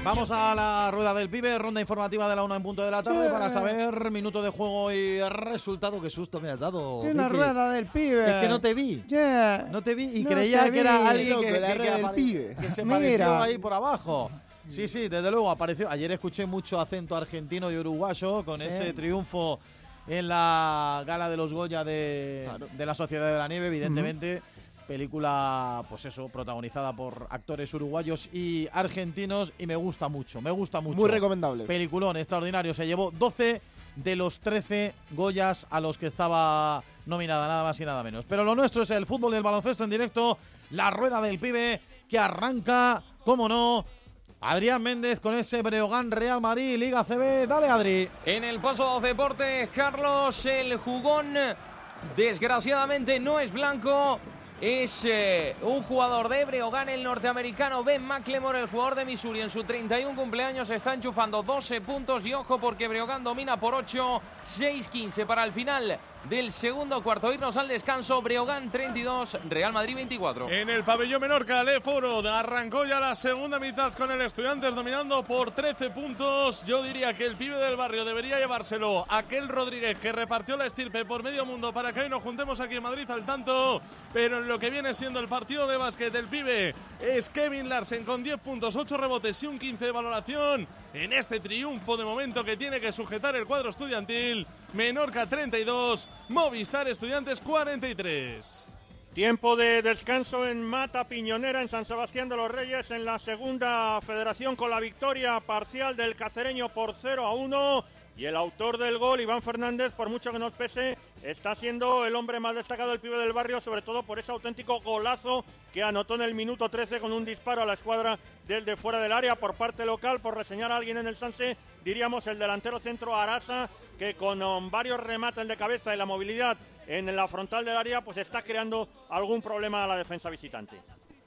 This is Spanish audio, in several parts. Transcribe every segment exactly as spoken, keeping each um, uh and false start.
Vamos a la rueda del pibe, ronda informativa de la una en punto de la tarde, para saber minuto de juego y resultado. Qué susto me has dado. En la rueda del pibe. Es que no te vi. Yeah. No te vi y no creía que era vi. alguien No, que, que la que, rueda que, del pibe. que se Mira. pareció ahí por abajo. Sí, sí, desde luego apareció. Ayer escuché mucho acento argentino y uruguayo con Sí. ese triunfo en la gala de los Goya de, Claro. de la Sociedad de la Nieve, evidentemente. Uh-huh. Película, pues eso, protagonizada por actores uruguayos y argentinos, y me gusta mucho, me gusta mucho. Muy recomendable. Peliculón extraordinario, se llevó doce de los trece Goyas a los que estaba nominada, nada más y nada menos. Pero lo nuestro es el fútbol y el baloncesto en directo, la rueda del pibe, que arranca, cómo no, Adrián Méndez con ese Breogán Real Madrid, Liga C B. Dale, Adri. En el Paso Deportes, Carlos, el jugón, desgraciadamente no es blanco. Es eh, un jugador de Breogán, el norteamericano Ben McLemore, el jugador de Missouri. En su treinta y uno cumpleaños está enchufando doce puntos y ojo porque Breogán domina por ocho, seis quince para el final del segundo cuarto. Irnos al descanso, Breogán treinta y dos, Real Madrid veinticuatro. En el pabellón Menorca, Leforo arrancó ya la segunda mitad con el Estudiantes dominando por trece puntos. Yo diría que el pibe del barrio debería llevárselo aquel Rodríguez que repartió la estirpe por medio mundo para que hoy nos juntemos aquí en Madrid al tanto. Pero en lo que viene siendo el partido de básquet, el pibe es Kevin Larsen con diez puntos, ocho rebotes y un quince de valoración en este triunfo de momento que tiene que sujetar el cuadro estudiantil. Menorca treinta y dos, Movistar Estudiantes cuarenta y tres. Tiempo de descanso en Mata Piñonera, en San Sebastián de los Reyes, en la segunda federación, con la victoria parcial del cacereño por cero a uno. Y el autor del gol, Iván Fernández, por mucho que nos pese, está siendo el hombre más destacado del pibe del barrio, sobre todo por ese auténtico golazo que anotó en el minuto trece con un disparo a la escuadra del de fuera del área por parte local. Por reseñar a alguien en el Sanse, diríamos el delantero centro Arasa, que con um, varios remates de cabeza y la movilidad en la frontal del área, pues está creando algún problema a la defensa visitante.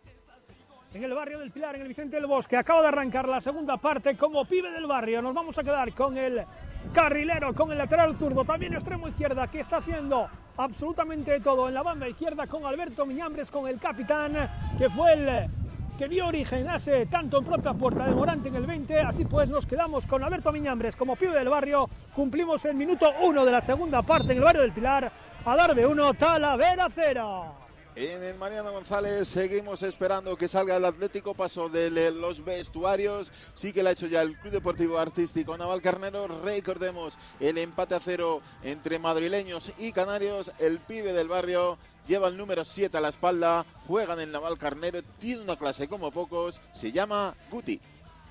En el barrio del Pilar, en el Vicente del Bosque, acaba de arrancar la segunda parte como pibe del barrio. Nos vamos a quedar con el carrilero, con el lateral zurdo, también extremo izquierda, que está haciendo absolutamente todo en la banda izquierda, con Alberto Miñambres, con el capitán, que fue el que dio origen hace tanto en propia puerta de Morante en el veinte. Así pues nos quedamos con Alberto Miñambres como pibe del barrio. Cumplimos el minuto uno de la segunda parte en el barrio del Pilar. Adarve uno, Talavera cero. En el Mariano González seguimos esperando que salga el Atlético. Paso de los vestuarios, sí que lo ha hecho ya el Club Deportivo Artístico Navalcarnero. Recordemos el empate a cero entre madrileños y canarios. El pibe del barrio lleva el número siete a la espalda, juega en el Navalcarnero, tiene una clase como pocos, se llama Guti.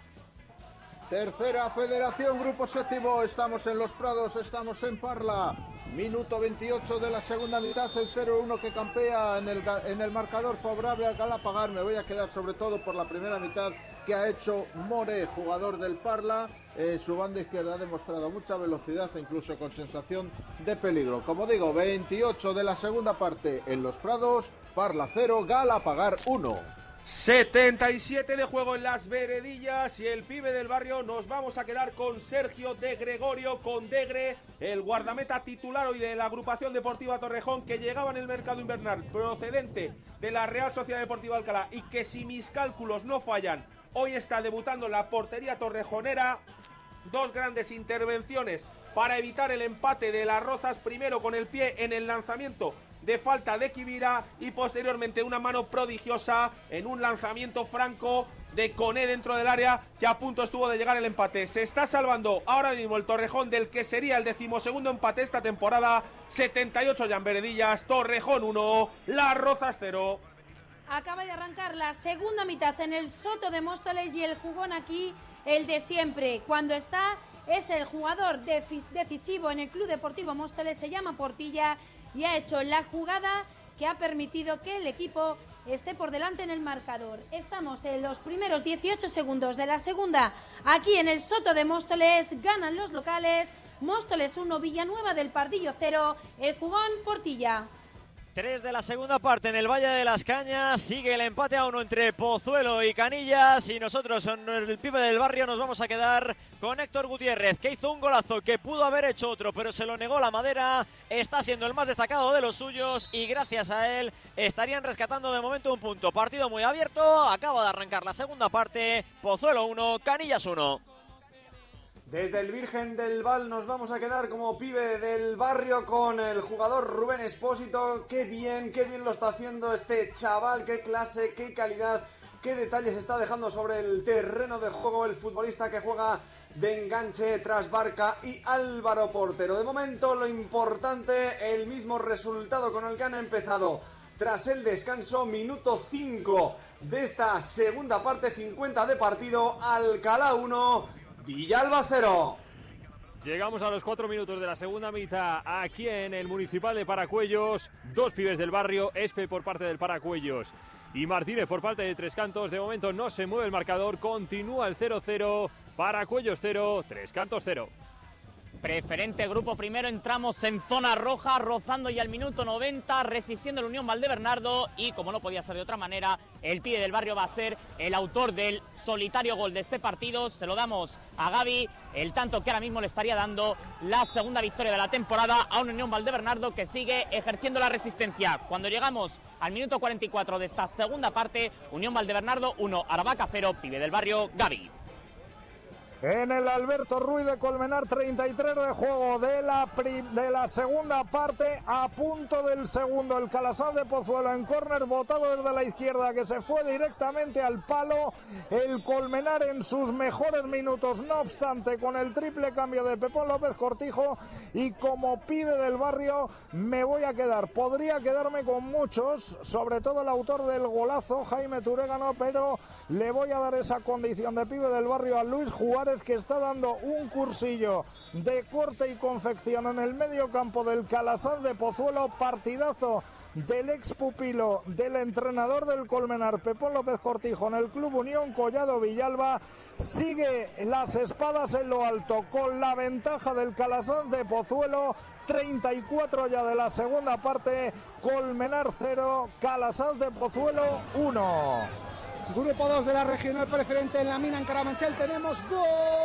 Tercera Federación, Grupo Séptimo, estamos en Los Prados, estamos en Parla, minuto veintiocho de la segunda mitad, el cero uno que campea en el, en el marcador favorable al Galapagar. Me voy a quedar sobre todo por la primera mitad que ha hecho More, jugador del Parla. Eh, su banda izquierda ha demostrado mucha velocidad e incluso con sensación de peligro. Como digo, veintiocho de la segunda parte en Los Prados, Parla cero, Galapagar uno. setenta y siete de juego en las veredillas y el pibe del barrio. Nos vamos a quedar con Sergio de Gregorio, con Degre, el guardameta titular hoy de la agrupación deportiva Torrejón, que llegaba en el mercado invernal procedente de la Real Sociedad Deportiva Alcalá y que, si mis cálculos no fallan, hoy está debutando en la portería torrejonera. Dos grandes intervenciones para evitar el empate de las Rozas, primero con el pie en el lanzamiento de falta de Kibira y posteriormente una mano prodigiosa en un lanzamiento franco de Coné dentro del área, que a punto estuvo de llegar el empate. Se está salvando ahora mismo el Torrejón del que sería el decimosegundo empate esta temporada. setenta y ocho ya en veredillas, Torrejón uno, Las Rozas cero. Acaba de arrancar la segunda mitad en el Soto de Móstoles y el jugón aquí, el de siempre. Cuando está, es el jugador decisivo en el Club Deportivo Móstoles, se llama Portilla, y ha hecho la jugada que ha permitido que el equipo esté por delante en el marcador. Estamos en los primeros dieciocho segundos de la segunda. Aquí en el Soto de Móstoles ganan los locales. Móstoles uno, Villanueva del Pardillo cero. El jugón Portilla. tres de la segunda parte en el Valle de las Cañas. Sigue el empate a uno entre Pozuelo y Canillas. Y nosotros, en el Pibe del Barrio, nos vamos a quedar con Héctor Gutiérrez, que hizo un golazo que pudo haber hecho otro, pero se lo negó la madera. Está siendo el más destacado de los suyos y gracias a él estarían rescatando de momento un punto. Partido muy abierto. Acaba de arrancar la segunda parte. Pozuelo uno, Canillas uno. Desde el Virgen del Val nos vamos a quedar como Pibe del Barrio con el jugador Rubén Expósito. Qué bien, qué bien lo está haciendo este chaval, qué clase, qué calidad, qué detalles está dejando sobre el terreno de juego el futbolista que juega de enganche tras Barca y Álvaro Portero. De momento lo importante, el mismo resultado con el que han empezado tras el descanso, minuto cinco de esta segunda parte, cincuenta de partido, Alcalá uno, Villalba cero. Llegamos a los cuatro minutos de la segunda mitad aquí en el Municipal de Paracuellos. Dos Pibes del Barrio, Espe por parte del Paracuellos y Martínez por parte de Tres Cantos. De momento no se mueve el marcador, continúa el cero cero, Paracuellos cero, Tres Cantos cero. Preferente grupo primero, entramos en zona roja, rozando ya el minuto noventa, resistiendo la Unión Valdebernardo y, como no podía ser de otra manera, el Pibe del Barrio va a ser el autor del solitario gol de este partido. Se lo damos a Gaby, el tanto que ahora mismo le estaría dando la segunda victoria de la temporada a una Unión Valdebernardo que sigue ejerciendo la resistencia. Cuando llegamos al minuto cuarenta y cuatro de esta segunda parte, Unión Valdebernardo uno, Aravaca cero, Pibe del Barrio, Gaby. En el Alberto Ruiz de Colmenar, treinta y tres de juego de la, de la segunda parte, a punto del segundo. El Calasán de Pozuelo en córner, botado desde la izquierda, que se fue directamente al palo. El Colmenar en sus mejores minutos, no obstante, con el triple cambio de Pepón López Cortijo. Y como Pibe del Barrio me voy a quedar, podría quedarme con muchos, sobre todo el autor del golazo, Jaime Turégano, pero le voy a dar esa condición de Pibe del Barrio a Luis Juárez, que está dando un cursillo de corte y confección en el medio campo del Calasán de Pozuelo. Partidazo del ex pupilo del entrenador del Colmenar, Pepón López Cortijo, en el Club Unión Collado Villalba. Sigue las espadas en lo alto con la ventaja del Calasán de Pozuelo. treinta y cuatro ya de la segunda parte, Colmenar cero, Calasán de Pozuelo uno. Grupo dos de la regional preferente en la mina en Carabanchel. Tenemos gol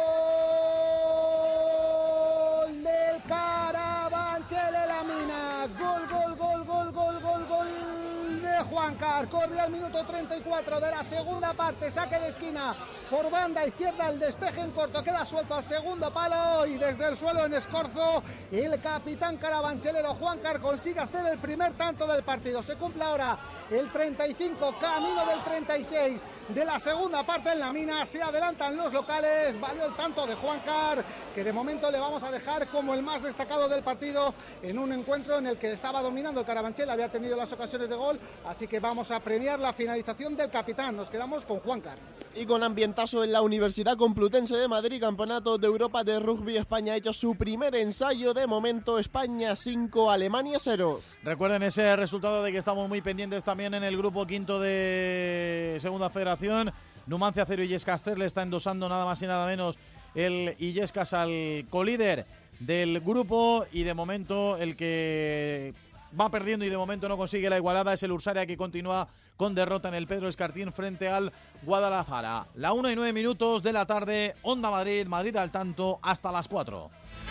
del Carabanchel en la mina. Gol, gol, gol, gol, gol, gol, gol de Juancar. Corre al minuto treinta y cuatro de la segunda parte. Saque de esquina por banda izquierda, el despeje en corto. Queda suelto al segundo palo y desde el suelo en escorzo el capitán carabanchelero Juancar consigue hacer el primer tanto del partido. Se cumple ahora el treinta y cinco, camino del treinta y seis de la segunda parte en la mina. Se adelantan los locales, valió el tanto de Juancar, que de momento le vamos a dejar como el más destacado del partido en un encuentro en el que estaba dominando el Carabanchel, había tenido las ocasiones de gol, así que vamos a premiar la finalización del capitán. Nos quedamos con Juancar. Y con ambientazo en la Universidad Complutense de Madrid, Campeonato de Europa de Rugby, España ha hecho su primer ensayo. De momento, España cinco, Alemania cero. Recuerden ese resultado de que estamos muy pendientes también en el grupo quinto de Segunda Federación. Numancia cero, Illescas tres, le está endosando nada más y nada menos el Illescas al colíder del grupo, y de momento el que va perdiendo y de momento no consigue la igualada es el Ursaria, que continúa con derrota en el Pedro Escartín frente al Guadalajara. La una y nueve minutos de la tarde, Onda Madrid, Madrid al tanto hasta las cuatro.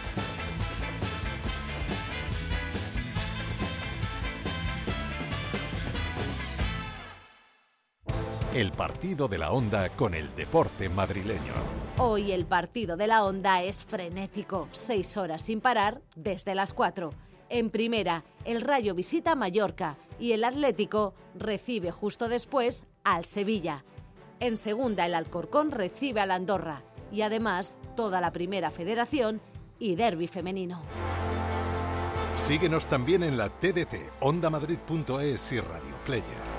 El partido de la Onda con el deporte madrileño. Hoy el partido de la Onda es frenético, seis horas sin parar desde las cuatro. En primera, el Rayo visita Mallorca y el Atlético recibe justo después al Sevilla. En segunda, el Alcorcón recibe al Andorra y además toda la Primera Federación y derbi femenino. Síguenos también en la T D T, onda madrid punto es y Radio Player.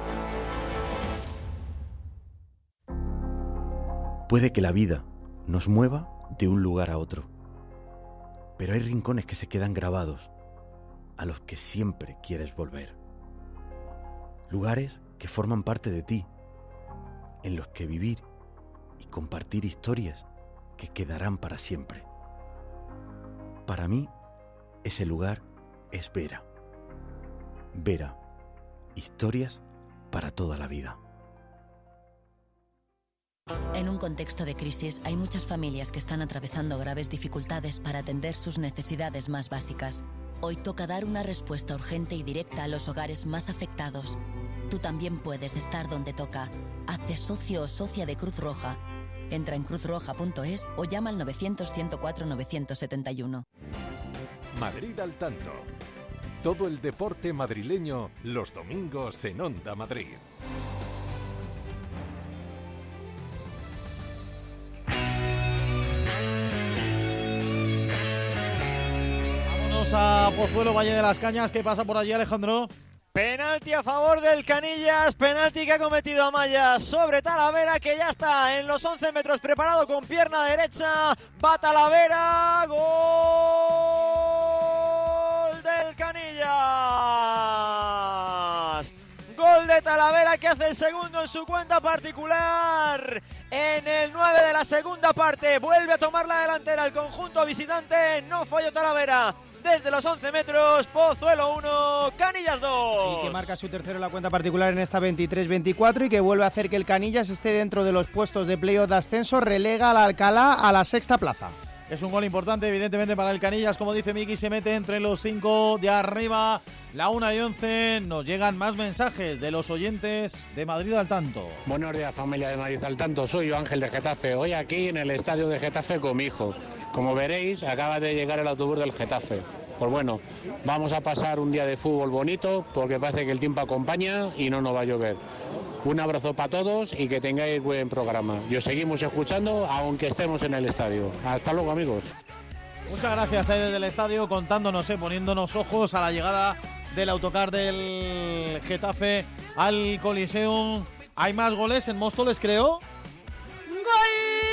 Puede que la vida nos mueva de un lugar a otro, pero hay rincones que se quedan grabados, a los que siempre quieres volver. Lugares que forman parte de ti, en los que vivir y compartir historias que quedarán para siempre. Para mí, ese lugar es Vera. Vera, historias para toda la vida. En un contexto de crisis hay muchas familias que están atravesando graves dificultades para atender sus necesidades más básicas. Hoy toca dar una respuesta urgente y directa a los hogares más afectados. Tú también puedes estar donde toca. Hazte socio o socia de Cruz Roja. Entra en cruz roja punto es o llama al novecientos, ciento cuatro, novecientos setenta y uno. Madrid al tanto. Todo el deporte madrileño los domingos en Onda Madrid. Vámonos a Pozuelo, Valle de las Cañas. ¿Qué pasa por allí, Alejandro? Penalti a favor del Canillas, penalti que ha cometido Amaya sobre Talavera, que ya está en los once metros preparado con pierna derecha. Va Talavera, gol del Canillas. Gol de Talavera, que hace el segundo en su cuenta particular. En el nueve de la segunda parte vuelve a tomar la delantera el conjunto visitante. No falló Talavera. Desde los once metros, Pozuelo uno, Canillas dos. Y que marca su tercero en la cuenta particular en esta veintitrés veinticuatro y que vuelve a hacer que el Canillas esté dentro de los puestos de playoff de ascenso, relega al Alcalá a la sexta plaza. Es un gol importante, evidentemente, para el Canillas. Como dice Miki, se mete entre los cinco de arriba. La una y once, nos llegan más mensajes de los oyentes de Madrid al tanto. Buenos días, familia de Madrid al tanto. Soy yo, Ángel de Getafe. Hoy aquí en el estadio de Getafe con mi hijo. Como veréis, acaba de llegar el autobús del Getafe. Pues bueno, vamos a pasar un día de fútbol bonito porque parece que el tiempo acompaña y no nos va a llover. Un abrazo para todos y que tengáis buen programa. Y os seguimos escuchando aunque estemos en el estadio. Hasta luego, amigos. Muchas gracias ahí desde el estadio contándonos, eh, poniéndonos ojos a la llegada del autocar del Getafe al Coliseum. ¿Hay más goles en Móstoles, creo? ¡Gol!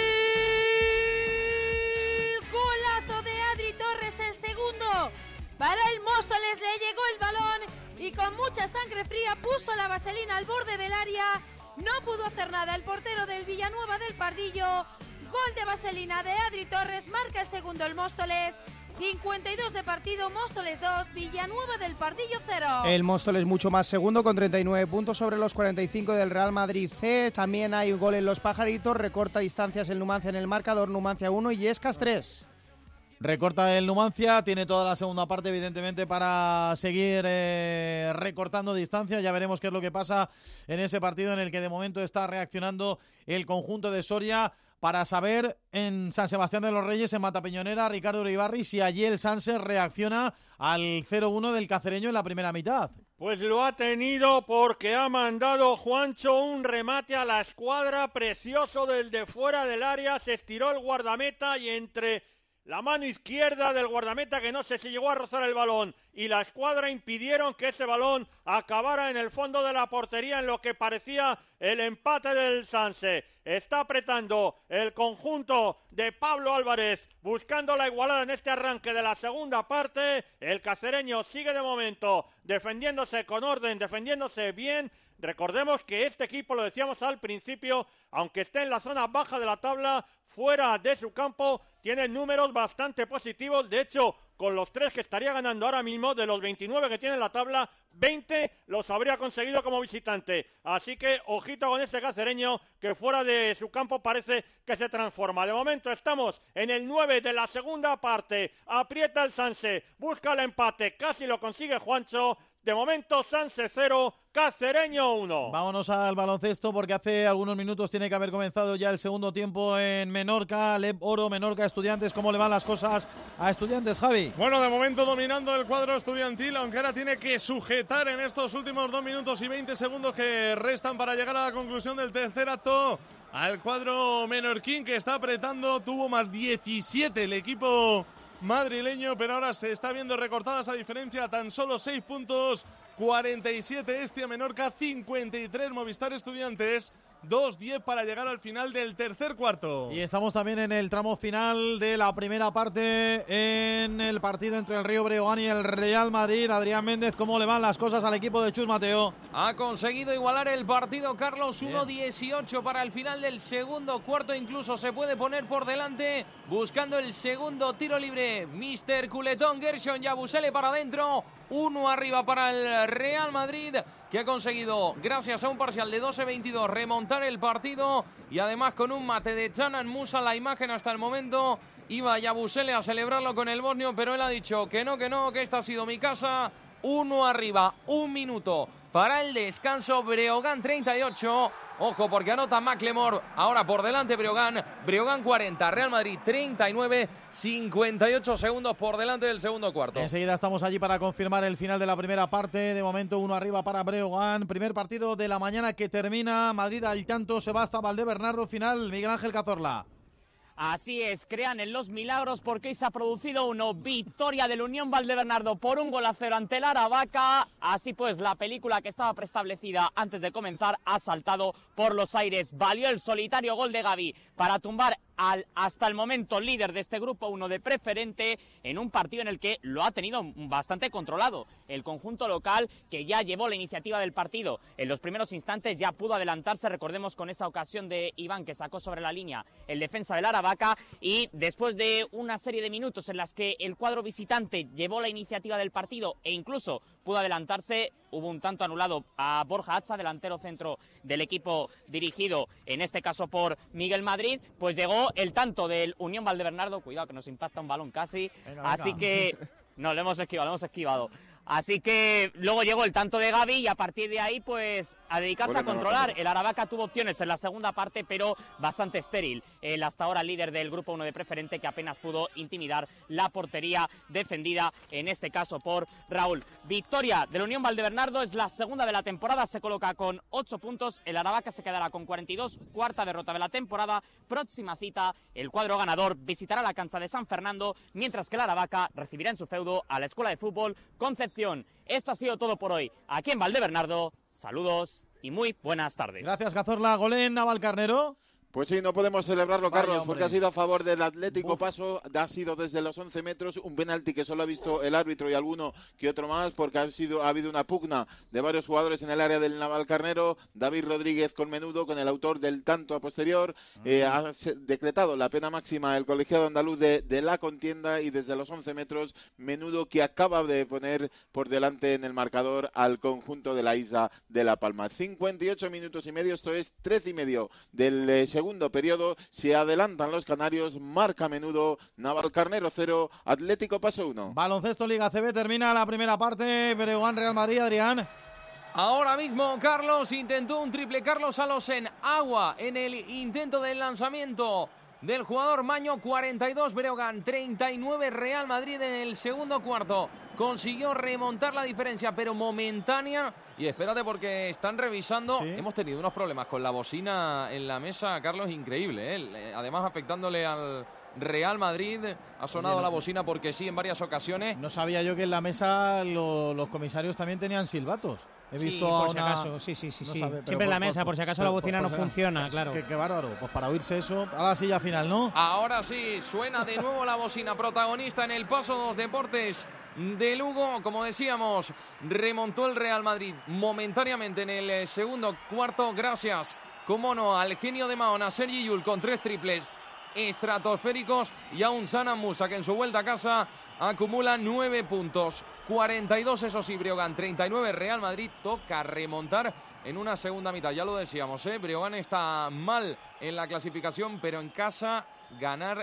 ¡Golazo de Adri Torres, el segundo! Para el Móstoles le llegó el balón y con mucha sangre fría puso la vaselina al borde del área. No pudo hacer nada el portero del Villanueva del Pardillo. Gol de vaselina de Adri Torres, marca el segundo el Móstoles. cincuenta y dos de partido, Móstoles dos, Villanueva del Pardillo cero. El Móstoles mucho más segundo con treinta y nueve puntos sobre los cuarenta y cinco del Real Madrid C. También hay un gol en los Pajaritos, recorta distancias el Numancia en el marcador, Numancia uno y Illescas tres. Recorta el Numancia, tiene toda la segunda parte evidentemente para seguir eh, recortando distancia. Ya veremos qué es lo que pasa en ese partido en el que de momento está reaccionando el conjunto de Soria, para saber en San Sebastián de los Reyes, en Matapiñonera, Ricardo Uribarri, si allí el Sanse reacciona al cero uno del Cacereño en la primera mitad. Pues lo ha tenido porque ha mandado Juancho un remate a la escuadra precioso del de fuera del área. Se estiró el guardameta y entre la mano izquierda del guardameta, que no sé si llegó a rozar el balón, y la escuadra impidieron que ese balón acabara en el fondo de la portería en lo que parecía el empate del Sanse. Está apretando el conjunto de Pablo Álvarez, buscando la igualada en este arranque de la segunda parte. El cacereño sigue de momento defendiéndose con orden, defendiéndose bien. Recordemos que este equipo, lo decíamos al principio, aunque esté en la zona baja de la tabla, fuera de su campo, tiene números bastante positivos. De hecho, con los tres que estaría ganando ahora mismo, de los veintinueve que tiene en la tabla, veinte los habría conseguido como visitante. Así que ojito con este cacereño, que fuera de su campo parece que se transforma. De momento estamos en el nueve de la segunda parte. Aprieta el Sanse, busca el empate, casi lo consigue Juancho. De momento Sanse cero, Cacereño uno. Vámonos al baloncesto porque hace algunos minutos tiene que haber comenzado ya el segundo tiempo en Menorca. Leb Oro, Menorca, Estudiantes. ¿Cómo le van las cosas a Estudiantes, Javi? Bueno, de momento dominando el cuadro estudiantil, aunque ahora tiene que sujetar en estos últimos dos minutos y veinte segundos que restan para llegar a la conclusión del tercer acto al cuadro menorquín, que está apretando. Tuvo más diecisiete el equipo madrileño, pero ahora se está viendo recortada esa diferencia, tan solo seis puntos. Cuarenta y siete Estia Menorca, cincuenta y tres Movistar Estudiantes, dos diez para llegar al final del tercer cuarto. Y estamos también en el tramo final de la primera parte, en el partido entre el Río Breogán y el Real Madrid. Adrián Méndez, ¿cómo le van las cosas al equipo de Chus Mateo? Ha conseguido igualar el partido, Carlos, uno dieciocho para el final del segundo cuarto. Incluso se puede poner por delante buscando el segundo tiro libre. mister Culetón, Gershon Yabusele para adentro. uno arriba para el Real Madrid, que ha conseguido, gracias a un parcial de doce veintidós, remontar el partido, y además con un mate de Canan Musa. La imagen hasta el momento, iba Yabusele a celebrarlo con el bosnio, pero él ha dicho que no, que no, que esta ha sido mi casa. Uno arriba, un minuto para el descanso. Breogán treinta y ocho. Ojo, porque anota Macklemore. Ahora por delante Breogán. Breogán cuarenta, Real Madrid treinta y nueve. cincuenta y ocho segundos por delante del segundo cuarto. Enseguida estamos allí para confirmar el final de la primera parte. De momento uno arriba para Breogán. Primer partido de la mañana que termina. Madrid al tanto, se va hasta Valdebernardo. Final, Miguel Ángel Cazorla. Así es, crean en los milagros porque hoy se ha producido una victoria del Unión Valdebernardo por un gol a cero ante el Aravaca. Así pues, la película que estaba preestablecida antes de comenzar ha saltado por los aires. Valió el solitario gol de Gavi para tumbar al hasta el momento líder de este grupo uno de Preferente en un partido en el que lo ha tenido bastante controlado el conjunto local, que ya llevó la iniciativa del partido. En los primeros instantes ya pudo adelantarse, recordemos, con esa ocasión de Iván que sacó sobre la línea el defensa del Aravaca, y después de una serie de minutos en las que el cuadro visitante llevó la iniciativa del partido e incluso pudo adelantarse, hubo un tanto anulado a Borja Atza, delantero centro del equipo dirigido en este caso por Miguel Madrid, pues llegó el tanto del Unión Valdebernardo. Cuidado que nos impacta un balón casi. Venga, venga. Así que no, lo hemos esquivado, lo hemos esquivado. Así que luego llegó el tanto de Gavi y a partir de ahí pues a dedicarse bueno, a controlar. No, no, no. El Aravaca tuvo opciones en la segunda parte, pero bastante estéril. El hasta ahora líder del grupo uno de Preferente, que apenas pudo intimidar la portería defendida, en este caso por Raúl. Victoria del Unión Valdebernardo, es la segunda de la temporada, se coloca con ocho puntos. El Aravaca se quedará con cuarenta y dos, cuarta derrota de la temporada. Próxima cita, el cuadro ganador visitará la cancha de San Fernando, mientras que el Aravaca recibirá en su feudo a la Escuela de Fútbol Concepción. Esto ha sido todo por hoy aquí en Valdebernardo. Saludos y muy buenas tardes. Gracias, Cazorla. Golén, Navalcarnero. Pues sí, no podemos celebrarlo, Carlos, Vaya, porque ha sido a favor del Atlético Uf. Paso, ha sido desde los once metros, un penalti que solo ha visto el árbitro y alguno que otro más, porque ha sido ha habido una pugna de varios jugadores en el área del Navalcarnero. David Rodríguez con Menudo, con el autor del tanto a posterior, uh-huh. eh, ha decretado la pena máxima el colegiado andaluz de, de la contienda, y desde los once metros, Menudo, que acaba de poner por delante en el marcador al conjunto de la isla de La Palma. cincuenta y ocho minutos y medio, esto es trece y medio del eh, segundo periodo. Se adelantan los canarios, marca Menudo, Navalcarnero cero, Atlético Paso uno. Baloncesto Liga C B, termina la primera parte. Breogán Real Madrid, Adrián. Ahora mismo Carlos intentó un triple, Carlos Salos en agua en el intento del lanzamiento del jugador Maño. Cuarenta y dos Breogán, treinta y nueve Real Madrid en el segundo cuarto. Consiguió remontar la diferencia, pero momentánea. Y espérate, porque están revisando. ¿Sí? Hemos tenido unos problemas con la bocina en la mesa, Carlos, increíble, ¿eh? Además, afectándole al Real Madrid. Ha sonado Oye, no, la bocina porque sí en varias ocasiones. No sabía yo que en la mesa lo, los comisarios también tenían silbatos. He visto sí, por a si una... acaso, sí, sí, sí. No sí. sabe, Siempre en la mesa, por si acaso pero, la bocina por, por, no funciona, qué, claro. Qué, qué bárbaro, pues para oírse eso. Ahora sí, ya final, ¿no? Ahora sí, suena de nuevo la bocina, protagonista en el Paso dos Deportes de Lugo. Como decíamos, remontó el Real Madrid momentáneamente en el segundo cuarto, gracias, como no, al genio de Mahona, Sergi Llull, con tres triples estratosféricos, y a un Canan Musa que en su vuelta a casa acumula nueve puntos. cuarenta y dos, eso sí, Breogán, treinta y nueve Real Madrid. Toca remontar en una segunda mitad, ya lo decíamos, ¿eh? Breogán está mal en la clasificación, pero en casa ganar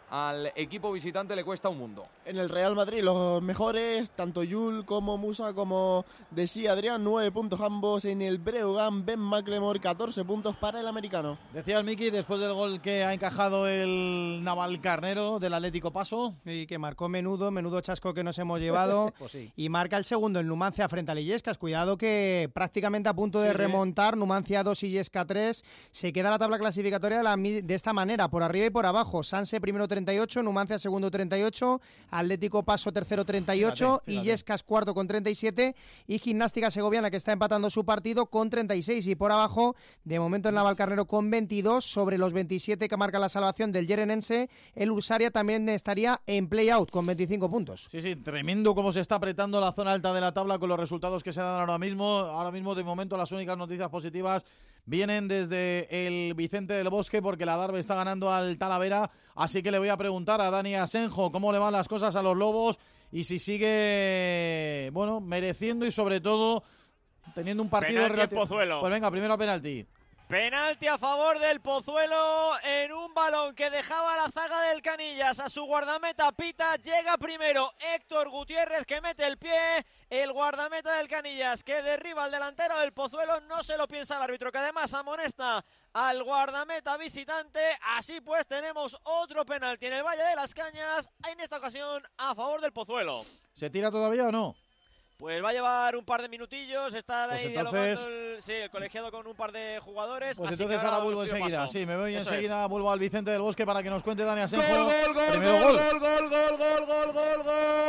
al equipo visitante le cuesta un mundo. En el Real Madrid los mejores, tanto Llull como Musa, como decía Adrián, nueve puntos ambos. En el Breogán, Ben Macklemore, catorce puntos para el americano. Decías, Miki, después del gol que ha encajado el Navalcarnero del Atlético Paso. Y que marcó Menudo, menudo chasco que nos hemos llevado. Pues sí. Y marca el segundo el Numancia frente a Illescas. Cuidado que prácticamente a punto de sí, remontar, sí. Numancia dos, Illescas tres. Se queda la tabla clasificatoria de, la, de esta manera, por arriba y por abajo. Sanse primero treinta y ocho, Numancia segundo treinta y ocho, Atlético Paso tercero treinta y ocho, Illescas cuarto con treinta y siete y Gimnástica Segoviana, que está empatando su partido, con treinta y seis. Y por abajo, de momento el Navalcarnero con veintidós, sobre los veintisiete que marca la salvación del Yerenense. El Ursaria también estaría en play-out con veinticinco puntos. Sí, sí, tremendo cómo se está apretando la zona alta de la tabla con los resultados que se dan ahora mismo. Ahora mismo, de momento, las únicas noticias positivas vienen desde el Vicente del Bosque, porque la Darbe está ganando al Talavera. Así que le voy a preguntar a Dani Asenjo cómo le van las cosas a los Lobos y si sigue, bueno, mereciendo y sobre todo teniendo un partido relativo. Pues venga, primero penalti. Penalti a favor del Pozuelo en un balón que dejaba la zaga del Canillas a su guardameta Pita. Llega primero Héctor Gutiérrez que mete el pie. El guardameta del Canillas que derriba al delantero del Pozuelo. No se lo piensa el árbitro, que además amonesta al guardameta visitante. Así pues tenemos otro penalti en el Valle de las Cañas, en esta ocasión a favor del Pozuelo. ¿Se tira todavía o no? Pues va a llevar un par de minutillos, está pues ahí entonces, dialogando el, sí, el colegiado con un par de jugadores. Pues así entonces que ahora vuelvo enseguida, paso. sí, me voy Eso enseguida, es. vuelvo al Vicente del Bosque para que nos cuente Dani Asenjo. Gol, gol, gol, Primero gol, gol. gol, gol, gol, gol, gol,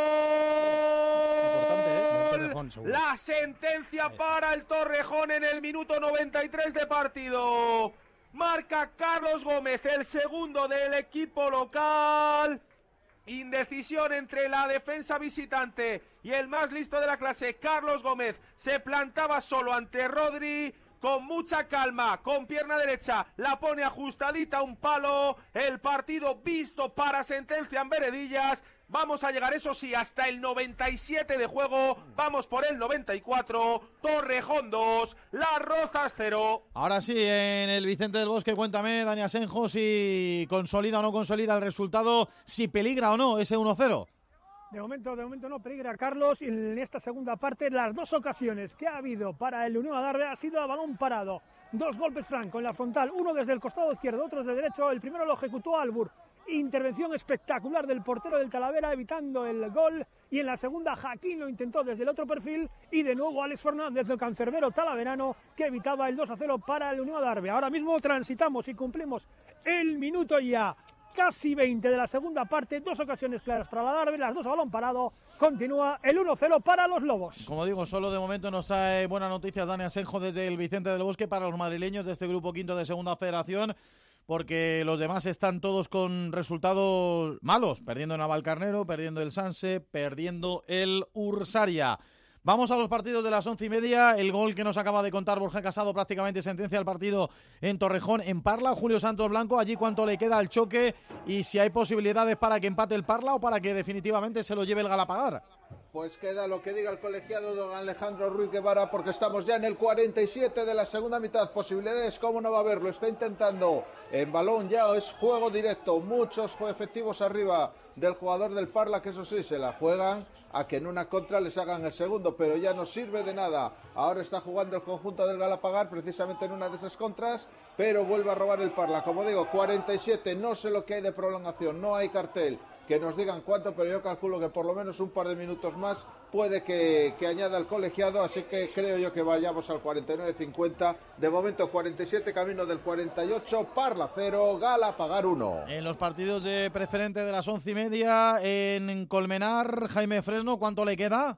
gol, gol. La sentencia para el Torrejón en el minuto noventa y tres de partido. Marca Carlos Gómez, el segundo del equipo local. Indecisión entre la defensa visitante y el más listo de la clase, Carlos Gómez. Se plantaba solo ante Rodri, con mucha calma, con pierna derecha, la pone ajustadita a un palo. El partido visto para sentencia en Veredillas. Vamos a llegar, eso sí, hasta el noventa y siete de juego. Vamos por el noventa y cuatro. Torrejón dos, Las Rozas cero. Ahora sí, en el Vicente del Bosque, cuéntame, Dani Asenjo, si consolida o no consolida el resultado, si peligra o no ese uno cero. De momento, de momento no peligra Carlos. Y en esta segunda parte, las dos ocasiones que ha habido para el Unión Adarve ha sido a balón parado. Dos golpes francos en la frontal, uno desde el costado izquierdo, otro desde derecho. El primero lo ejecutó Albur. Intervención espectacular del portero del Talavera evitando el gol, y en la segunda Jaquín lo intentó desde el otro perfil y de nuevo Alex Fernández, el cancerbero talaverano, que evitaba el dos a cero para el Unión Adarve. Ahora mismo transitamos y cumplimos el minuto ya casi veinte de la segunda parte, dos ocasiones claras para la Adarve, las dos a balón parado. Continúa el uno cero para los Lobos. Como digo, solo de momento nos trae buenas noticias Dani Asenjo desde el Vicente del Bosque para los madrileños de este grupo quinto de Segunda Federación, porque los demás están todos con resultados malos, perdiendo Navalcarnero, perdiendo el Sanse, perdiendo el Ursaria. Vamos a los partidos de las once y media. El gol que nos acaba de contar Borja Casado prácticamente sentencia el partido en Torrejón. En Parla, Julio Santos Blanco, allí cuánto le queda al choque y si hay posibilidades para que empate el Parla o para que definitivamente se lo lleve el Galapagar. Pues queda lo que diga el colegiado don Alejandro Ruiz Guevara, porque estamos ya en el cuarenta y siete de la segunda mitad. Posibilidades, ¿cómo no va a haber? Lo está intentando en balón, ya es juego directo. Muchos efectivos arriba del jugador del Parla, que eso sí, se la juegan a que en una contra les hagan el segundo, pero ya no sirve de nada. Ahora está jugando el conjunto del Galapagar precisamente en una de esas contras, pero vuelve a robar el Parla. Como digo, cuarenta y siete, no sé lo que hay de prolongación, no hay cartel. Que nos digan cuánto, pero yo calculo que por lo menos un par de minutos más puede que, que añada el colegiado, así que creo yo que vayamos al cuarenta y nueve cincuenta. De momento cuarenta y siete, camino del cuarenta y ocho, Parla cero, Galapagar uno. En los partidos de preferente de las once y media, en Colmenar, Jaime Fresno, ¿cuánto le queda?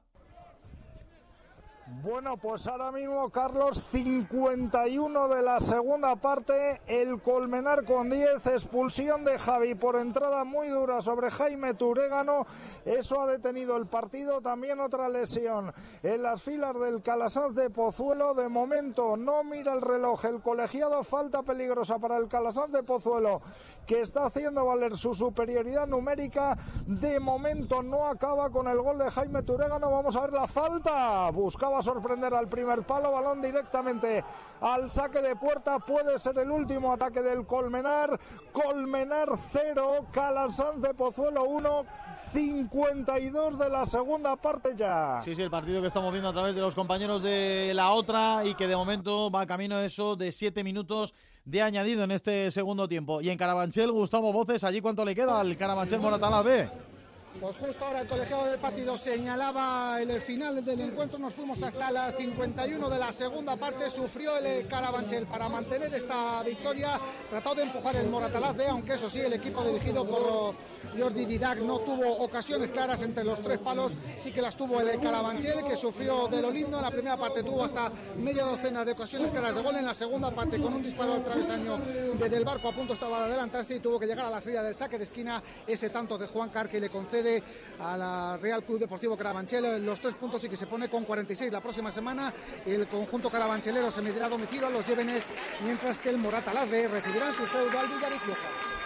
Bueno, pues ahora mismo, Carlos, cincuenta y uno de la segunda parte, el Colmenar con diez, expulsión de Javi por entrada muy dura sobre Jaime Turégano, eso ha detenido el partido. También otra lesión en las filas del Calasanz de Pozuelo. De momento no mira el reloj el colegiado, falta peligrosa para el Calasanz de Pozuelo, que está haciendo valer su superioridad numérica. De momento no acaba con el gol de Jaime Turégano. Vamos a ver la falta, buscaba sorprender al primer palo, balón directamente al saque de puerta. Puede ser el último ataque del Colmenar. Colmenar cero, Calasanz de Pozuelo uno, cincuenta y dos de la segunda parte ya. Sí, sí, el partido que estamos viendo a través de los compañeros de la otra y que de momento va camino eso de siete minutos de añadido en este segundo tiempo. Y en Carabanchel, Gustavo Voces, ¿allí cuánto le queda al Carabanchel Moratalaz B? Pues justo ahora el colegiado del partido señalaba el final del encuentro. Nos fuimos hasta la cincuenta y uno de la segunda parte. Sufrió el Carabanchel para mantener esta victoria. Trató de empujar el Moratalaz B, aunque eso sí, el equipo dirigido por Jordi Didac no tuvo ocasiones claras entre los tres palos. Sí que las tuvo el Carabanchel, que sufrió de lo lindo. En la primera parte tuvo hasta media docena de ocasiones claras de gol. En la segunda parte, con un disparo al travesaño de Del Barco, a punto estaba de adelantarse y tuvo que llegar a la salida del saque de esquina. Ese tanto de Juan Car que le concede a la Real Club Deportivo Carabanchel los tres puntos y que se pone con cuarenta y seis. La próxima semana el conjunto carabanchelero se medirá a domicilio a los Llévenes, mientras que el Moratalaz B recibirá en su feudo al Villaviciosa.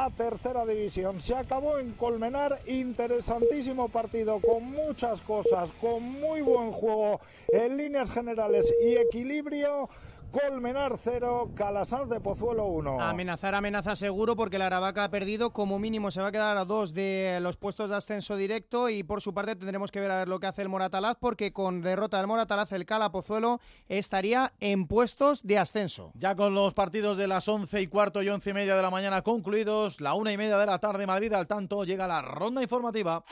a tercera división. Se acabó en Colmenar, interesantísimo partido, con muchas cosas, con muy buen juego en líneas generales y equilibrio. Colmenar cero, Calasanz de Pozuelo uno. Amenazar amenaza seguro porque la Aravaca ha perdido, como mínimo se va a quedar a dos de los puestos de ascenso directo y por su parte tendremos que ver a ver lo que hace el Moratalaz, porque con derrota del Moratalaz el Cala Pozuelo estaría en puestos de ascenso. Ya con los partidos de las once y cuarto y once y media de la mañana concluidos, la una y media de la tarde, Madrid al tanto, llega la ronda informativa.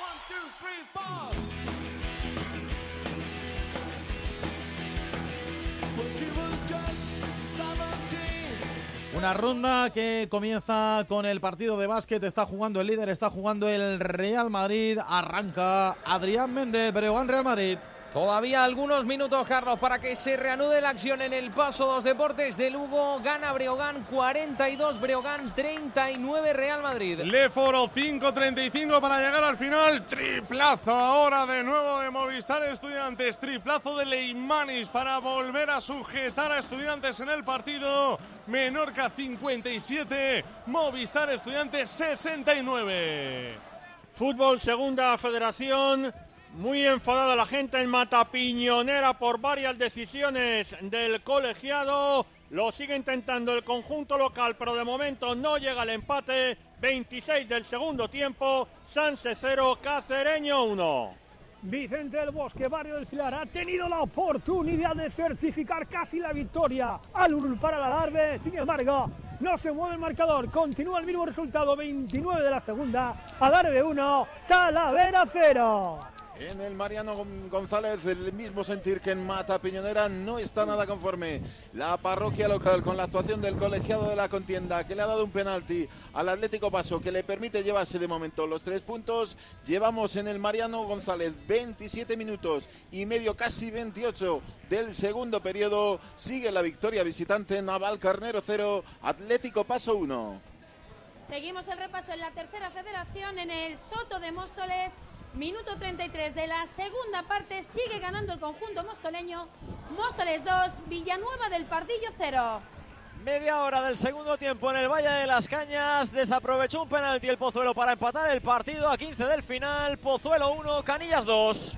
Una ronda que comienza con el partido de básquet. Está jugando el líder, está jugando el Real Madrid. Arranca Adrián Méndez, Breogán Real Madrid. Todavía algunos minutos, Carlos, para que se reanude la acción en el Paso dos Deportes de Lugo. Gana Breogán cuarenta y dos, Breogán treinta y nueve, Real Madrid. Leforo cinco treinta y cinco para llegar al final. Triplazo ahora de nuevo de Movistar Estudiantes. Triplazo de Leimanis para volver a sujetar a Estudiantes en el partido. Menorca cincuenta y siete, Movistar Estudiantes sesenta y nueve. Fútbol Segunda Federación. Muy enfadada la gente en Matapiñonera por varias decisiones del colegiado. Lo sigue intentando el conjunto local, pero de momento no llega el empate. veintiséis del segundo tiempo, Sanse cero, Cacereño uno. Vicente del Bosque, Barrio del Pilar, ha tenido la oportunidad de certificar casi la victoria al Urulpar al Alarve. Sin embargo, no se mueve el marcador. Continúa el mismo resultado, veintinueve de la segunda. Alarve uno, Talavera cero. En el Mariano González, el mismo sentir que en Mata Piñonera, no está nada conforme la parroquia local con la actuación del colegiado de la contienda, que le ha dado un penalti al Atlético Paso que le permite llevarse de momento los tres puntos. Llevamos en el Mariano González veintisiete minutos y medio, casi veintiocho del segundo periodo. Sigue la victoria visitante, Navalcarnero cero, Atlético Paso uno. Seguimos el repaso en la tercera federación en el Soto de Móstoles. Minuto treinta y tres de la segunda parte, sigue ganando el conjunto mostoleño. Móstoles dos, Villanueva del Pardillo cero. Media hora del segundo tiempo en el Valle de las Cañas. Desaprovechó un penalti el Pozuelo para empatar el partido a quince del final. Pozuelo uno, Canillas dos.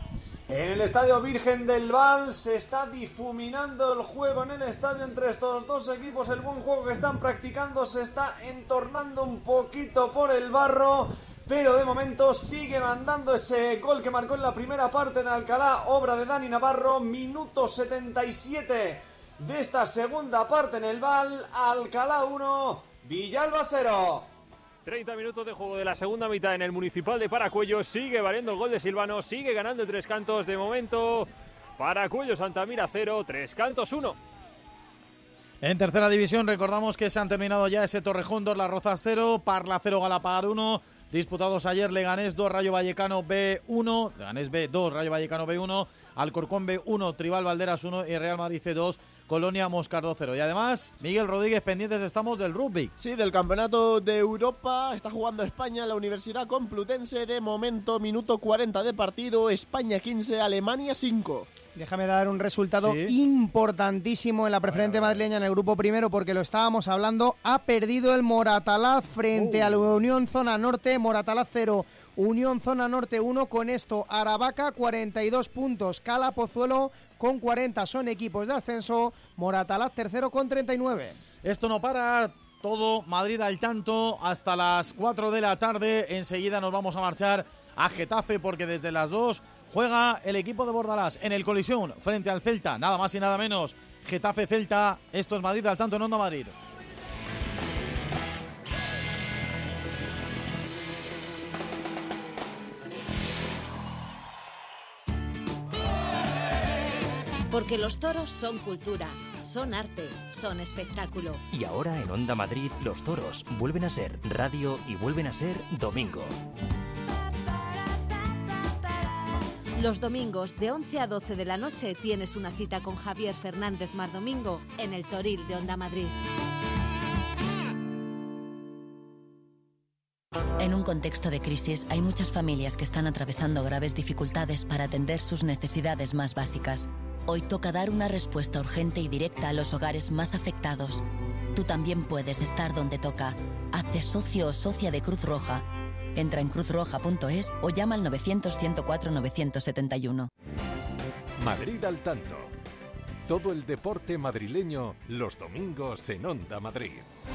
En el Estadio Virgen del Val se está difuminando el juego en el estadio entre estos dos equipos. El buen juego que están practicando se está entornando un poquito por el barro, pero de momento sigue mandando ese gol que marcó en la primera parte en Alcalá, obra de Dani Navarro. Minuto setenta y siete de esta segunda parte en el Val. Alcalá uno, Villalba cero. treinta minutos de juego de la segunda mitad en el Municipal de Paracuellos. Sigue valiendo el gol de Silvano, sigue ganando en Tres Cantos. De momento, Paracuellos Altamira cero, Tres Cantos uno. En tercera división recordamos que se han terminado ya ese Torrejón dos, Las Rozas cero, Parla cero, Galapagar uno. Disputados ayer Leganés dos, Rayo Vallecano B uno, Leganés B dos, Rayo Vallecano B uno, Alcorcón B uno, Tribal Valderas uno y Real Madrid C dos, Colonia Moscardó cero. Y además, Miguel Rodríguez, pendientes estamos del rugby. Sí, del Campeonato de Europa. Está jugando España, la Universidad Complutense. De momento, minuto cuarenta de partido. España quince, Alemania cinco. Déjame dar un resultado ¿Sí? importantísimo en la preferente madrileña en el grupo primero, porque lo estábamos hablando. Ha perdido el Moratalaz frente Uh. a la Unión Zona Norte. Moratalaz cero, Unión Zona Norte uno. Con esto, Aravaca cuarenta y dos puntos, Cala Pozuelo con cuarenta. Son equipos de ascenso. Moratalaz tercero con treinta y nueve. Esto no para. Todo Madrid al tanto hasta las cuatro de la tarde. Enseguida nos vamos a marchar a Getafe, porque desde las dos juega el equipo de Bordalás en el Colisión frente al Celta, nada más y nada menos. Getafe Celta, esto es Madrid al tanto en Onda Madrid. Porque los toros son cultura, son arte, son espectáculo. Y ahora en Onda Madrid los toros vuelven a ser radio y vuelven a ser domingo. Los domingos de once a doce de la noche tienes una cita con Javier Fernández Mardomingo en el Toril de Onda Madrid. En un contexto de crisis hay muchas familias que están atravesando graves dificultades para atender sus necesidades más básicas. Hoy toca dar una respuesta urgente y directa a los hogares más afectados. Tú también puedes estar donde toca. Hazte socio o socia de Cruz Roja. Entra en cruz roja punto es o llama al novecientos, ciento cuatro, novecientos setenta y uno. Madrid al tanto. Todo el deporte madrileño los domingos en Onda Madrid.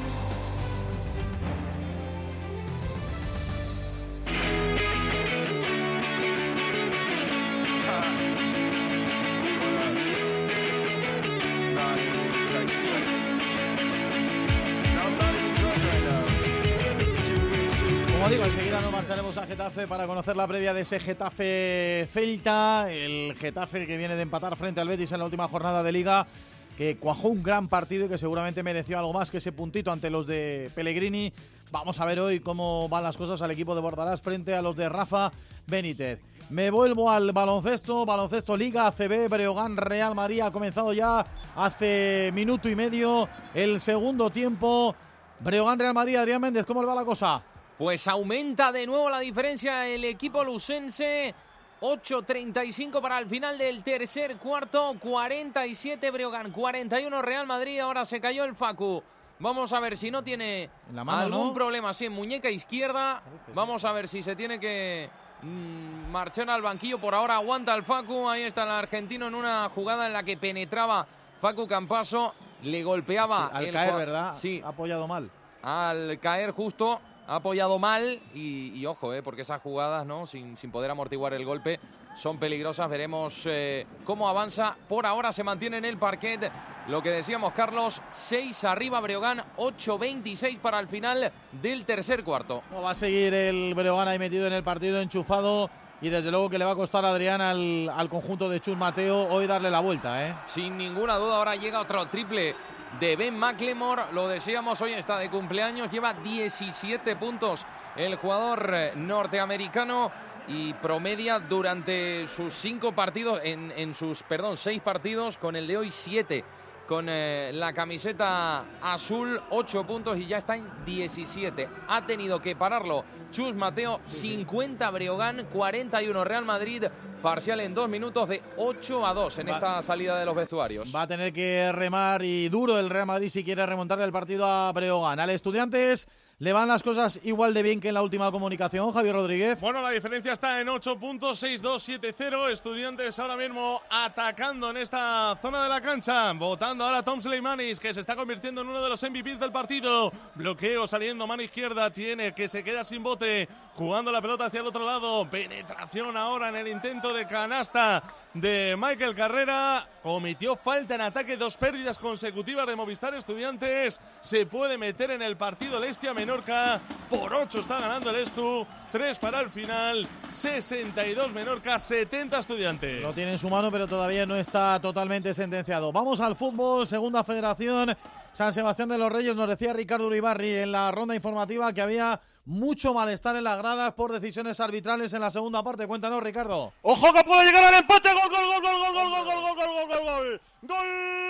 Como digo, enseguida nos marcharemos a Getafe para conocer la previa de ese Getafe Celta, el Getafe que viene de empatar frente al Betis en la última jornada de Liga, que cuajó un gran partido y que seguramente mereció algo más que ese puntito ante los de Pellegrini. Vamos a ver hoy cómo van las cosas al equipo de Bordalás frente a los de Rafa Benítez. Me vuelvo al baloncesto, baloncesto Liga A C B, Breogán Real Madrid ha comenzado ya hace minuto y medio el segundo tiempo. Breogán Real Madrid, Adrián Méndez, ¿cómo le va la cosa? Pues aumenta de nuevo la diferencia el equipo lucense. ocho treinta y cinco para el final del tercer cuarto. cuarenta y siete Breogán, cuarenta y uno Real Madrid. Ahora se cayó el Facu. Vamos a ver si no tiene la mano, algún ¿no? problema así en muñeca izquierda. Vamos a ver si se tiene que mmm, marchar al banquillo. Por ahora aguanta el Facu. Ahí está el argentino en una jugada en la que penetraba Facu Campaso. Le golpeaba. Sí, al el caer, ju- ¿verdad? Sí. Ha apoyado mal. Al caer justo. Ha apoyado mal y, y ojo, eh, porque esas jugadas, ¿no? Sin, sin poder amortiguar el golpe, son peligrosas. Veremos eh, cómo avanza. Por ahora se mantiene en el parquet. Lo que decíamos, Carlos, seis arriba Breogán, ocho veintiséis para el final del tercer cuarto. No, va a seguir el Breogán ahí metido en el partido, enchufado. Y desde luego que le va a costar a Adrián al, al conjunto de Chus Mateo hoy darle la vuelta, ¿eh? Sin ninguna duda, ahora llega otro triple de Ben McLemore, lo decíamos, hoy está de cumpleaños, lleva diecisiete puntos el jugador norteamericano y promedia durante sus cinco partidos, en, en sus, perdón, seis partidos, con el de hoy siete, con eh, la camiseta azul, ocho puntos y ya está en diecisiete. Ha tenido que pararlo Chus Mateo, cincuenta Breogán, cuarenta y uno Real Madrid, parcial en dos minutos de ocho a dos en Va, esta salida de los vestuarios. Va a tener que remar y duro el Real Madrid si quiere remontarle el partido a Breogán. Al Estudiantes le van las cosas igual de bien que en la última comunicación, Javier Rodríguez. Bueno, la diferencia está en ocho puntos, seis dos siete cero. Estudiantes ahora mismo atacando en esta zona de la cancha. Votando ahora Tom Sleimanis, que se está convirtiendo en uno de los M V Pes del partido. Bloqueo saliendo, mano izquierda, tiene que se queda sin bote. Jugando la pelota hacia el otro lado. Penetración ahora en el intento de canasta de Michael Carrera. Cometió falta en ataque, dos pérdidas consecutivas de Movistar Estudiantes. Se puede meter en el partido el Estia Menorca. Por ocho está ganando el Estu. tres para el final. sesenta y dos Menorca, setenta Estudiantes. Lo tiene en su mano, pero todavía no está totalmente sentenciado. Vamos al fútbol, segunda federación. San Sebastián de los Reyes, nos decía Ricardo Uribarri en la ronda informativa que había mucho malestar en las gradas por decisiones arbitrales en la segunda parte. Cuéntanos, Ricardo. ¡Ojo que puede llegar al empate! ¡Gol, gol, gol, gol, gol, gol, gol, gol, gol, gol, gol, gol! ¡Gol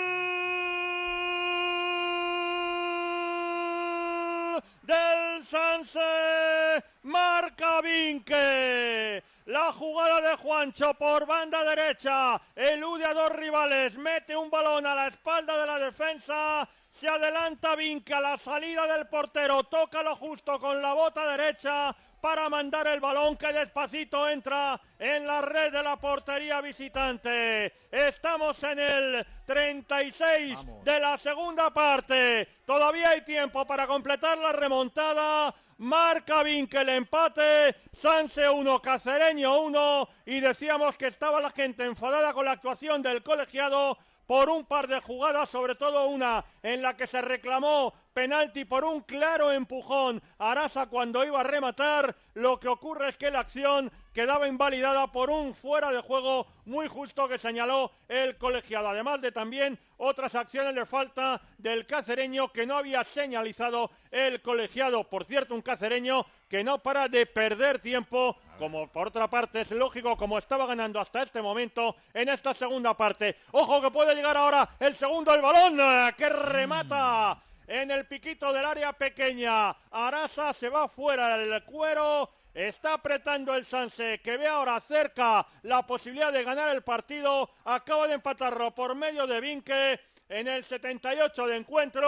del Sanse! ¡Marca Vinque! La jugada de Juancho por banda derecha, elude a dos rivales, mete un balón a la espalda de la defensa, se adelanta Vinque a la salida del portero, toca lo justo con la bota derecha para mandar el balón que despacito entra en la red de la portería visitante. Estamos en el treinta y seis Vamos. de la segunda parte, todavía hay tiempo para completar la remontada. Marca Vinque el empate, Sanse uno, Cacereño uno, y decíamos que estaba la gente enfadada con la actuación del colegiado por un par de jugadas, sobre todo una en la que se reclamó penalti por un claro empujón a Arasa cuando iba a rematar. Lo que ocurre es que la acción quedaba invalidada por un fuera de juego muy justo que señaló el colegiado, además de también otras acciones de falta del cacereño que no había señalizado el colegiado. Por cierto, un cacereño que no para de perder tiempo, como por otra parte es lógico, como estaba ganando hasta este momento en esta segunda parte. Ojo que puede llegar ahora el segundo, el balón que remata en el piquito del área pequeña. Arasa se va fuera del cuero. Está apretando el Sanse, que ve ahora cerca la posibilidad de ganar el partido. Acaba de empatarlo por medio de Vinque en el setenta y ocho de encuentro.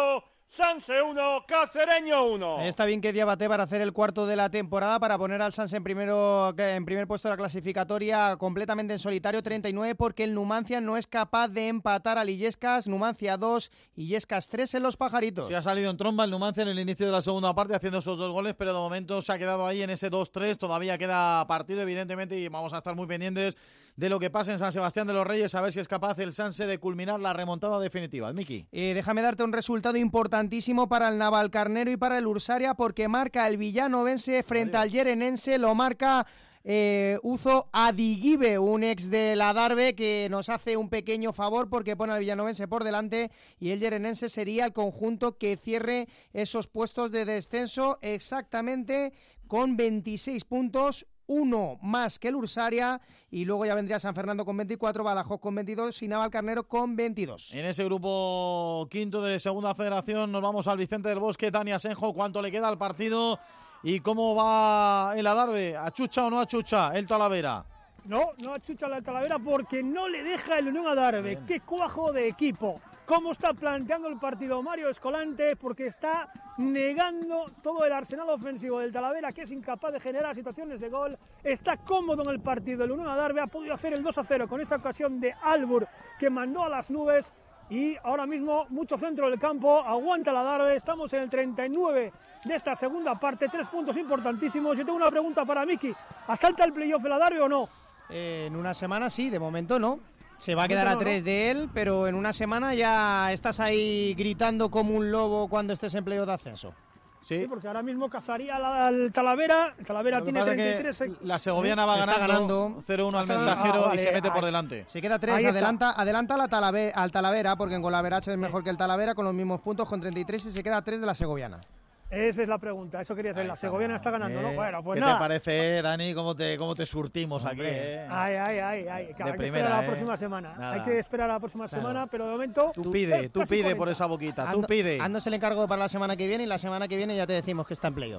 Sanse uno, Cacereño uno. Está bien que Diabate para hacer el cuarto de la temporada, para poner al Sanse en, primero, en primer puesto de la clasificatoria completamente en solitario, treinta y nueve, porque el Numancia no es capaz de empatar al Illescas. Numancia dos, Illescas tres en los Pajaritos. Se ha salido en tromba el Numancia en el inicio de la segunda parte haciendo esos dos goles, pero de momento se ha quedado ahí en ese dos tres. Todavía queda partido, evidentemente, y vamos a estar muy pendientes de lo que pasa en San Sebastián de los Reyes, a ver si es capaz el Sanse de culminar la remontada definitiva. Miki. Eh, déjame darte un resultado importantísimo para el Navalcarnero y para el Ursaria, porque marca el villanovense frente Adiós. al Yerenense, lo marca eh, Uzo Adigibe, un ex de la Darbe, que nos hace un pequeño favor porque pone al villanovense por delante, y el Yerenense sería el conjunto que cierre esos puestos de descenso exactamente con veintiséis puntos, uno más que el Ursaria, y luego ya vendría San Fernando con veinticuatro, Badajoz con veintidós y Navalcarnero con veintidós. En ese grupo quinto de Segunda Federación nos vamos al Vicente del Bosque. Tania Senjo, ¿cuánto le queda al partido y cómo va el Adarve? ¿Achucha o no achucha el Talavera? No, no achucha la Talavera porque no le deja el Unión Adarve. Bien. ¡Qué cuajo de equipo! ¿Cómo está planteando el partido Mario Escolante? Porque está negando todo el arsenal ofensivo del Talavera, que es incapaz de generar situaciones de gol. Está cómodo en el partido. El Unión Adarve ha podido hacer el dos a cero con esa ocasión de Albur, que mandó a las nubes. Y ahora mismo mucho centro del campo. Aguanta el Adarve. Estamos en el treinta y nueve de esta segunda parte. Tres puntos importantísimos. Yo tengo una pregunta para Miki. ¿Asalta el playoff el Adarve o no? Eh, en una semana sí, de momento no. Se va a quedar a tres de él, pero en una semana ya estás ahí gritando como un lobo cuando estés en playoff de ascenso. Sí. sí, porque ahora mismo cazaría al Talavera. El Talavera tiene treinta y tres. La segoviana va ganando, ganando cero uno al Mensajero ah, vale, y se mete ah, por delante. Se queda tres, adelanta, adelanta a la Talavera, al Talavera, porque en Golaverache es mejor sí. que el Talavera, con los mismos puntos, con treinta y tres, y se queda a tres de la segoviana. Esa es la pregunta, eso quería saber. La segoviana está ganando, ¿no? Bueno, pues ¿Qué nada. te parece, Dani, cómo te, cómo te surtimos aquí? Eh? Ay, ay, ay, ay. Hay que esperar a la próxima eh. semana. Nada. Hay que esperar a la próxima claro. semana, pero de momento... Tú pide, tú pide por esa boquita, tú pide. Haznos el encargo para la semana que viene y la semana que viene ya te decimos que está en playoff.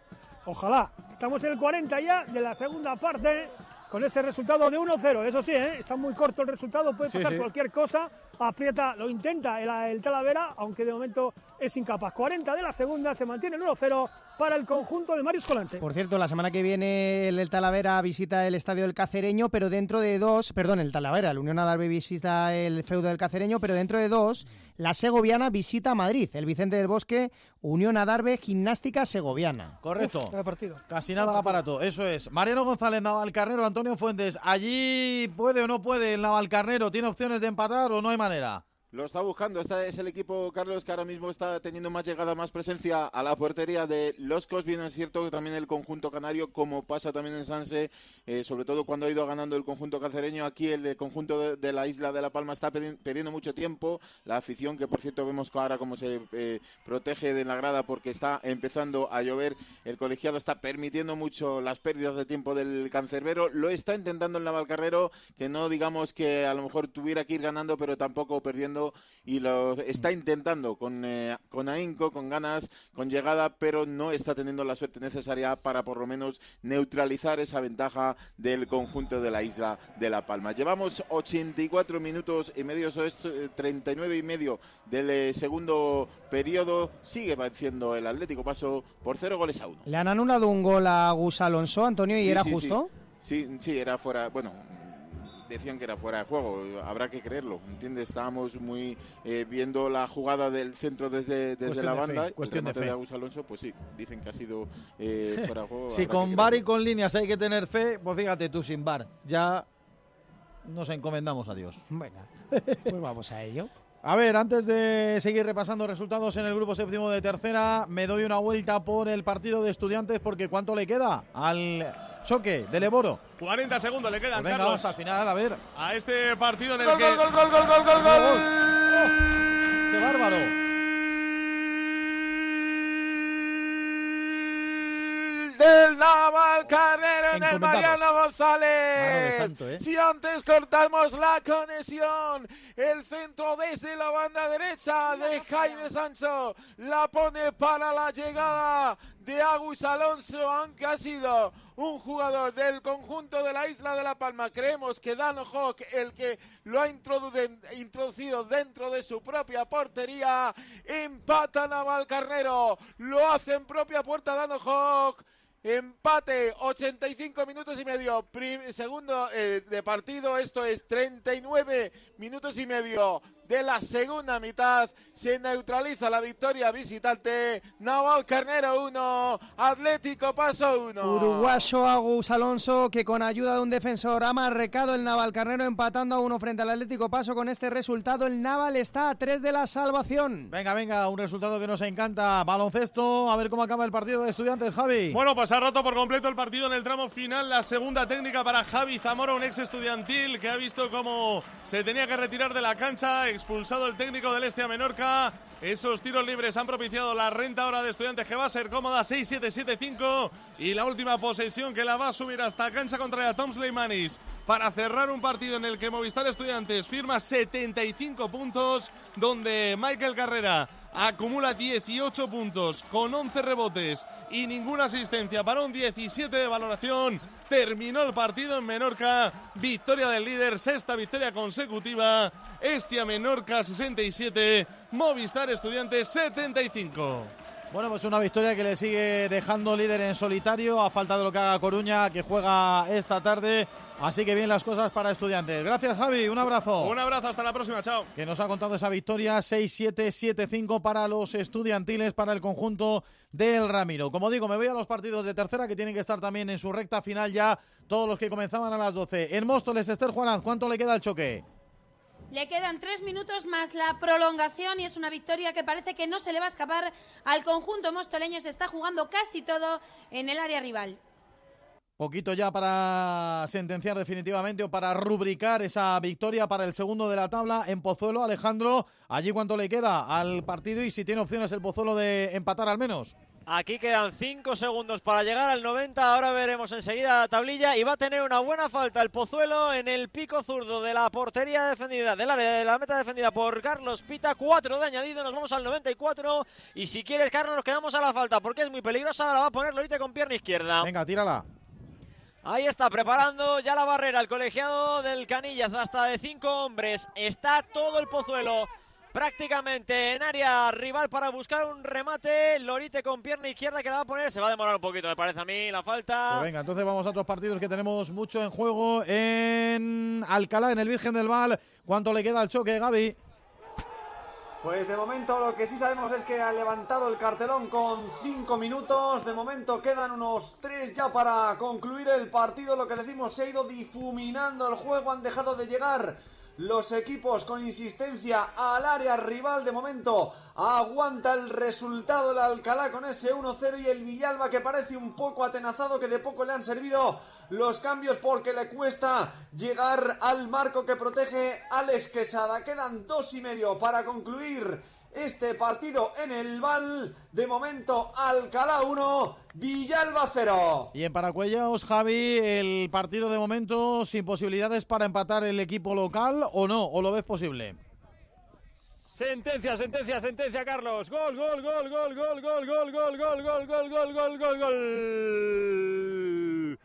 Ojalá. Estamos en el cuarenta ya de la segunda parte, con ese resultado de uno cero. Eso sí, ¿eh? Está muy corto el resultado, puede pasar sí, sí. cualquier cosa. Aprieta, lo intenta el, el Talavera, aunque de momento es incapaz. cuarenta de la segunda, se mantiene el uno cero para el conjunto de Mario Escolante. Por cierto, la semana que viene el, el Talavera visita el Estadio del Cacereño, pero dentro de dos, perdón, el Talavera, el Unión Adarve visita el feudo del Cacereño, pero dentro de dos, la segoviana visita Madrid, el Vicente del Bosque, Unión Adarve, Gimnástica Segoviana. Correcto. Uf, partido. Casi nada al aparato, eso es. Mariano González, Navalcarnero, Antonio Fuentes, ¿allí puede o no puede el Navalcarnero? ¿Tiene opciones de empatar o no hay manera? Lo está buscando. Este es el equipo, Carlos, que ahora mismo está teniendo más llegada, más presencia a la portería de los Cos. Bien es cierto que también el conjunto canario, como pasa también en Sanse, eh, sobre todo cuando ha ido ganando el conjunto cacereño, aquí el conjunto de, de la isla de La Palma está perdiendo mucho tiempo. La afición, que por cierto vemos ahora cómo se eh, protege de la grada porque está empezando a llover. El colegiado está permitiendo mucho las pérdidas de tiempo del cancerbero. Lo está intentando el Navalcarnero, que no digamos que a lo mejor tuviera que ir ganando, pero tampoco perdiendo. Y lo está intentando con, eh, con ahínco, con ganas, con llegada, pero no está teniendo la suerte necesaria para por lo menos neutralizar esa ventaja del conjunto de la isla de La Palma. Llevamos ochenta y cuatro minutos y medio, eso es eh, treinta y nueve y medio del eh, segundo periodo. Sigue venciendo el Atlético Paso por cero goles a uno. Le han anulado un gol a Gus Alonso, Antonio, y sí, era sí, justo. Sí. sí, sí, era fuera, bueno... Decían que era fuera de juego, habrá que creerlo, ¿entiendes? Estábamos muy eh, viendo la jugada del centro desde, desde la banda, fe, cuestión de fe. de Agus Alonso, pues sí, dicen que ha sido eh, fuera de juego. Si con V A R y con líneas hay que tener fe, pues fíjate tú, sin V A R, ya nos encomendamos a Dios. Venga, pues vamos a ello. A ver, antes de seguir repasando resultados en el grupo séptimo de tercera, me doy una vuelta por el partido de Estudiantes, porque ¿cuánto le queda al choque del Eboro? cuarenta segundos le quedan, pues venga, Carlos. Vamos al final, a ver. A este partido en el gol, que... ¡Gol, gol, gol, gol, gol, gol, gol! ¡Oh! ¡Qué bárbaro! Del Navalcarnero el Mariano González. Santo, ¿eh? Si antes cortamos la conexión, el centro desde la banda derecha de Jaime Sancho la pone para la llegada de Agus Alonso, aunque ha sido un jugador del conjunto de la Isla de La Palma. Creemos que Dano Hawk, el que lo ha introducido dentro de su propia portería, empata Navalcarnero, lo hace en propia puerta Dano Hawk. Empate, ochenta y cinco minutos y medio, Prim- segundo eh, de partido, esto es treinta y nueve minutos y medio de la segunda mitad. Se neutraliza la victoria visitante. Navalcarnero uno, Atlético Paso uno. Uruguayo Agus Alonso, que con ayuda de un defensor ha marcado el Navalcarnero, empatando a uno frente al Atlético Paso. Con este resultado el Naval está a tres de la salvación. Venga, venga, un resultado que nos encanta. Baloncesto, a ver cómo acaba el partido de Estudiantes, Javi. Bueno, pues ha roto por completo el partido en el tramo final. La segunda técnica para Javi Zamora, un ex estudiantil que ha visto cómo se tenía que retirar de la cancha. Expulsado el técnico del Este a Menorca. Esos tiros libres han propiciado la renta ahora de Estudiantes, que va a ser cómoda, seis siete siete cinco. Y la última posesión que la va a subir hasta cancha contraria Tom Sleimanis para cerrar un partido en el que Movistar Estudiantes firma setenta y cinco puntos, donde Michael Carrera acumula dieciocho puntos con once rebotes y ninguna asistencia para un diecisiete de valoración. Terminó el partido en Menorca, victoria del líder, sexta victoria consecutiva. Estia Menorca sesenta y siete, Movistar Estudiantes setenta y cinco. Bueno, pues una victoria que le sigue dejando líder en solitario, a falta de lo que haga Coruña, que juega esta tarde. Así que bien las cosas para Estudiantes. Gracias, Javi, un abrazo. Un abrazo, hasta la próxima, chao. Que nos ha contado esa victoria, seis siete siete cinco para los estudiantiles, para el conjunto del Ramiro. Como digo, me voy a los partidos de tercera, que tienen que estar también en su recta final ya, todos los que comenzaban a las doce. En Móstoles, Esther Juanaz, ¿cuánto le queda al choque? Le quedan tres minutos más la prolongación y es una victoria que parece que no se le va a escapar al conjunto mostoleño. Se está jugando casi todo en el área rival. Poquito ya para sentenciar definitivamente o para rubricar esa victoria para el segundo de la tabla en Pozuelo. Alejandro, ¿allí cuánto le queda al partido y si tiene opciones el Pozuelo de empatar al menos? Aquí quedan cinco segundos para llegar al noventa. Ahora veremos enseguida la tablilla y va a tener una buena falta el Pozuelo en el pico zurdo de la portería defendida, del área de la meta defendida por Carlos Pita. Cuatro de añadido, nos vamos al noventa y cuatro. Y si quieres, Carlos, nos quedamos a la falta porque es muy peligrosa. La va a poner Lorite con pierna izquierda. Venga, tírala. Ahí está, preparando ya la barrera el colegiado del Canillas, hasta de cinco hombres. Está todo el Pozuelo prácticamente en área rival para buscar un remate. Lorite con pierna izquierda que la va a poner. Se va a demorar un poquito, me parece a mí, la falta. Pues venga, entonces vamos a otros partidos que tenemos mucho en juego. En Alcalá, en el Virgen del Val. ¿Cuánto le queda al choque, Gaby? Pues de momento lo que sí sabemos es que ha levantado el cartelón con cinco minutos. De momento quedan unos tres ya para concluir el partido. Lo que decimos, se ha ido difuminando el juego. Han dejado de llegar los equipos con insistencia al área rival. De momento aguanta el resultado el Alcalá con ese uno cero y el Villalba, que parece un poco atenazado, que de poco le han servido los cambios porque le cuesta llegar al marco que protege Alex Quesada. Quedan dos y medio para concluir este partido en el Val. De momento Alcalá uno, Villalba cero. Y en Paracuellos, Javi, el partido de momento sin posibilidades para empatar el equipo local, ¿o no? ¿O lo ves posible? Sentencia, sentencia, sentencia, Carlos. Gol, gol, gol, gol, gol, gol, gol, gol, gol, gol, gol, gol, gol, gol, gol.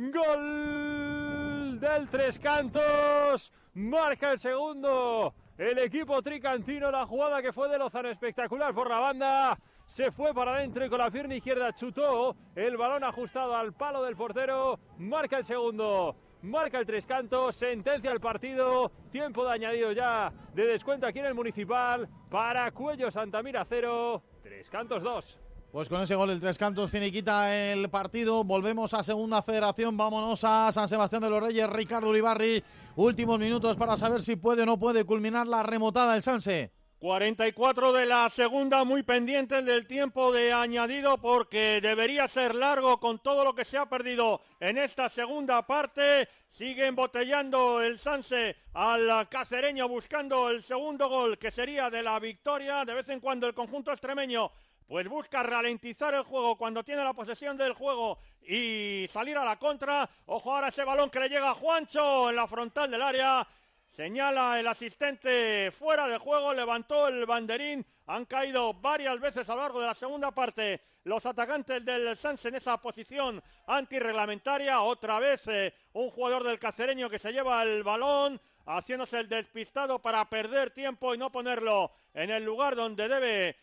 Gol del Tres Cantos. Marca el segundo el equipo tricantino. La jugada que fue de Lozano, espectacular por la banda. Se fue para adentro y con la pierna izquierda chutó el balón ajustado al palo del portero. Marca el segundo. Marca el Tres Cantos, sentencia el partido, tiempo de añadido ya de descuento aquí en el Municipal. Paracuellos Santamira cero, Tres Cantos dos. Pues con ese gol el Tres Cantos finiquita el partido. Volvemos a Segunda Federación, vámonos a San Sebastián de los Reyes. Ricardo Uribarri, últimos minutos para saber si puede o no puede culminar la remontada del Sanse. cuarenta y cuatro de la segunda, muy pendientes del tiempo de añadido porque debería ser largo con todo lo que se ha perdido en esta segunda parte. Sigue embotellando el Sanse al cacereño buscando el segundo gol que sería de la victoria. De vez en cuando el conjunto extremeño pues busca ralentizar el juego cuando tiene la posesión del juego y salir a la contra. Ojo ahora ese balón que le llega a Juancho en la frontal del área. Señala el asistente fuera de juego, levantó el banderín. Han caído varias veces a lo largo de la segunda parte los atacantes del Sanse en esa posición antirreglamentaria. Otra vez eh, un jugador del cacereño que se lleva el balón, haciéndose el despistado para perder tiempo y no ponerlo en el lugar donde debe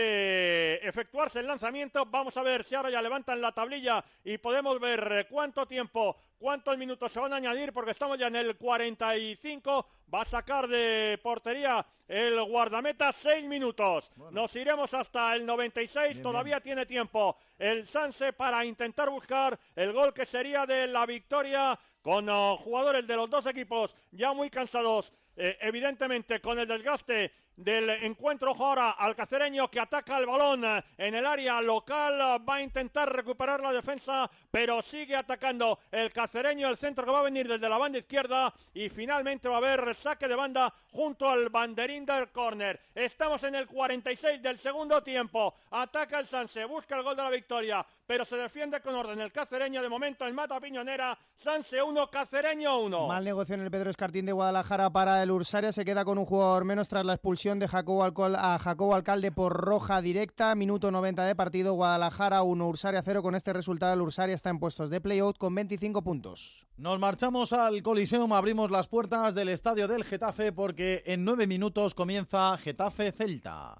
de efectuarse el lanzamiento. Vamos a ver si ahora ya levantan la tablilla y podemos ver cuánto tiempo, cuántos minutos se van a añadir, porque estamos ya en el cuarenta y cinco. Va a sacar de portería el guardameta, seis minutos. Bueno. Nos iremos hasta el noventa y seis. Bien, todavía bien. Tiene tiempo el Sanse para intentar buscar el gol que sería de la victoria, con uh, jugadores de los dos equipos ya muy cansados, eh, evidentemente con el desgaste del encuentro. Ahora al cacereño que ataca el balón en el área local, va a intentar recuperar la defensa, pero sigue atacando el cacereño, el centro que va a venir desde la banda izquierda, y finalmente va a haber saque de banda junto al banderín del córner. Estamos en el cuarenta y seis del segundo tiempo. Ataca el Sanse, busca el gol de la victoria, pero se defiende con orden el cacereño. De momento en Mata Piñonera, Sanse uno, Cacereño uno. Mal negocio en el Pedro Escartín de Guadalajara para el Ursaria. Se queda con un jugador menos tras la expulsión de Jacobo, Alcol, a Jacobo Alcalde por roja directa. Minuto noventa de partido, Guadalajara uno, Ursaria cero. Con este resultado el Ursaria está en puestos de play-out con veinticinco puntos. Nos marchamos al Coliseum, abrimos las puertas del estadio del Getafe porque en nueve minutos comienza Getafe Celta.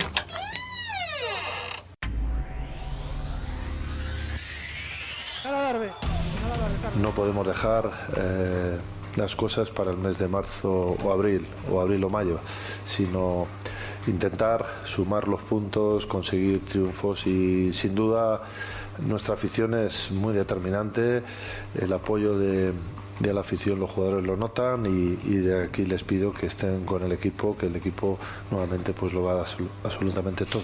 No podemos dejar eh, las cosas para el mes de marzo o abril, o abril o mayo, sino intentar sumar los puntos, conseguir triunfos, y sin duda nuestra afición es muy determinante. El apoyo de, de la afición, los jugadores lo notan, y, y de aquí les pido que estén con el equipo, que el equipo nuevamente pues lo va a dar absolutamente todo.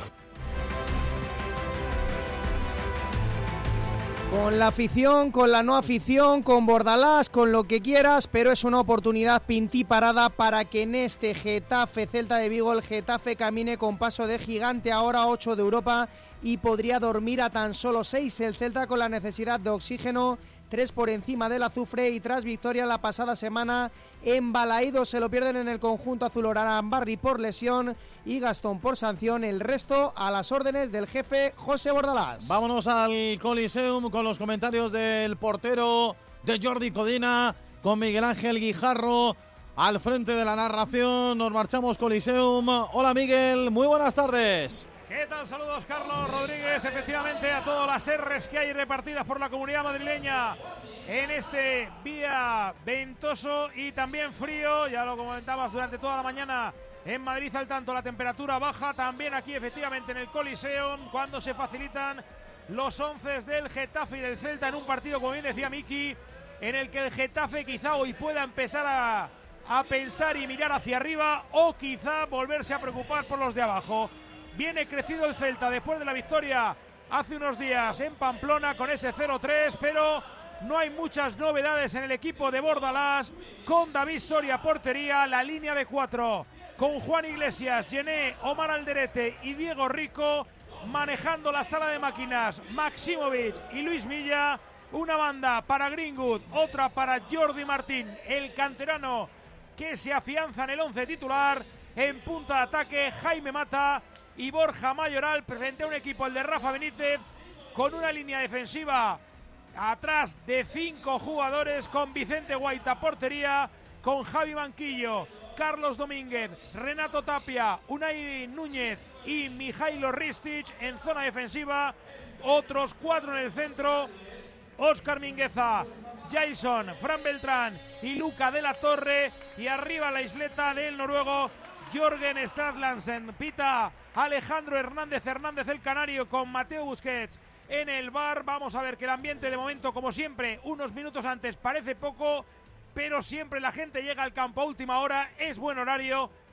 Con la afición, con la no afición, con Bordalás, con lo que quieras, pero es una oportunidad pintiparada para que en este Getafe Celta de Vigo el Getafe camine con paso de gigante, ahora ocho de Europa, y podría dormir a tan solo seis. El Celta con la necesidad de oxígeno, tres por encima del azufre, y tras victoria la pasada semana en Balaído se lo pierden en el conjunto azulgrana, Barry por lesión y Gastón por sanción. El resto a las órdenes del jefe José Bordalás. Vámonos al Coliseum con los comentarios del portero, de Jordi Codina, con Miguel Ángel Guijarro al frente de la narración. Nos marchamos Coliseum. Hola Miguel, muy buenas tardes. ¿Qué tal? Saludos Carlos Rodríguez, efectivamente a todas las R's que hay repartidas por la comunidad madrileña en este día ventoso y también frío. Ya lo comentabas durante toda la mañana en Madrid, al tanto la temperatura baja, también aquí efectivamente en el Coliseum, cuando se facilitan los once del Getafe y del Celta en un partido, como bien decía Miki, en el que el Getafe quizá hoy pueda empezar a, a pensar y mirar hacia arriba, o quizá volverse a preocupar por los de abajo. Viene crecido el Celta después de la victoria hace unos días en Pamplona con ese cero tres, pero no hay muchas novedades en el equipo de Bordalás, con David Soria portería, la línea de cuatro, con Juan Iglesias, Gené, Omar Alderete y Diego Rico, manejando la sala de máquinas Maximovic y Luis Milla, una banda para Greenwood, otra para Jordi Martín, el canterano que se afianza en el once titular, en punta de ataque Jaime Mata y Borja Mayoral, frente a un equipo, el de Rafa Benítez, con una línea defensiva atrás de cinco jugadores, con Vicente Guaita portería, con Javi Banquillo, Carlos Domínguez, Renato Tapia, Unai Núñez y Mijailo Ristic en zona defensiva, otros cuatro en el centro, Óscar Mingueza, Jason, Fran Beltrán y Luca de la Torre, y arriba la isleta del noruego Jorgen Stradlandsen. Pita Alejandro Hernández Hernández, el canario, con Mateo Busquets en el bar. Vamos a ver que el ambiente de momento, como siempre, unos minutos antes parece poco, pero siempre la gente llega al campo a última hora, es buen horario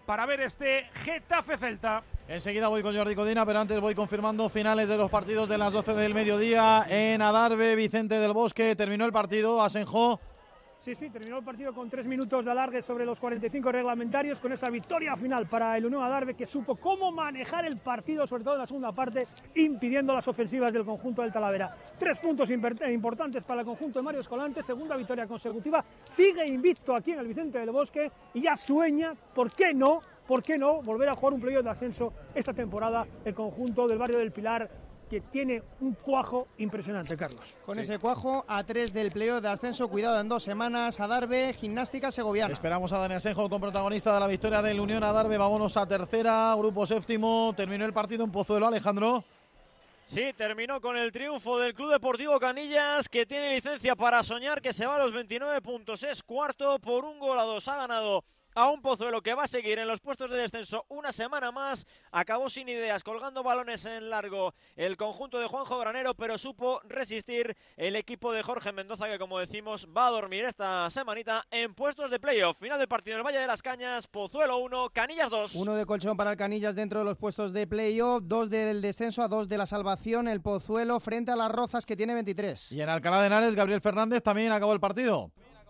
para ver este Getafe-Celta. Enseguida voy con Jordi Codina, pero antes voy confirmando finales de los partidos de las doce del mediodía. En Adarve, Vicente del Bosque, terminó el partido, Asenjo. Sí, sí, terminó el partido con tres minutos de alargue sobre los cuarenta y cinco reglamentarios, con esa victoria final para el Unión Adarve, que supo cómo manejar el partido, sobre todo en la segunda parte, impidiendo las ofensivas del conjunto del Talavera. Tres puntos importantes para el conjunto de Mario Escolante, segunda victoria consecutiva, sigue invicto aquí en el Vicente del Bosque y ya sueña, ¿por qué no?, ¿por qué no?, volver a jugar un playoff de ascenso esta temporada el conjunto del barrio del Pilar, que tiene un cuajo impresionante, Carlos. Con sí. ese cuajo a tres del playoff de ascenso, cuidado en dos semanas, Adarve, Gimnástica Segoviana. Esperamos a Dani Asenjo con protagonista de la victoria del Unión Adarve. Vámonos a tercera, grupo séptimo. Terminó el partido en Pozuelo, Alejandro. Sí, terminó con el triunfo del Club Deportivo Canillas, que tiene licencia para soñar, que se va a los veintinueve puntos, es cuarto por un gol a dos, ha ganado a un Pozuelo que va a seguir en los puestos de descenso una semana más. Acabó sin ideas, colgando balones en largo el conjunto de Juanjo Granero, pero supo resistir el equipo de Jorge Mendoza, que, como decimos, va a dormir esta semanita en puestos de playoff. Final del partido en el Valle de las Cañas, Pozuelo uno, Canillas dos. Uno de colchón para el Canillas dentro de los puestos de playoff, dos del descenso a dos de la salvación, el Pozuelo frente a las Rozas, que tiene veintitrés. Y en Alcalá de Henares, Gabriel Fernández, también acabó el partido.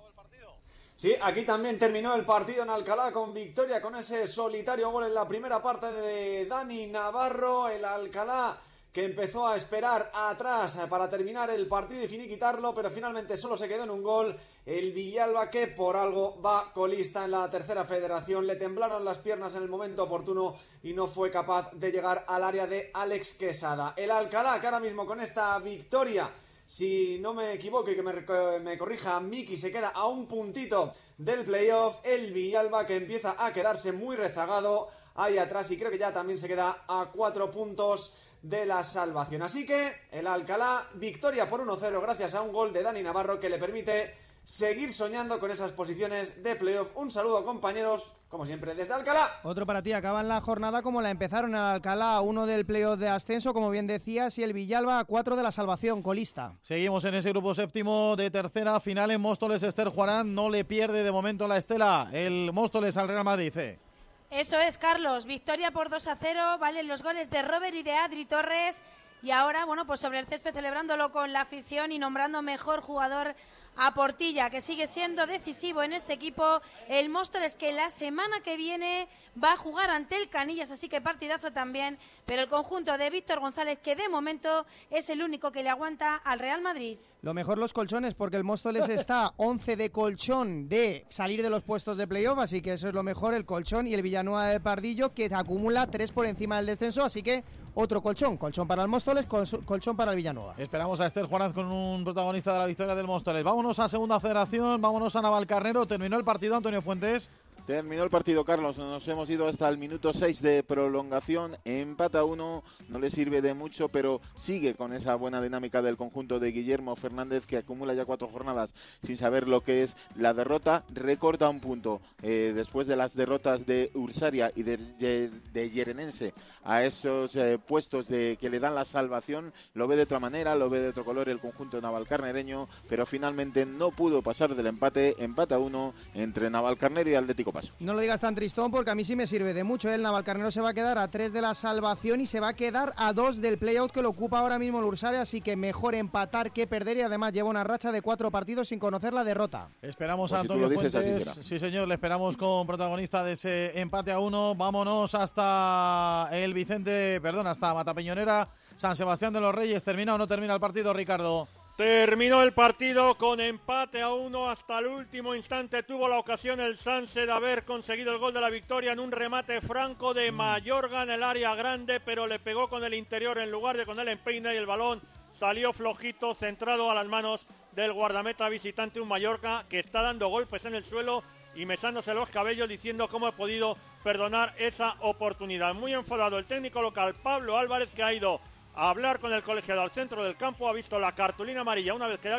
Sí, aquí también terminó el partido en Alcalá con victoria, con ese solitario gol en la primera parte de Dani Navarro. El Alcalá que empezó a esperar atrás para terminar el partido y finiquitarlo, pero finalmente solo se quedó en un gol. El Villalba, que por algo va colista en la tercera federación, le temblaron las piernas en el momento oportuno y no fue capaz de llegar al área de Alex Quesada. El Alcalá, que ahora mismo con esta victoria, si no me equivoco y que me, me corrija Miki, se queda a un puntito del playoff. El Villalba, que empieza a quedarse muy rezagado ahí atrás, y creo que ya también se queda a cuatro puntos de la salvación. Así que el Alcalá, victoria por uno cero gracias a un gol de Dani Navarro, que le permite seguir soñando con esas posiciones de playoff. Un saludo, compañeros, como siempre, desde Alcalá. Otro para ti, acaban la jornada como la empezaron en Alcalá, uno del playoff de ascenso, como bien decías, y el Villalba a cuatro de la salvación, colista. Seguimos en ese grupo séptimo de tercera, final en Móstoles. Esther Juarán no le pierde de momento la estela el Móstoles al Real Madrid. ¿eh? Eso es, Carlos, victoria por dos a cero, valen los goles de Robert y de Adri Torres, y ahora, bueno, pues sobre el césped celebrándolo con la afición y nombrando mejor jugador a Portilla, que sigue siendo decisivo en este equipo. El Móstoles, que la semana que viene va a jugar ante el Canillas, así que partidazo también, pero el conjunto de Víctor González, que de momento es el único que le aguanta al Real Madrid. Lo mejor los colchones, porque el Móstoles está once de colchón de salir de los puestos de playoff, así que eso es lo mejor, el colchón, y el Villanueva de Pardillo, que acumula tres por encima del descenso, así que otro colchón, colchón para el Móstoles, colchón para el Villanueva. Esperamos a Esther Juárez con un protagonista de la victoria del Móstoles. Vámonos a Segunda Federación, vámonos a Navalcarnero. Terminó el partido, Antonio Fuentes. Terminó el partido, Carlos. Nos hemos ido hasta el minuto seis de prolongación. Empata uno, no le sirve de mucho, pero sigue con esa buena dinámica del conjunto de Guillermo Fernández, que acumula ya cuatro jornadas sin saber lo que es la derrota. Recorta un punto eh, después de las derrotas de Ursaria y de, de, de Yerenense a esos eh, puestos de que le dan la salvación. Lo ve de otra manera, lo ve de otro color el conjunto navalcarnereño, pero finalmente no pudo pasar del empate. Empata uno entre Navalcarnero y Atlético Paso. No lo digas tan tristón, porque a mí sí me sirve de mucho. El Navalcarnero se va a quedar a tres de la salvación y se va a quedar a dos del playout que lo ocupa ahora mismo el Ursaria, así que mejor empatar que perder, y además lleva una racha de cuatro partidos sin conocer la derrota. Esperamos pues a si Antonio dices, Fuentes. Sí, señor, le esperamos con protagonista de ese empate a uno. Vámonos hasta el Vicente, perdón, hasta Matapiñonera, San Sebastián de los Reyes. ¿Termina o no termina el partido, Ricardo? Terminó el partido con empate a uno. Hasta el último instante tuvo la ocasión el Sanse de haber conseguido el gol de la victoria en un remate franco de Mayorga en el área grande, pero le pegó con el interior en lugar de con el empeine, y el balón salió flojito, centrado a las manos del guardameta visitante, un Mallorca que está dando golpes en el suelo y mesándose los cabellos, diciendo cómo he podido perdonar esa oportunidad. Muy enfadado el técnico local, Pablo Álvarez, que ha ido a hablar con el colegiado al centro del campo, ha visto la cartulina amarilla una vez que había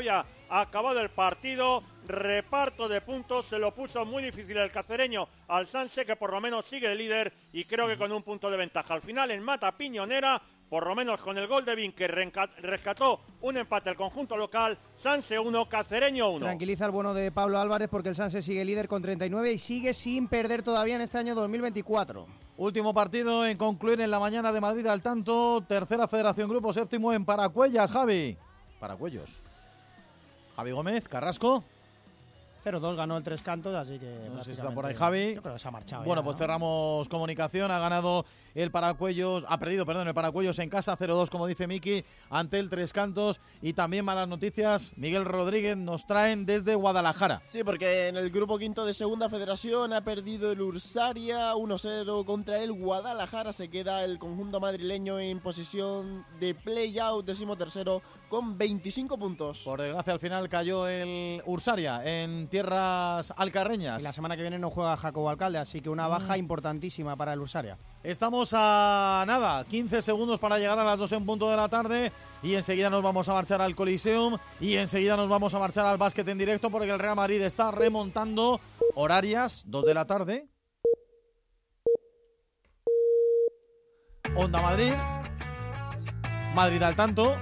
acabado el partido. Reparto de puntos, se lo puso muy difícil el cacereño al Sanse, que por lo menos sigue el líder y creo que con un punto de ventaja. Al final en Mata Piñonera, por lo menos con el gol de Vin, que rescató un empate al conjunto local, Sanse uno, Cacereño uno. Tranquiliza el bueno de Pablo Álvarez porque el Sanse sigue líder con treinta y nueve y sigue sin perder todavía en este año dos mil veinticuatro. Último partido en concluir en la mañana de Madrid al tanto. Tercera Federación Grupo, séptimo en Paracuellas, Javi. Paracuellos. Javi Gómez, Carrasco. cero dos ganó el Tres Cantos, así que... No sé si está por ahí Javi. Yo creo que se ha marchado. Bueno, ya, pues ¿no? cerramos comunicación. Ha ganado el Paracuellos, ha perdido, perdón, el Paracuellos en casa, cero dos, como dice Miki, ante el Tres Cantos. Y también malas noticias, Miguel Rodríguez nos traen desde Guadalajara. Sí, porque en el grupo quinto de Segunda Federación ha perdido el Ursaria uno cero contra el Guadalajara. Se queda el conjunto madrileño en posición de play-out, decimotercero, con veinticinco puntos. Por desgracia, al final cayó el Ursaria en tierras alcarreñas. Y la semana que viene no juega Jacobo Alcalde, así que una baja mm. importantísima para el Ursaria. Estamos a nada, quince segundos para llegar a las dos en punto de la tarde y enseguida nos vamos a marchar al Coliseum y enseguida nos vamos a marchar al básquet en directo porque el Real Madrid está remontando horarias, dos de la tarde. Onda Madrid, Madrid al tanto.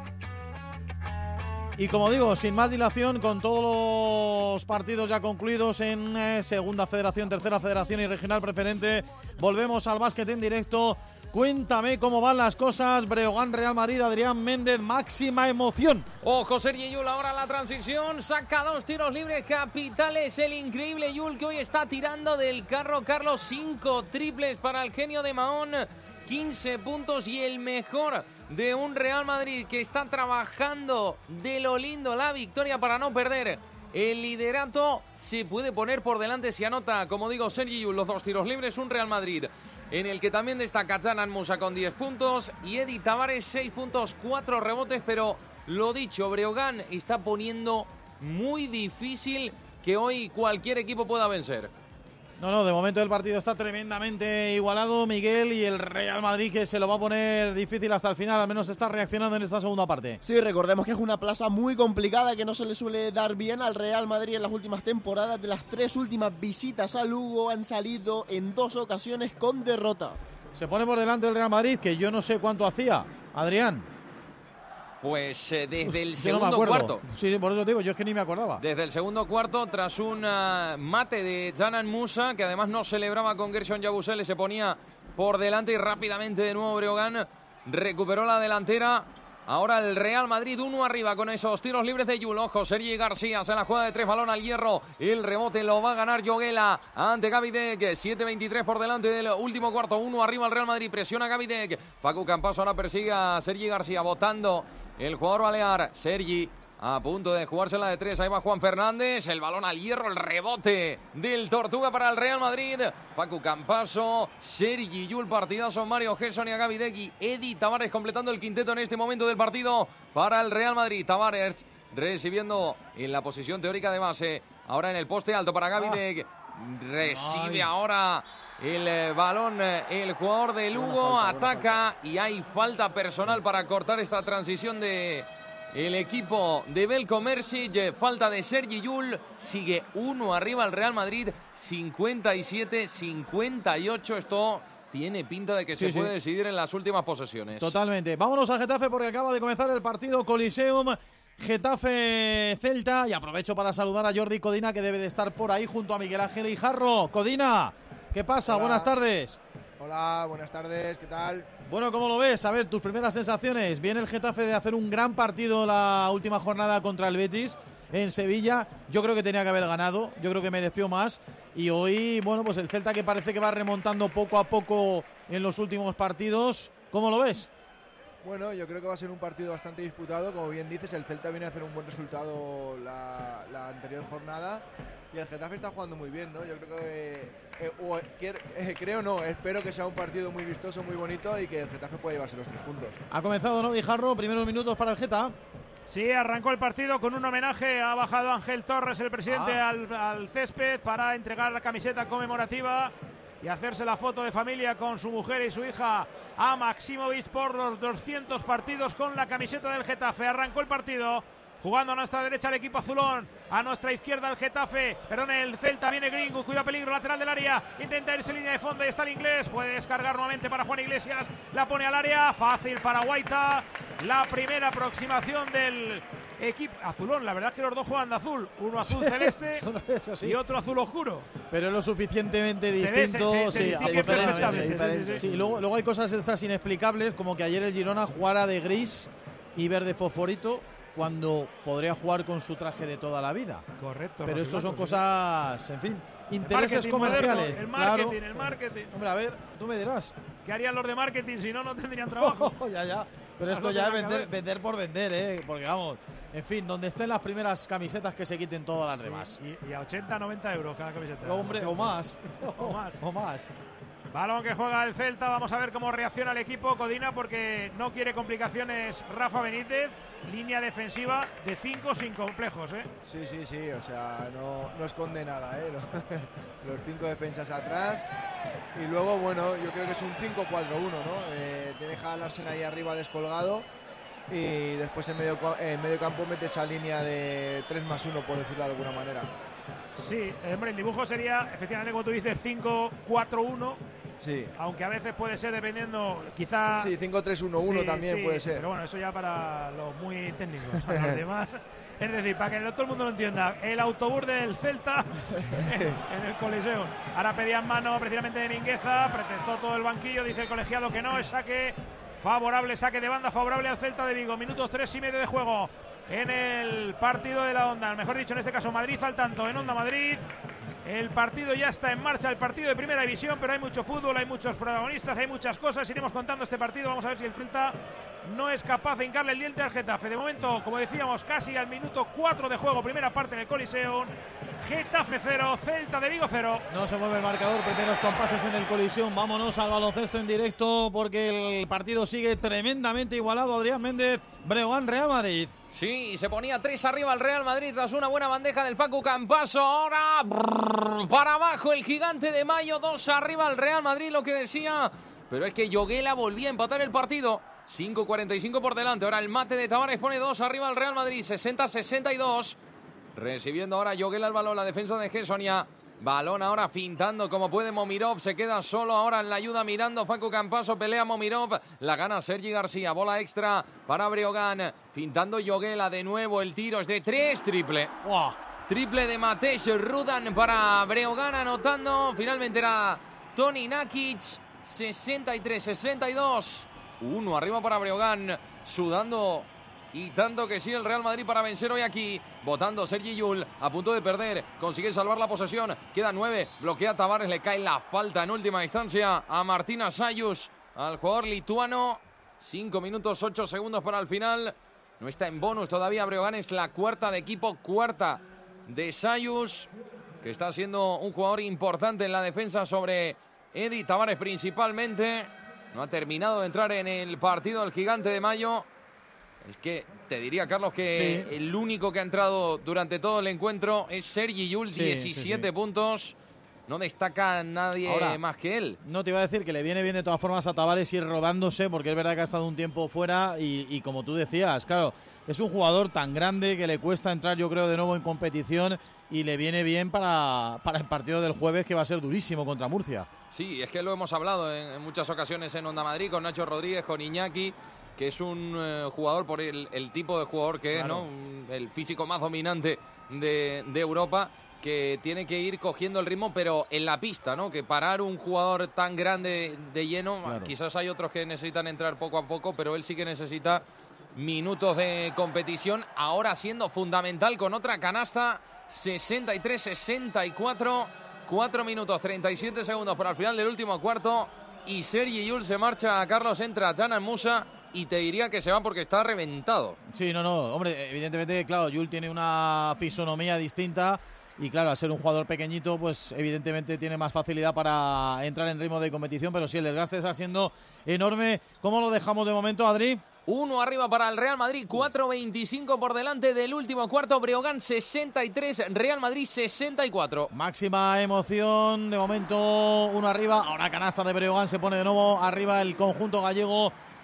Y como digo, sin más dilación, con todos los partidos ya concluidos en eh, Segunda Federación, Tercera Federación y Regional Preferente, volvemos al básquet en directo. Cuéntame cómo van las cosas. Breogán, Real Madrid, Adrián Méndez, máxima emoción. Ojo, Sergi Llull, ahora la transición, saca dos tiros libres capitales, el increíble Llull que hoy está tirando del carro. Carlos, cinco triples para el genio de Mahón, quince puntos y el mejor de un Real Madrid que está trabajando de lo lindo la victoria para no perder el liderato. Se puede poner por delante si anota, como digo, Sergi Llull, los dos tiros libres. Un Real Madrid en el que también destaca Canan Musa con diez puntos y Edi Tavares seis puntos, cuatro rebotes, pero lo dicho, Breogán está poniendo muy difícil que hoy cualquier equipo pueda vencer. No, no, de momento el partido está tremendamente igualado, Miguel, y el Real Madrid que se lo va a poner difícil hasta el final, al menos está reaccionando en esta segunda parte. Sí, recordemos que es una plaza muy complicada que no se le suele dar bien al Real Madrid en las últimas temporadas. De las tres últimas visitas a Lugo han salido en dos ocasiones con derrota. Se pone por delante el Real Madrid, que yo no sé cuánto hacía, Adrián. Pues eh, desde el yo segundo no me cuarto. Sí, por eso digo, yo es que ni me acordaba. Desde el segundo cuarto, tras un uh, mate de Canan Musa, que además no celebraba con Gershon Yabusele, se ponía por delante y rápidamente de nuevo Breogán recuperó la delantera. Ahora el Real Madrid uno arriba con esos tiros libres de Llull. Ojo, Sergi García se la juega de tres, balón al hierro. El rebote lo va a ganar Joguela ante Gavidec. siete veintitrés por delante del último cuarto. Uno arriba el Real Madrid. Presiona Gavidec. Facu Campaso ahora persigue a Sergi García botando el jugador balear. Sergi a punto de jugársela de tres. Ahí va Juan Fernández. El balón al hierro. El rebote del Tortuga para el Real Madrid. Facu Campaso, Sergi Llull, partidazo. Mario Gerson y a Gavidec y Edi Tavares completando el quinteto en este momento del partido para el Real Madrid. Tavares recibiendo en la posición teórica de base. Ahora en el poste alto para Gavidec. Recibe Ay. ahora el eh, balón eh, el jugador de Lugo. Falta, ataca y hay falta personal para cortar esta transición de el equipo de Belko Mersic. Falta de Sergi Llull. Sigue uno arriba el Real Madrid. cincuenta y siete cincuenta y ocho. Esto tiene pinta de que sí, se sí. puede decidir en las últimas posesiones. Totalmente. Vámonos a Getafe porque acaba de comenzar el partido Coliseum. Getafe Celta. Y aprovecho para saludar a Jordi Codina, que debe de estar por ahí junto a Miguel Ángel Ijarro. Codina, ¿qué pasa? Hola. Buenas tardes. Hola, buenas tardes, ¿qué tal? Bueno, ¿cómo lo ves? A ver, tus primeras sensaciones. Viene el Getafe de hacer un gran partido la última jornada contra el Betis en Sevilla. Yo creo que tenía que haber ganado, yo creo que mereció más. Y hoy, bueno, pues el Celta que parece que va remontando poco a poco en los últimos partidos. ¿Cómo lo ves? Bueno, yo creo que va a ser un partido bastante disputado. Como bien dices, el Celta viene a hacer un buen resultado la, la anterior jornada y el Getafe está jugando muy bien, ¿no? Yo creo que, eh, o, quiero, eh, creo no, espero que sea un partido muy vistoso, muy bonito y que el Getafe pueda llevarse los tres puntos. Ha comenzado, ¿no, Guijarro? Primeros minutos para el Geta. Sí, arrancó el partido con un homenaje. Ha bajado Ángel Torres, el presidente, ah. al, al césped para entregar la camiseta conmemorativa y hacerse la foto de familia con su mujer y su hija a Maximovic por los doscientos partidos con la camiseta del Getafe. Arrancó el partido Jugando a nuestra derecha el equipo azulón. A nuestra izquierda el Getafe. Perdón, el Celta. Viene Greenwood. Cuida peligro. Lateral del área. Intenta irse línea de fondo. Y está el inglés. Puede descargar nuevamente para Juan Iglesias. La pone al área. Fácil para Guaita. La primera aproximación del equipo azulón. La verdad es que los dos juegan de azul. Uno azul celeste sí. y otro azul oscuro. Pero es lo suficientemente Se ve, distinto. se- se- se sí, distingue afortunadamente, perfectamente, diferente. sí, sí, sí. Sí, luego, luego hay cosas estas inexplicables, como que ayer el Girona jugara de gris y verde fosforito cuando podría jugar con su traje de toda la vida. Correcto. Pero Rafi esto son Blanco, sí. cosas, en fin, intereses marketing comerciales. moderno, el marketing, claro. el marketing. Hombre, a ver, tú me dirás. ¿Qué harían los de marketing si no, no tendrían trabajo? ya, ya. Pero esto Algo ya es tendrá que vender, haber. vender por vender, ¿eh? Porque vamos, en fin, donde estén las primeras camisetas que se quiten todas las demás. Y, y a ochenta, noventa euros cada camiseta. Hombre, o más. o más. O más. Balón que juega el Celta, vamos a ver cómo reacciona el equipo Codina porque no quiere complicaciones Rafa Benítez, línea defensiva de cinco sin complejos, ¿eh? Sí, sí, sí, o sea, no, no esconde nada, ¿eh? Los cinco defensas atrás y luego, bueno, yo creo que es un cinco cuatro uno, ¿no? Eh, te deja a Larsen ahí arriba descolgado y después en medio, en medio campo mete esa línea de tres más uno, por decirlo de alguna manera. Sí, hombre, el dibujo sería, efectivamente, como tú dices, cinco cuatro uno. Sí. Aunque a veces puede ser dependiendo, quizá... Sí, cinco tres uno uno Sí, también sí, puede ser. Pero bueno, eso ya para los muy técnicos. A los demás, es decir, para que todo el mundo lo entienda, el autobús del Celta en el Coliseo. Ahora pedían mano precisamente de Mingueza, protestó todo el banquillo, dice el colegiado que no, es saque favorable, saque de banda favorable al Celta de Vigo. Minutos tres y medio de juego en el partido de la Onda. Mejor dicho, en este caso Madrid al tanto en Onda Madrid. El partido ya está en marcha, el partido de primera división, pero hay mucho fútbol, hay muchos protagonistas, hay muchas cosas. Iremos contando este partido, vamos a ver si el Celta no es capaz de hincarle el diente al Getafe. De momento, como decíamos, casi al minuto cuatro de juego, primera parte en el Coliseum. Getafe cero, Celta de Vigo cero. No se mueve el marcador, primeros compases en el Coliseum. Vámonos al baloncesto en directo porque el partido sigue tremendamente igualado. Adrián Méndez, Breogán, Real Madrid. Sí, se ponía tres arriba el Real Madrid tras una buena bandeja del Facu Campaso. Ahora brrr, para abajo el Gigante de Mayo, dos arriba el Real Madrid, lo que decía. Pero es que Yoguela volvía a empatar el partido. cinco cuarenta y cinco por delante. Ahora el mate de Tavares pone dos arriba el Real Madrid, sesenta sesenta y dos. Recibiendo ahora Yoguela el balón, la defensa de Gessonia. Balón ahora fintando como puede Momirov. Se queda solo ahora en la ayuda mirando Facu Campaso. Pelea Momirov. La gana Sergi García. Bola extra para Breogán. Fintando Yoguela de nuevo. El tiro es de tres. Triple. Wow. Triple de Matej Rudan para Breogán anotando. Finalmente era Toni Nakic. sesenta y tres sesenta y dos. Uno arriba para Breogán. Sudando. Y tanto que sí el Real Madrid para vencer hoy aquí. Votando Sergi Llull, a punto de perder. Consigue salvar la posesión. Queda nueve. Bloquea Tavares. Le cae la falta en última instancia a Martina Sayus, al jugador lituano. Cinco minutos, ocho segundos para el final. No está en bonus todavía. Breogán es la cuarta de equipo. Cuarta de Sayus, que está siendo un jugador importante en la defensa sobre Edi Tavares principalmente. No ha terminado de entrar en el partido el Gigante de Mayo. Es que te diría, Carlos, que sí. El único que ha entrado durante todo el encuentro es Sergi Llull, sí, diecisiete sí, sí. puntos. No destaca nadie Ahora, más que él. No te iba a decir que le viene bien de todas formas a Tavares ir rodándose, porque es verdad que ha estado un tiempo fuera y, y como tú decías, claro, es un jugador tan grande que le cuesta entrar, yo creo, de nuevo en competición y le viene bien para, para el partido del jueves, que va a ser durísimo contra Murcia. Sí, es que lo hemos hablado en, en muchas ocasiones en Onda Madrid, con Nacho Rodríguez, con Iñaki, que es un eh, jugador por el, el tipo de jugador que claro. es, ¿no? Un, el físico más dominante de, de Europa, que tiene que ir cogiendo el ritmo, pero en la pista, ¿no? Que parar un jugador tan grande de lleno, claro. Quizás hay otros que necesitan entrar poco a poco, pero él sí que necesita minutos de competición, ahora siendo fundamental con otra canasta, sesenta y tres sesenta y cuatro, cuatro minutos treinta y siete segundos para el final del último cuarto, y Sergi Llull se marcha, Carlos, entra Canan Musa, y te diría que se va porque está reventado. Sí, no, no, hombre, evidentemente, claro, Llull tiene una fisonomía distinta y claro, al ser un jugador pequeñito, pues evidentemente tiene más facilidad para entrar en ritmo de competición, pero sí, el desgaste está siendo enorme. ¿Cómo lo dejamos de momento, Adri? Uno arriba para el Real Madrid, cuatro veinticinco por delante del último cuarto. Breogán sesenta y tres, Real Madrid sesenta y cuatro. Máxima emoción, de momento uno arriba. Ahora canasta de Breogán, se pone de nuevo arriba el conjunto gallego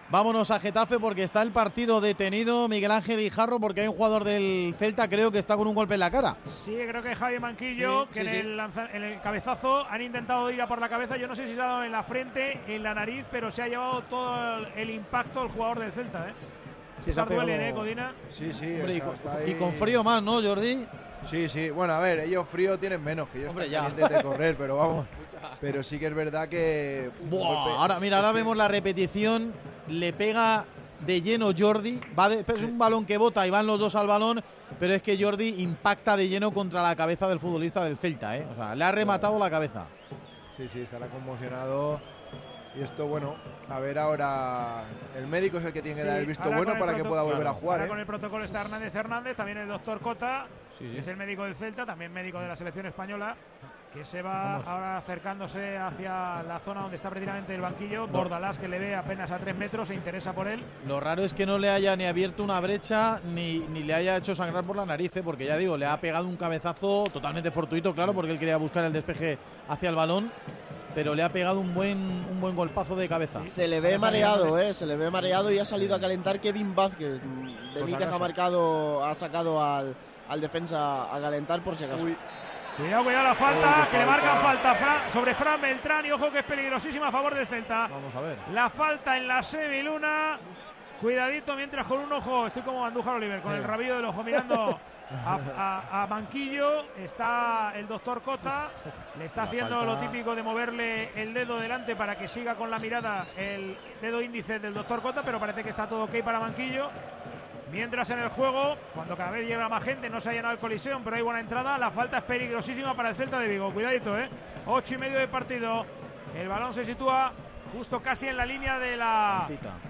Vámonos a Getafe porque está el partido detenido, Miguel Ángel Guijarro, porque hay un jugador del Celta, creo que está con un golpe en la cara. Sí, creo que Javi Manquillo, Sí, que sí, en, sí. El lanza, en el cabezazo han intentado ir a por la cabeza. Yo no sé si se ha dado en la frente, en la nariz, pero se ha llevado todo el, el impacto el jugador del Celta, ¿eh? Sí, se ha pegado- duelen, ¿eh, Codina? Sí, sí. Hombre, y, o sea, con, está ahí- y con frío más, ¿no, Jordi? Sí, sí. Bueno, a ver, ellos frío tienen menos que yo. Hombre, están ya. calientes de correr, pero vamos. Pero sí que es verdad que... uf, Buah, golpe- ahora, mira, ahora vemos la repetición, le pega de lleno Jordi, va de- es un balón que bota y van los dos al balón, pero es que Jordi impacta de lleno contra la cabeza del futbolista del Celta, ¿eh? O sea, le ha rematado la cabeza. Sí, sí, estará conmocionado. Y esto, bueno, a ver ahora... El médico es el que tiene que Sí, dar el visto ahora bueno con el para que proto- pueda volver claro, a jugar, ahora ¿eh? con el protocolo está Hernández Hernández, también el doctor Cota, Sí, sí. que es el médico del Celta, también médico de la selección española, que se va Vamos. ahora acercándose hacia la zona donde está precisamente el banquillo. Bordalás, que le ve apenas a tres metros, se interesa por él. Lo raro es que no le haya ni abierto una brecha ni, ni le haya hecho sangrar por la nariz, ¿eh? Porque ya digo, le ha pegado un cabezazo totalmente fortuito, claro, porque él quería buscar el despeje hacia el balón, pero le ha pegado un buen un buen golpazo de cabeza. Se le ve mareado, eh, se le ve mareado y ha salido a calentar Kevin Vázquez. Benítez ha acaso. marcado, ha sacado al, al defensa a calentar por si acaso. Cuidado, cuidado la falta, que le marcan falta Fran- sobre Fran Beltrán, y ojo que es peligrosísima a favor del Celta. Vamos a ver. La falta en la semiluna. Cuidadito mientras con un ojo, estoy como Andújar Oliver, con el rabillo del ojo mirando a, a- a Manquillo. Está el doctor Cota, le está La haciendo falta. lo típico de moverle el dedo delante para que siga con la mirada el dedo índice del doctor Cota, pero parece que está todo ok para Manquillo. Mientras en el juego, cuando cada vez llega más gente, no se ha llenado el Coliseum, pero hay buena entrada. La falta es peligrosísima para el Celta de Vigo. Cuidadito, ¿eh? Ocho y medio de partido. El balón se sitúa justo casi en la línea de la,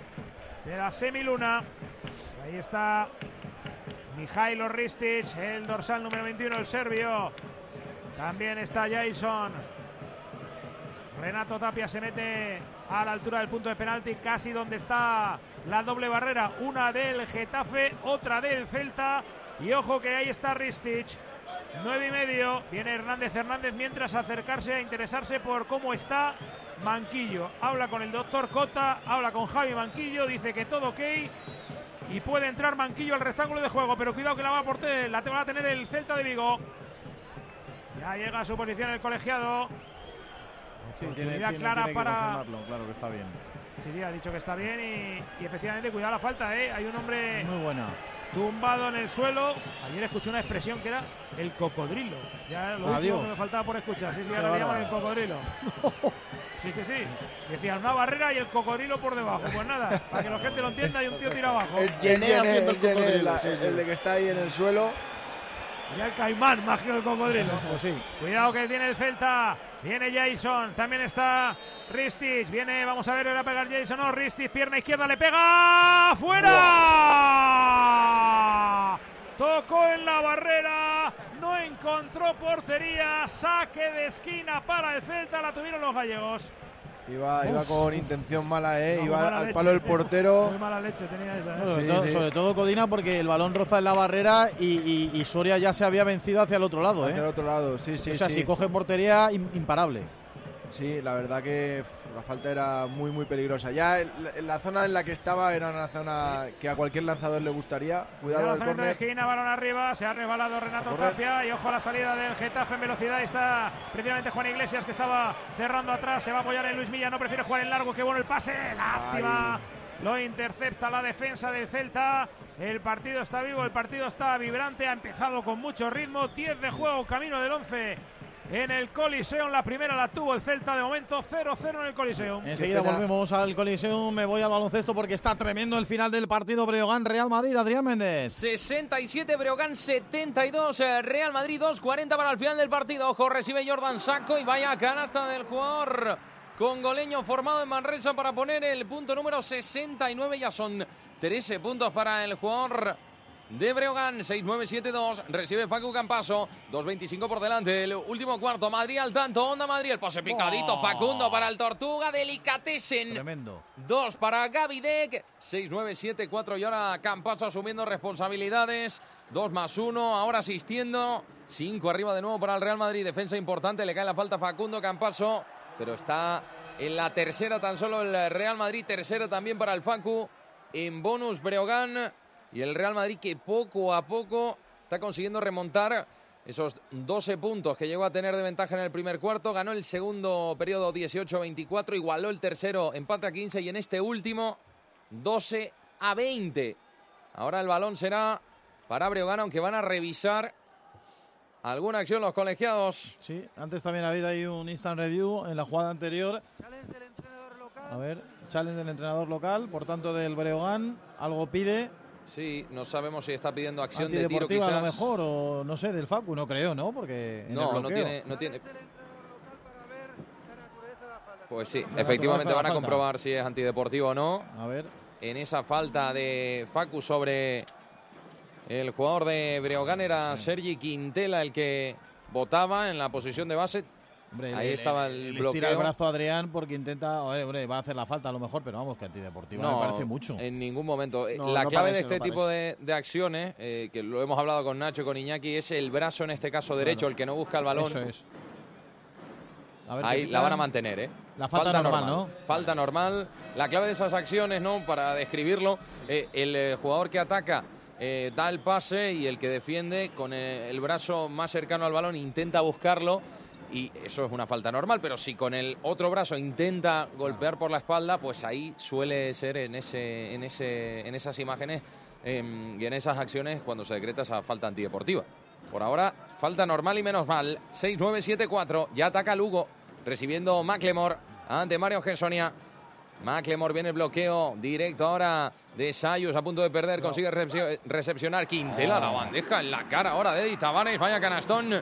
de la semiluna. Ahí está Mijailo Ristic, el dorsal número veintiuno, el serbio. También está Jason. Renato Tapia se mete a la altura del punto de penalti, casi donde está la doble barrera, una del Getafe, otra del Celta, y ojo que ahí está Ristic, nueve y medio, viene Hernández Hernández mientras acercarse a interesarse por cómo está Manquillo, habla con el doctor Cota, habla con Javi Manquillo, dice que todo ok, y puede entrar Manquillo al rectángulo de juego, pero cuidado que la va a, porter, la va a tener el Celta de Vigo. Ya llega a su posición el colegiado. Sí, tiene, Oportunidad tiene- clara tiene que para... confirmarlo, claro que está bien. Sí, sí, ha dicho que está bien y, y efectivamente, cuidado la falta, ¿eh? Hay un hombre Muy buena. tumbado en el suelo. Ayer escuché una expresión que era el cocodrilo. Ya lo último Adiós. que me faltaba por escuchar. Sí, sí, Qué ahora le llaman bárbaro. el cocodrilo. Sí, sí, sí. Decía una barrera y el cocodrilo por debajo. Pues nada, para que la gente lo entienda, hay un tío tirado abajo. El Gené haciendo el cocodrilo, el de que está ahí en el suelo. Ya el caimán más que el cocodrilo. Pues sí. Cuidado que tiene el Celta. Viene Jason. También está Ristic. Viene, vamos a ver, le va a pegar Jason. No, Ristic, pierna izquierda, le pega. ¡Fuera! Tocó en la barrera. No encontró portería. Saque de esquina para el Celta. La tuvieron los gallegos. Iba, iba con intención mala, ¿eh? No, muy Iba mala al leche. palo del portero. Muy mala leche tenía esa. ¿eh? Bueno, sobre, Sí, todo, sí. sobre todo Codina porque el balón roza en la barrera y, y- y Soria ya se había vencido hacia el otro lado, Hacia el ¿eh? otro lado, sí, sí. O sea, sí. si coge portería, im- imparable. Sí, la verdad que uf, la falta era muy, muy peligrosa. Ya en la, en la zona en la que estaba era una zona que a cualquier lanzador le gustaría. Cuidado al Lanzamiento de córner. esquina, balón arriba, se ha resbalado Renato Tapia y ojo a la salida del Getafe en velocidad. Está precisamente Juan Iglesias, que estaba cerrando atrás, se va a apoyar en Luis Milla, no prefiere jugar en largo, qué bueno el pase, lástima. Lo intercepta la defensa del Celta. El partido está vivo, el partido está vibrante, ha empezado con mucho ritmo, diez de juego, camino del once. En el Coliseum, la primera la tuvo el Celta, de momento cero cero en el Coliseum. Enseguida volvemos al Coliseum, me voy al baloncesto porque está tremendo el final del partido Breogán-Real Madrid, Adrián Méndez. sesenta y siete, Breogán setenta y dos, eh, Real Madrid dos cuarenta para el final del partido. Ojo, recibe Jordan Sacco y vaya canasta del jugador congoleño formado en Manresa para poner el punto número sesenta y nueve. Ya son trece puntos para el jugador de Breogán. Seis nueve siete dos, recibe Facu Campaso, dos veinticinco por delante, el último cuarto. Madrid al tanto, Onda Madrid, el pase picadito, Oh. Facundo para el Tortuga, Delicatessen. Tremendo. Dos para Gavidec, seis nueve siete cuatro y ahora Campaso asumiendo responsabilidades. Dos más uno, ahora asistiendo. Cinco arriba de nuevo para el Real Madrid, defensa importante, le cae la falta a Facundo Campaso, pero está En la tercera tan solo el Real Madrid, tercera también para el Facu. En bonus Breogán y el Real Madrid que poco a poco está consiguiendo remontar esos doce puntos que llegó a tener de ventaja en el primer cuarto. Ganó el segundo periodo dieciocho a veinticuatro, igualó el tercero, empate a quince y en este último doce a veinte. Ahora el balón será para Breogán, aunque van a revisar alguna acción los colegiados. Sí, antes también ha habido ahí un instant review en la jugada anterior. A ver, challenge del entrenador local, por tanto del Breogán, algo pide. Sí, no sabemos si está pidiendo acción de tiro antideportiva quizás. a lo mejor, o no sé, del Facu, no creo, ¿no? Porque en No, el no bloqueo. tiene, no tiene. Pues sí, efectivamente van a comprobar si es antideportivo o no. A ver. En esa falta de Facu sobre el jugador de Breogán era sí. Sergi Quintela el que votaba en la posición de base. Hombre, Ahí el, estaba el, el, el bloqueo. Estira el brazo a Adrián porque intenta, hombre, va a hacer la falta a lo mejor, pero vamos, que antideportiva no, me parece mucho. En ningún momento. No, la no clave parece, de este no tipo de, de acciones, eh, que lo hemos hablado con Nacho y con Iñaki, es el brazo en este caso derecho, claro. El que no busca el balón. Eso es. A ver, Ahí la van a mantener, ¿eh? La falta, falta normal, normal, ¿no? Falta normal. La clave de esas acciones, ¿no? Para describirlo, eh, el eh, jugador que ataca eh, da el pase y el que defiende con eh, el brazo más cercano al balón intenta buscarlo. Y eso es una falta normal, pero si con el otro brazo intenta golpear por la espalda, pues ahí suele ser en ese, en ese, en esas imágenes eh, y en esas acciones cuando se decreta esa falta antideportiva. Por ahora, falta normal y menos mal. seis nueve siete cuatro, ya ataca Lugo, recibiendo Macklemore ante Mario Gessonia. Macklemore viene el bloqueo directo ahora de Sayus, a punto de perder, consigue recepcionar Quintela, la bandeja en la cara ahora de Eddie Tavares, vaya canastón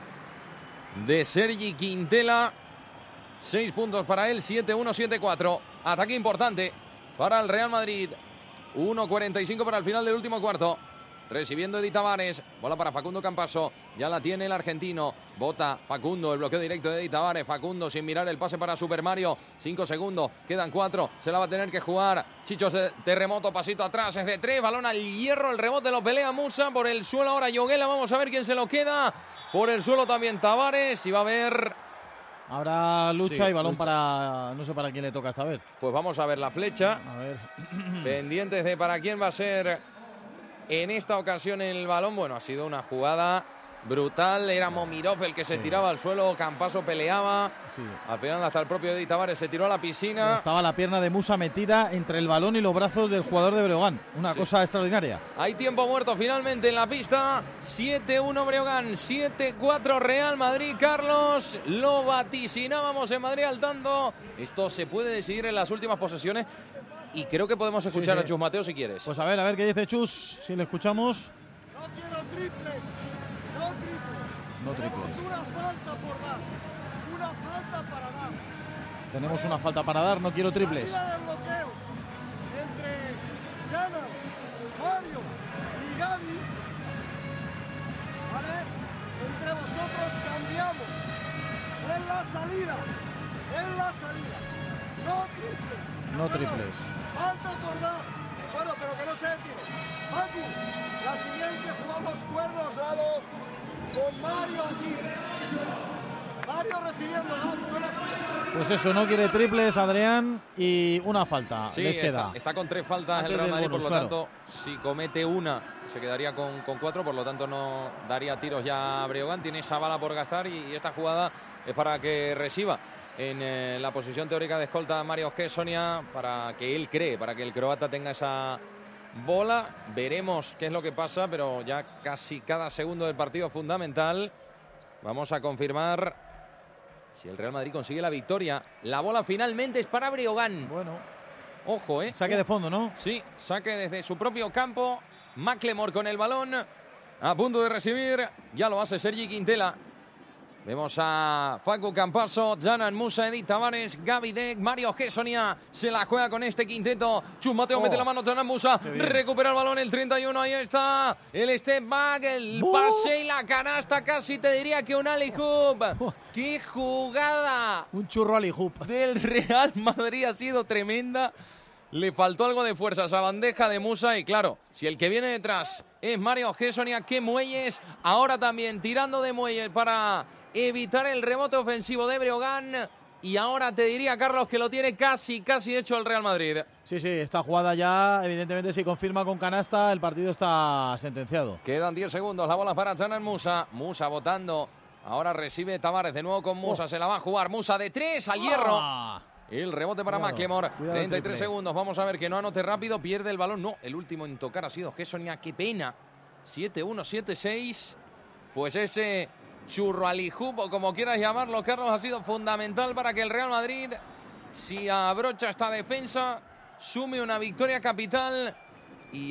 de Sergi Quintela. Seis puntos para él, siete uno siete cuatro. Ataque importante para el Real Madrid. uno cuarenta y cinco para el final del último cuarto. Recibiendo Eddie Tavares. Bola para Facundo Campasso. Ya la tiene el argentino. Bota Facundo. El bloqueo directo de Eddie Tavares. Facundo sin mirar el pase para Super Mario. Cinco segundos. Quedan cuatro. Se la va a tener que jugar. Chichos de terremoto. Pasito atrás. Es de tres. Balón al hierro. El rebote lo pelea Musa. Por el suelo ahora Yoguela. Vamos a ver quién se lo queda. Por el suelo también Tavares. Y va a haber... Habrá lucha sí, y balón lucha. para... No sé para quién le toca esta vez. Pues vamos a ver la flecha. A ver. Pendientes de para quién va a ser... En esta ocasión el balón, bueno, ha sido una jugada brutal. Era Momirov el que se sí. tiraba al suelo, Campasso peleaba. Sí. Al final hasta el propio Eddie Tavares se tiró a la piscina. Estaba la pierna de Musa metida entre el balón y los brazos del jugador de Breogán. Una sí. cosa extraordinaria. Hay tiempo muerto finalmente en la pista. siete uno Breogán, siete cuatro Real Madrid. Carlos, lo vaticinábamos en Madrid al tanto. Esto se puede decidir en las últimas posesiones. Y creo que podemos escuchar sí, sí. a Chus Mateo si quieres. Pues a ver, a ver qué dice Chus, si le escuchamos. No quiero triples, no triples. No triples. Tenemos una falta por dar, una falta para dar. Tenemos una falta para dar, no quiero triples. Salida de bloqueos entre Jana, Mario y Gaby. ¿Vale? Entre vosotros cambiamos. En la salida, en la salida. No triples. No triples. Falta acordar. Bueno, pero que no se tiro. Facu, la siguiente jugamos cuernos lado con Mario aquí. Mario recibiendo lado. Pues eso, no quiere triples, Adrián, y una falta. Sí, les queda. Está, está con tres faltas Antes el Real Madrid, bonus, por lo claro. tanto, si comete una, se quedaría con, con cuatro, por lo tanto no daría tiros ya a Breogán. Tiene esa bala por gastar y, y esta jugada es para que reciba en eh, la posición teórica de escolta Mario Gessonia, para que él cree, para que el croata tenga esa bola. Veremos qué es lo que pasa, pero ya casi cada segundo del partido fundamental. Vamos a confirmar si el Real Madrid consigue la victoria. La bola finalmente es para Breogán. Bueno. Ojo, ¿eh? Saque de fondo, ¿no? Sí, saque desde su propio campo. Macklemore con el balón. A punto de recibir. Ya lo hace Sergi Quintela. Vemos a Facu Campasso, Janan Musa, Eddie Tavares, Gaby Deck, Mario Gessonia. Se la juega con este quinteto. Chus Mateo oh. mete la mano, Janan Musa. Recupera el balón, el treinta y uno. Ahí está. El step back, el oh. pase y la canasta. Casi te diría que un alley hoop. Oh. ¡Qué jugada! Un churro alley hoop. Del Real Madrid ha sido tremenda. Le faltó algo de fuerza a esa bandeja de Musa. Y claro, si el que viene detrás es Mario Gessonia, qué muelles. Ahora también tirando de muelles para evitar el rebote ofensivo de Breogán. y ahora te diría, Carlos, que lo tiene casi, casi hecho el Real Madrid. Sí, sí, esta jugada ya, evidentemente, si confirma con canasta, el partido está sentenciado. Quedan diez segundos, la bola para Canan Musa. Musa botando, ahora recibe Tavares, de nuevo con Musa, oh. se la va a jugar. Musa de tres, al hierro. Ah. El rebote para Macklemore, treinta y tres segundos, vamos a ver que no anote rápido, pierde el balón. No, el último en tocar ha sido Gessonia, qué pena. siete uno, siete seis, pues ese churro alijupo, como quieras llamarlo, Carlos, ha sido fundamental para que el Real Madrid, si abrocha esta defensa, sume una victoria capital y,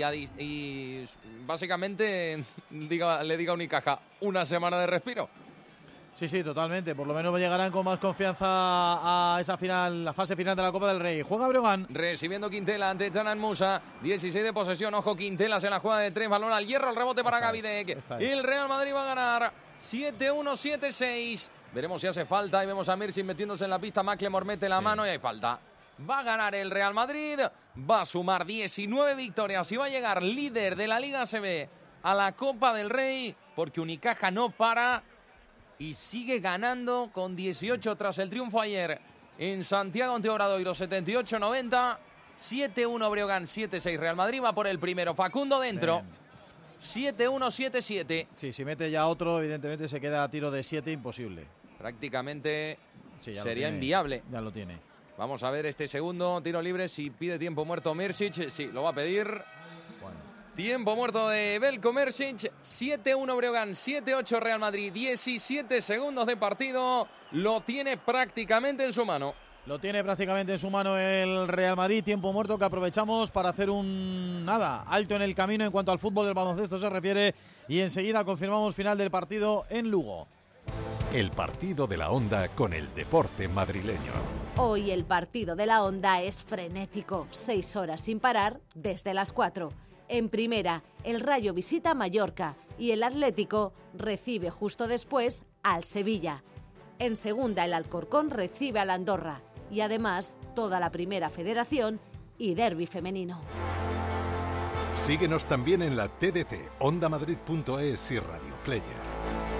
y básicamente diga, le diga a Unicaja una semana de respiro. Sí, sí, totalmente. Por lo menos llegarán con más confianza a esa final, la fase final de la Copa del Rey. Juega Breogán. Recibiendo Quintela ante Canan Musa. dieciséis de posesión. Ojo, Quintela en la jugada de tres. Balón al hierro. El rebote para Gavidec. El Real Madrid va a ganar siete uno, siete seis. Veremos si hace falta. Y vemos a Mircea metiéndose en la pista. Macklemore mete la sí. mano y hay falta. Va a ganar el Real Madrid. Va a sumar diecinueve victorias y va a llegar líder de la Liga A C B a la Copa del Rey. Porque Unicaja no para. Y sigue ganando con dieciocho tras el triunfo ayer en Santiago ante Obradoiro, setenta y ocho noventa. siete uno Breogán, siete seis Real Madrid. Va por el primero. Facundo dentro. Bien. siete uno, siete siete. Sí, si mete ya otro, evidentemente se queda a tiro de siete, imposible. Prácticamente sí, sería inviable. Ya lo tiene. Vamos a ver este segundo tiro libre. Si pide tiempo muerto Mircea, sí, lo va a pedir. Bueno. Tiempo muerto de Veljko Mircea, siete uno Breogán, siete ocho Real Madrid, diecisiete segundos de partido, lo tiene prácticamente en su mano. Lo tiene prácticamente en su mano el Real Madrid, tiempo muerto que aprovechamos para hacer un, nada, alto en el camino en cuanto al fútbol del baloncesto se refiere y enseguida confirmamos final del partido en Lugo. El partido de la Onda con el deporte madrileño. Hoy el partido de la Onda es frenético, seis horas sin parar desde las cuatro. En primera, el Rayo visita Mallorca y el Atlético recibe justo después al Sevilla. En segunda, el Alcorcón recibe al Andorra y además toda la Primera Federación y derbi femenino. Síguenos también en la T D T, onda madrid punto es y Radio Player.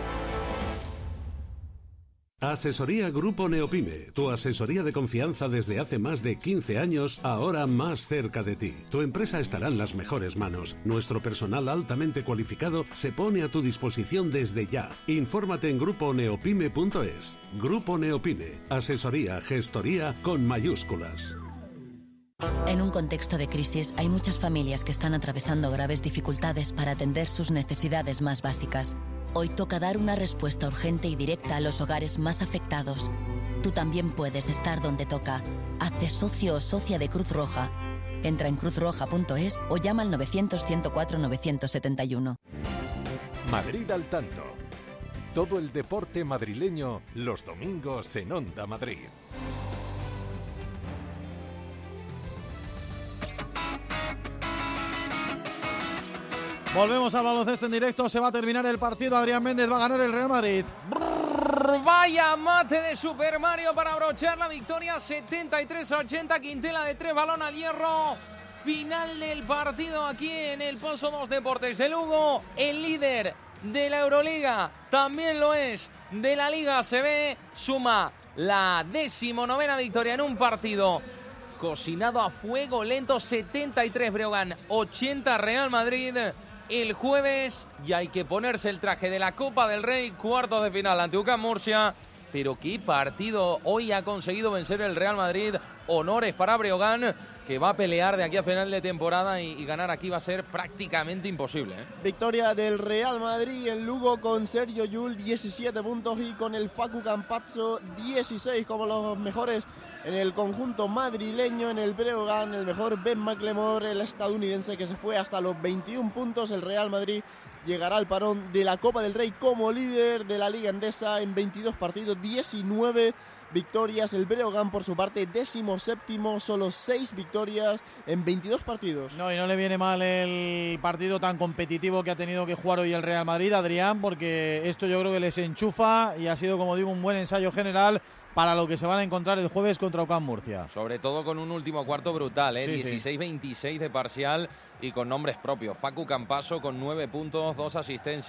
Asesoría Grupo Neopime, tu asesoría de confianza desde hace más de quince años, ahora más cerca de ti. Tu empresa estará en las mejores manos. Nuestro personal altamente cualificado se pone a tu disposición desde ya. Infórmate en grupo neopime punto es. Grupo Neopime, asesoría, gestoría con mayúsculas. En un contexto de crisis hay muchas familias que están atravesando graves dificultades para atender sus necesidades más básicas. Hoy toca dar una respuesta urgente y directa a los hogares más afectados. Tú también puedes estar donde toca. Hazte socio o socia de Cruz Roja. Entra en cruz roja punto es o llama al novecientos, ciento cuatro, novecientos setenta y uno. Madrid al tanto. Todo el deporte madrileño los domingos en Onda Madrid. Volvemos al baloncesto en directo, se va a terminar el partido, Adrián Méndez va a ganar el Real Madrid. Brrr, vaya mate de Super Mario para abrochar la victoria, setenta y tres a ochenta, Quintela de tres, balón al hierro. Final del partido aquí en el Pozo dos Deportes de Lugo, el líder de la Euroliga, también lo es de la Liga A C B, suma la decimonovena victoria en un partido cocinado a fuego lento, setenta y tres Breogán, ochenta Real Madrid. El jueves ya hay que ponerse el traje de la Copa del Rey, cuartos de final ante UCAM Murcia. Pero qué partido hoy ha conseguido vencer el Real Madrid. Honores para Breogán, que va a pelear de aquí a final de temporada y, y ganar aquí va a ser prácticamente imposible, ¿eh? Victoria del Real Madrid en Lugo con Sergio Llull, diecisiete puntos, y con el Facu Campazzo, dieciséis, como los mejores en el conjunto madrileño. En el Breogán, el mejor Ben Macklemore, el estadounidense, que se fue hasta los veintiún puntos. El Real Madrid llegará al parón de la Copa del Rey como líder de la Liga Endesa en veintidós partidos, diecinueve victorias. El Breogán, por su parte, décimo séptimo, solo seis victorias en veintidós partidos. No, y no le viene mal el partido tan competitivo que ha tenido que jugar hoy el Real Madrid, Adrián, porque esto yo creo que les enchufa y ha sido, como digo, un buen ensayo general para lo que se van a encontrar el jueves contra UCAM Murcia. Sobre todo con un último cuarto brutal, ¿eh? Sí, dieciséis veintiséis de parcial y con nombres propios. Facu Campazzo con nueve puntos, dos asistencias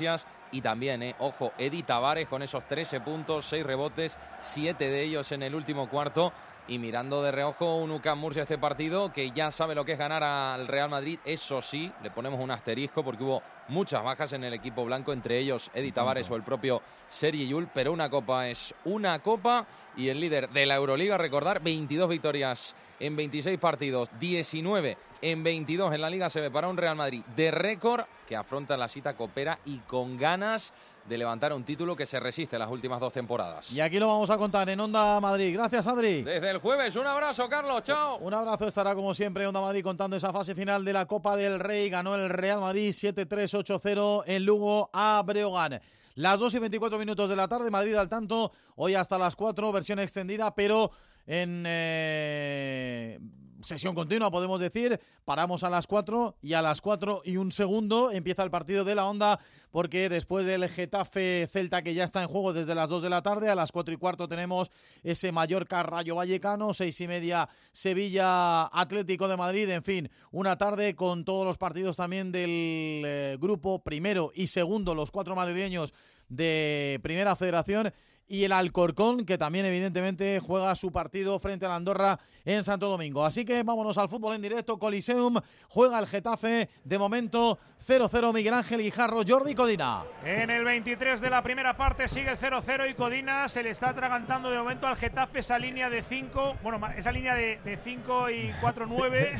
Y también, eh, ojo, Edi Tavares con esos trece puntos, seis rebotes, siete de ellos en el último cuarto. Y mirando de reojo un U C A M Murcia este partido, que ya sabe lo que es ganar al Real Madrid. Eso sí, le ponemos un asterisco porque hubo muchas bajas en el equipo blanco, entre ellos Edi Tavares o el propio Sergi Llull. Pero una copa es una copa, y el líder de la Euroliga, recordar, veintidós victorias en veintiséis partidos, diecinueve en veintidós en la Liga se ve para un Real Madrid de récord, que afronta la cita copera y con ganas de levantar un título que se resiste las últimas dos temporadas. Y aquí lo vamos a contar en Onda Madrid. Gracias, Adri. Desde el jueves, un abrazo, Carlos, chao. Un abrazo, estará como siempre Onda Madrid contando esa fase final de la Copa del Rey. Ganó el Real Madrid siete tres ocho cero en Lugo a Breogán. Las dos y veinticuatro minutos de la tarde, Madrid al tanto, hoy hasta las cuatro, versión extendida, pero en eh, sesión continua, podemos decir. Paramos a las cuatro y a las cuatro y un segundo empieza el partido de la Onda, porque después del Getafe Celta, que ya está en juego desde las dos de la tarde, a las cuatro y cuarto tenemos ese Mallorca Rayo Vallecano, seis y media Sevilla Atlético de Madrid. En fin, una tarde con todos los partidos también del eh, grupo primero y segundo, los cuatro madrileños de Primera Federación, y el Alcorcón, que también evidentemente juega su partido frente a la Andorra en Santo Domingo. Así que vámonos al fútbol en directo. Coliseum, juega el Getafe, de momento cero cero, Miguel Ángel Guijarro, Jordi Codina. En el veintitrés de la primera parte sigue el cero cero y Codina se le está atragantando de momento al Getafe esa línea de cinco, bueno, esa línea de cinco y cuatro nueve.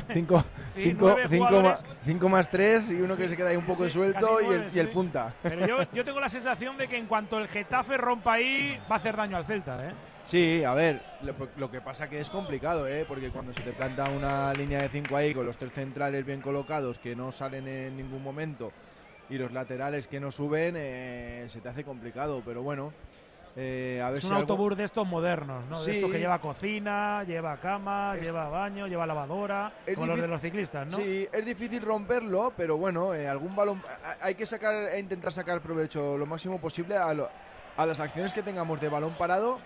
cinco más tres y uno que se queda ahí un poco sí, suelto nueve, y, el, sí. y el punta. Pero yo, yo tengo la sensación de que en cuanto el Getafe rompa ahí, va a hacer daño al Celta, ¿eh? Sí, a ver, lo, lo que pasa que es complicado, ¿eh? Porque cuando se te planta una línea de cinco ahí con los tres centrales bien colocados que no salen en ningún momento y los laterales que no suben, eh, se te hace complicado, pero bueno. Eh, a ver es si un algo... autobús de estos modernos, ¿no? Sí. De estos que lleva cocina, lleva cama, es... lleva baño, lleva lavadora, es como los de los ciclistas, ¿no? Sí, es difícil romperlo, pero bueno, eh, algún balón hay que sacar e intentar sacar provecho lo máximo posible a, lo, a las acciones que tengamos de balón parado,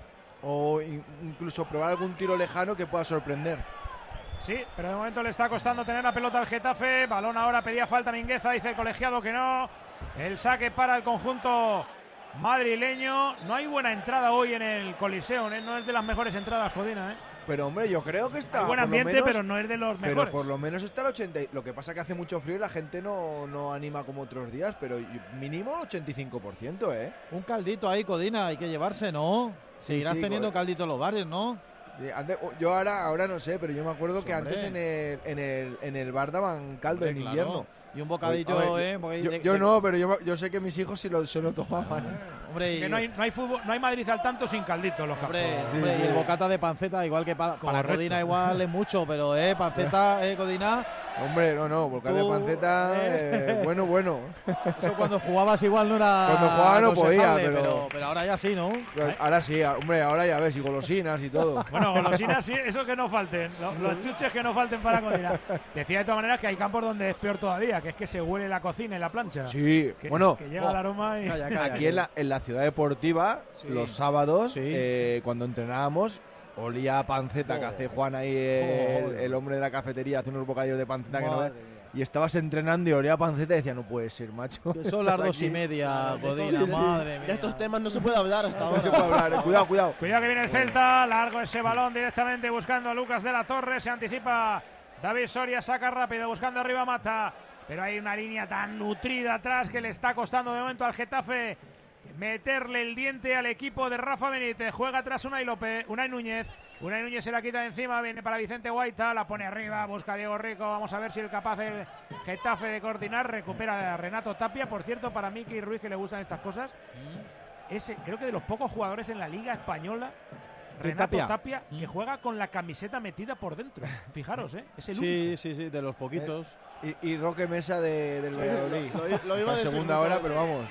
o incluso probar algún tiro lejano que pueda sorprender. Sí, pero de momento le está costando tener la pelota al Getafe. Balón ahora, pedía falta Mingueza, dice el colegiado que no. El saque para el conjunto madrileño. No hay buena entrada hoy en el Coliseum, ¿eh? No es de las mejores entradas, Codina, ¿eh? Pero hombre, yo creo que está... Hay buen ambiente, menos, pero no es de los mejores. Pero por lo menos está el ochenta. Lo que pasa que hace mucho frío y la gente no, no anima como otros días, pero mínimo ochenta y cinco por ciento, ¿eh? Un caldito ahí, Codina, hay que llevarse, ¿no? Sí, Seguirás sí, teniendo co- caldito en los bares, ¿no? Sí, antes, yo ahora, ahora no sé, pero yo me acuerdo Sí, que hombre. antes en el, en el, en el bar daban caldo Hombre, en claro. invierno. Y un bocadillo, A ver, ¿eh? yo- Porque Yo, de- yo de- no, pero yo, yo sé que mis hijos sí lo, se lo tomaban. Hombre, y, Que no hay, no hay fútbol, no hay Madrid al tanto sin caldito en los campos. hombre, Sí, hombre, sí. y el bocata de panceta, igual que pa- para Correcto. Codina igual es mucho, pero eh, panceta, eh, Codina, Hombre, no, no, bocata de Tú, panceta, eh. eh, bueno, bueno. eso cuando jugabas igual no era Cuando jugaba no podía, aconsejable, pero- pero ahora ya sí, ¿no? Ahora sí, hombre, ahora ya ves, y golosinas y todo. Bueno, golosinas sí, eso que no falten, lo- los chuches que no falten para Codina. Decía de todas maneras que hay campos donde es peor todavía, que es que se huele la cocina y la plancha. Sí, que, bueno, que llega el aroma y... Calla, calla, aquí en la, en la ciudad deportiva, Sí. los sábados, Sí. eh, cuando entrenábamos, olía a panceta que Joder. hace Juan ahí, el, Joder. el hombre de la cafetería, hace unos bocadillos de panceta que no Madre ves. mía. Y estabas entrenando y olía a panceta y decía, no puede ser, macho. Que son las dos y Aquí. media, Codina, Sí, sí. madre De mía. estos temas no se puede hablar hasta No ahora. se puede hablar, eh. Cuidado, cuidado. Cuidado que viene el Celta, largo ese balón directamente buscando a Lucas de la Torre, se anticipa David Soria, saca rápido buscando arriba a Mata, pero hay una línea tan nutrida atrás que le está costando de momento al Getafe meterle el diente al equipo de Rafa Benítez. Juega atrás Unai López, Unai Núñez, Unai Núñez se la quita de encima, viene para Vicente Guaita, la pone arriba, busca a Diego Rico, vamos a ver si es capaz el Getafe de coordinar, recupera a Renato Tapia, por cierto, para Miki Ruiz que le gustan estas cosas, ese, creo que de los pocos jugadores en la Liga Española, Renato Tapia. Tapia, que juega con la camiseta metida por dentro. Fijaros, ¿eh? Es el Sí, único. sí, sí, de los poquitos. Y, y Roque Mesa de, del Sí, Valladolid. lo- lo- lo iba a Está en decir segunda justo hora, ahora. pero vamos.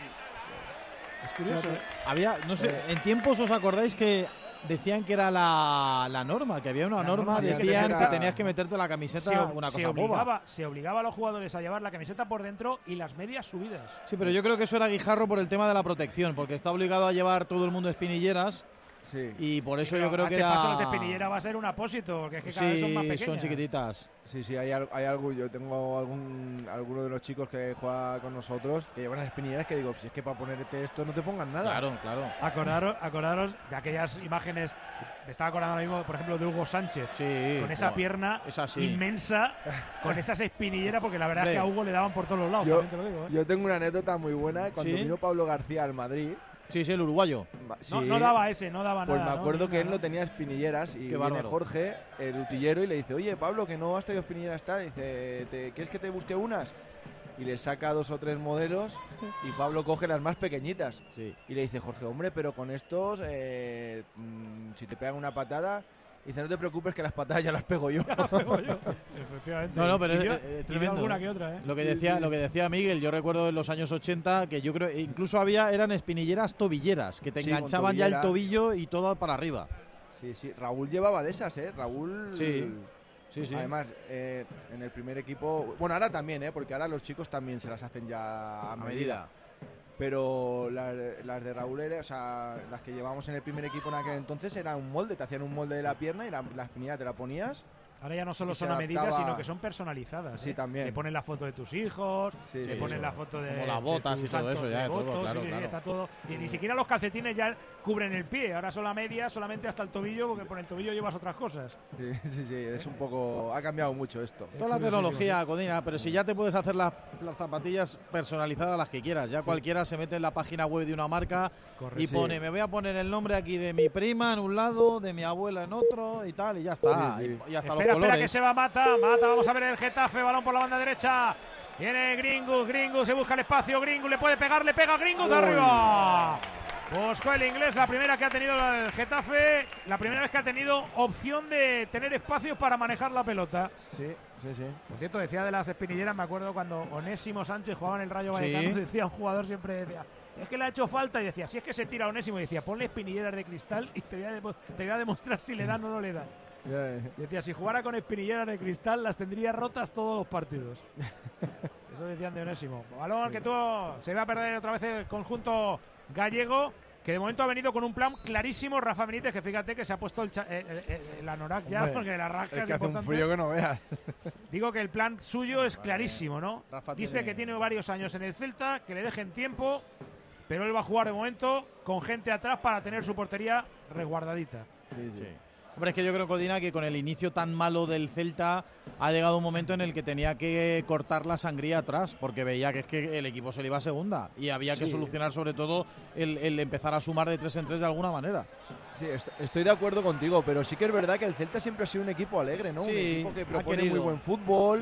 Es curioso. Había, no sé, en tiempos os acordáis que decían que era la, la norma, que había una La norma, norma, sí, que decían tenías que, que- tenías que meterte la Se, camiseta, ob- una se cosa boba. obligaba, se obligaba a los jugadores a llevar la camiseta por dentro y las medias subidas. Sí, pero yo creo que eso era Guijarro por el tema de la protección, porque está obligado a llevar todo el mundo espinilleras Sí. Y por eso Pero yo creo a que este era... paso las espinilleras va a ser un apósito, porque es que cada sí, vez son más pequeñas. son chiquititas. Sí, sí, hay, hay algo. Yo tengo algún alguno de los chicos que juega con nosotros que llevan las espinilleras que digo, si es que para ponerte esto no te pongan nada. Claro, claro. Acordaros, acordaros de aquellas imágenes, me estaba acordando ahora mismo, por ejemplo, de Hugo Sánchez, sí, con esa como, pierna es así. inmensa, con esas espinilleras, porque la verdad Hombre, es que a Hugo le daban por todos los lados, Yo, también te lo digo. ¿eh? yo tengo una anécdota muy buena. Cuando ¿Sí? vino Pablo García al Madrid. Sí, sí, el uruguayo. Sí, No, no daba ese, no daba pues nada. me ¿no? acuerdo Ni que una, él ¿no? no tenía espinilleras y Qué viene bárbaro. Jorge, el utillero, y le dice, oye, Pablo, que no has traído espinilleras tal. Y dice, ¿te, ¿quieres que te busque unas? Y le saca dos o tres modelos y Pablo coge las más pequeñitas. Sí. Y le dice, Jorge, hombre, pero con estos, eh, mmm, si te pegan una patada... Dice, no te preocupes que las patadas ya las pego yo. Ya las pego yo. Efectivamente. No, no, pero Y es, yo- es- es y yo tremendo. alguna ¿eh? que otra, ¿eh? Lo que Sí, decía, sí. lo que decía Miguel, yo recuerdo en los años ochenta que yo creo incluso había eran espinilleras tobilleras que te Sí, con enganchaban ya el tobillera. tobillo y todo para arriba. Sí, sí. Raúl llevaba de esas, ¿eh? Raúl... Sí. Sí, sí. Además, eh, en el primer equipo... Bueno, ahora también, ¿eh? Porque ahora los chicos también se las hacen ya a, A medida. medida. Pero las, las de Raúl, era- o sea, las que llevábamos en el primer equipo en aquel entonces era un molde. Te hacían un molde de la pierna y la, la espinilla te la ponías. Ahora ya no solo y se son a medida, adaptaba- sino que son personalizadas. Sí, ¿eh? también. Le ponen la foto de tus hijos, Sí, le sí, ponen eso. la foto de. Como las de botas tus y todo santos eso, ya, devotos, todo, claro, sí, sí, claro. está todo. Y ni siquiera los calcetines ya cubren el pie. Ahora son la media, solamente hasta el tobillo, porque por el tobillo llevas otras cosas. Sí, sí, sí, es un poco... Ha cambiado mucho esto. Toda la tecnología, Codina, pero si ya te puedes hacer las, las zapatillas personalizadas las que quieras. Ya Sí. cualquiera se mete en la página web de una marca y Sí. pone, me voy a poner el nombre aquí de mi prima en un lado, de mi abuela en otro y tal, y ya está. Sí, sí. Y, y hasta Espera, los espera, colores. que se va Mata. Mata, vamos a ver el Getafe, balón por la banda derecha. Viene Gringus, Gringus, se busca el espacio, Gringus le puede pegar, le pega Gringus de Uy. arriba. Buscó el inglés, la primera que ha tenido el Getafe, la primera vez que ha tenido opción de tener espacios para manejar la pelota. Sí, sí, sí. Por cierto, decía de las espinilleras, me acuerdo cuando Onésimo Sánchez jugaba en el Rayo Sí. Vallecano, decía un jugador siempre, decía, es que le ha hecho falta, y decía, si es que se tira Onésimo, y decía, ponle espinilleras de cristal y te voy a, demo- te voy a demostrar si le dan o no le dan. Ya, ya. Y decía, si jugara con espinilleras de cristal, las tendría rotas todos los partidos. Eso decían de Onésimo. Balón que tuvo, se va a perder otra vez el conjunto gallego, que de momento ha venido con un plan clarísimo. Rafa Benítez, que fíjate que se ha puesto el, cha- eh, eh, eh, el anorak ya, Hombre, porque la rasca es es que hace un importante. frío que no veas. Digo que el plan suyo es clarísimo, ¿no? Rafa Dice tiene- que tiene varios años en el Celta, que le dejen tiempo, pero él va a jugar de momento con gente atrás para tener su portería resguardadita. Sí, sí. Hombre, es que yo creo, Codina, que con el inicio tan malo del Celta ha llegado un momento en el que tenía que cortar la sangría atrás, porque veía que es que el equipo se le iba a segunda y había que Sí. solucionar sobre todo el, el empezar a sumar de tres en tres de alguna manera. Sí, est- estoy de acuerdo contigo, pero sí que es verdad que el Celta siempre ha sido un equipo alegre, ¿no? Sí, un equipo que ha propone querido. muy buen fútbol, Sí.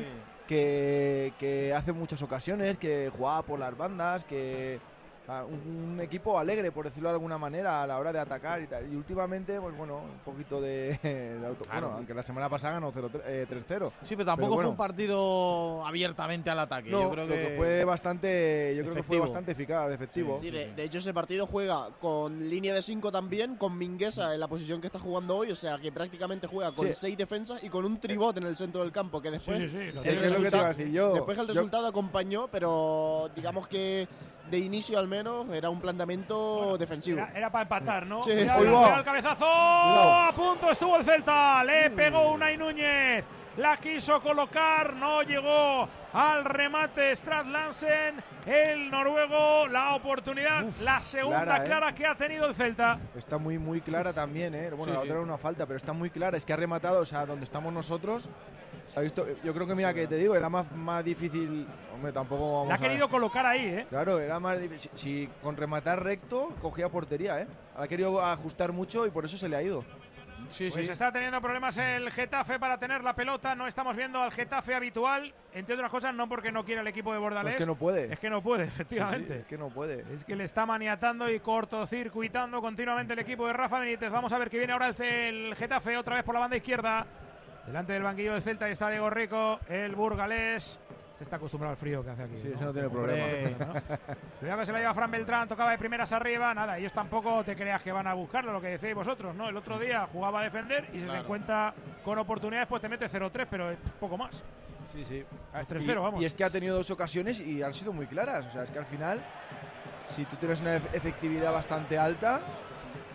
que, que hace muchas ocasiones, que juega por las bandas, que ah, un, un equipo alegre, por decirlo de alguna manera, a la hora de atacar y tal. Y últimamente, pues bueno, un poquito de, de auto. Claro. Bueno, aunque la semana pasada ganó cero tre- eh, tres cero. Sí, pero tampoco bueno. fue un partido abiertamente al ataque. No, yo creo lo que, que fue bastante, yo creo que fue efectivo. bastante eficaz, efectivo. Sí, de, de hecho ese partido juega con línea de cinco también, con Mingueza en la posición que está jugando hoy, o sea que prácticamente juega con Sí. seis defensas y con un tribot en el centro del campo, que después, Sí, sí, sí, lo Sí, el, que es lo que te iba a resultado, decir yo. después el Yo- resultado acompañó, pero digamos que de inicio al menos era un planteamiento defensivo. Era, era para empatar, ¿no? Sí, Cuidado, sí. cuidado, Ahí va. el cabezazo. Cuidado. A punto estuvo el Celta. Le pegó Unai Núñez. La quiso colocar, no llegó al remate Stradlansen, el noruego. La oportunidad, la segunda clara, clara, ¿eh? que ha tenido el Celta. Está muy, muy clara también, ¿eh? Bueno, Sí, la sí. otra era una falta, pero está muy clara. Es que ha rematado, o sea, donde estamos nosotros. Se ha visto, yo creo que, mira, que te digo, era más, más difícil. Hombre, tampoco vamos La ha a- querido colocar ahí, ¿eh? Claro, era más difícil. Si, si con rematar recto cogía portería, ¿eh? Ha querido ajustar mucho y por eso se le ha ido. Sí, Pues sí. está teniendo problemas el Getafe para tener la pelota. No estamos viendo al Getafe habitual. Entre otras cosas, no porque no quiera el equipo de Bordalés. Es que no puede. Es que no puede, Sí, sí, efectivamente. es que no puede. Es que le está maniatando y cortocircuitando continuamente el equipo de Rafa Benítez. Vamos a ver que viene ahora el, Ce- el Getafe otra vez por la banda izquierda. Delante del banquillo del Celta está Diego Rico, el burgalés. Este está acostumbrado al frío que hace aquí. Sí, ¿no? ese no tiene Hombre, problema. ¿no? Cuidado que se la lleva Fran Beltrán, tocaba de primeras arriba. Nada, ellos tampoco te creas que van a buscarlo, lo que decís vosotros, ¿no? El otro día jugaba a defender y si Claro. se encuentra con oportunidades, pues te mete cero tres, pero es poco más. Sí, sí. tres Y- cero, vamos. Y es que ha tenido dos ocasiones y han sido muy claras. O sea, es que al final, si tú tienes una ef- efectividad bastante alta,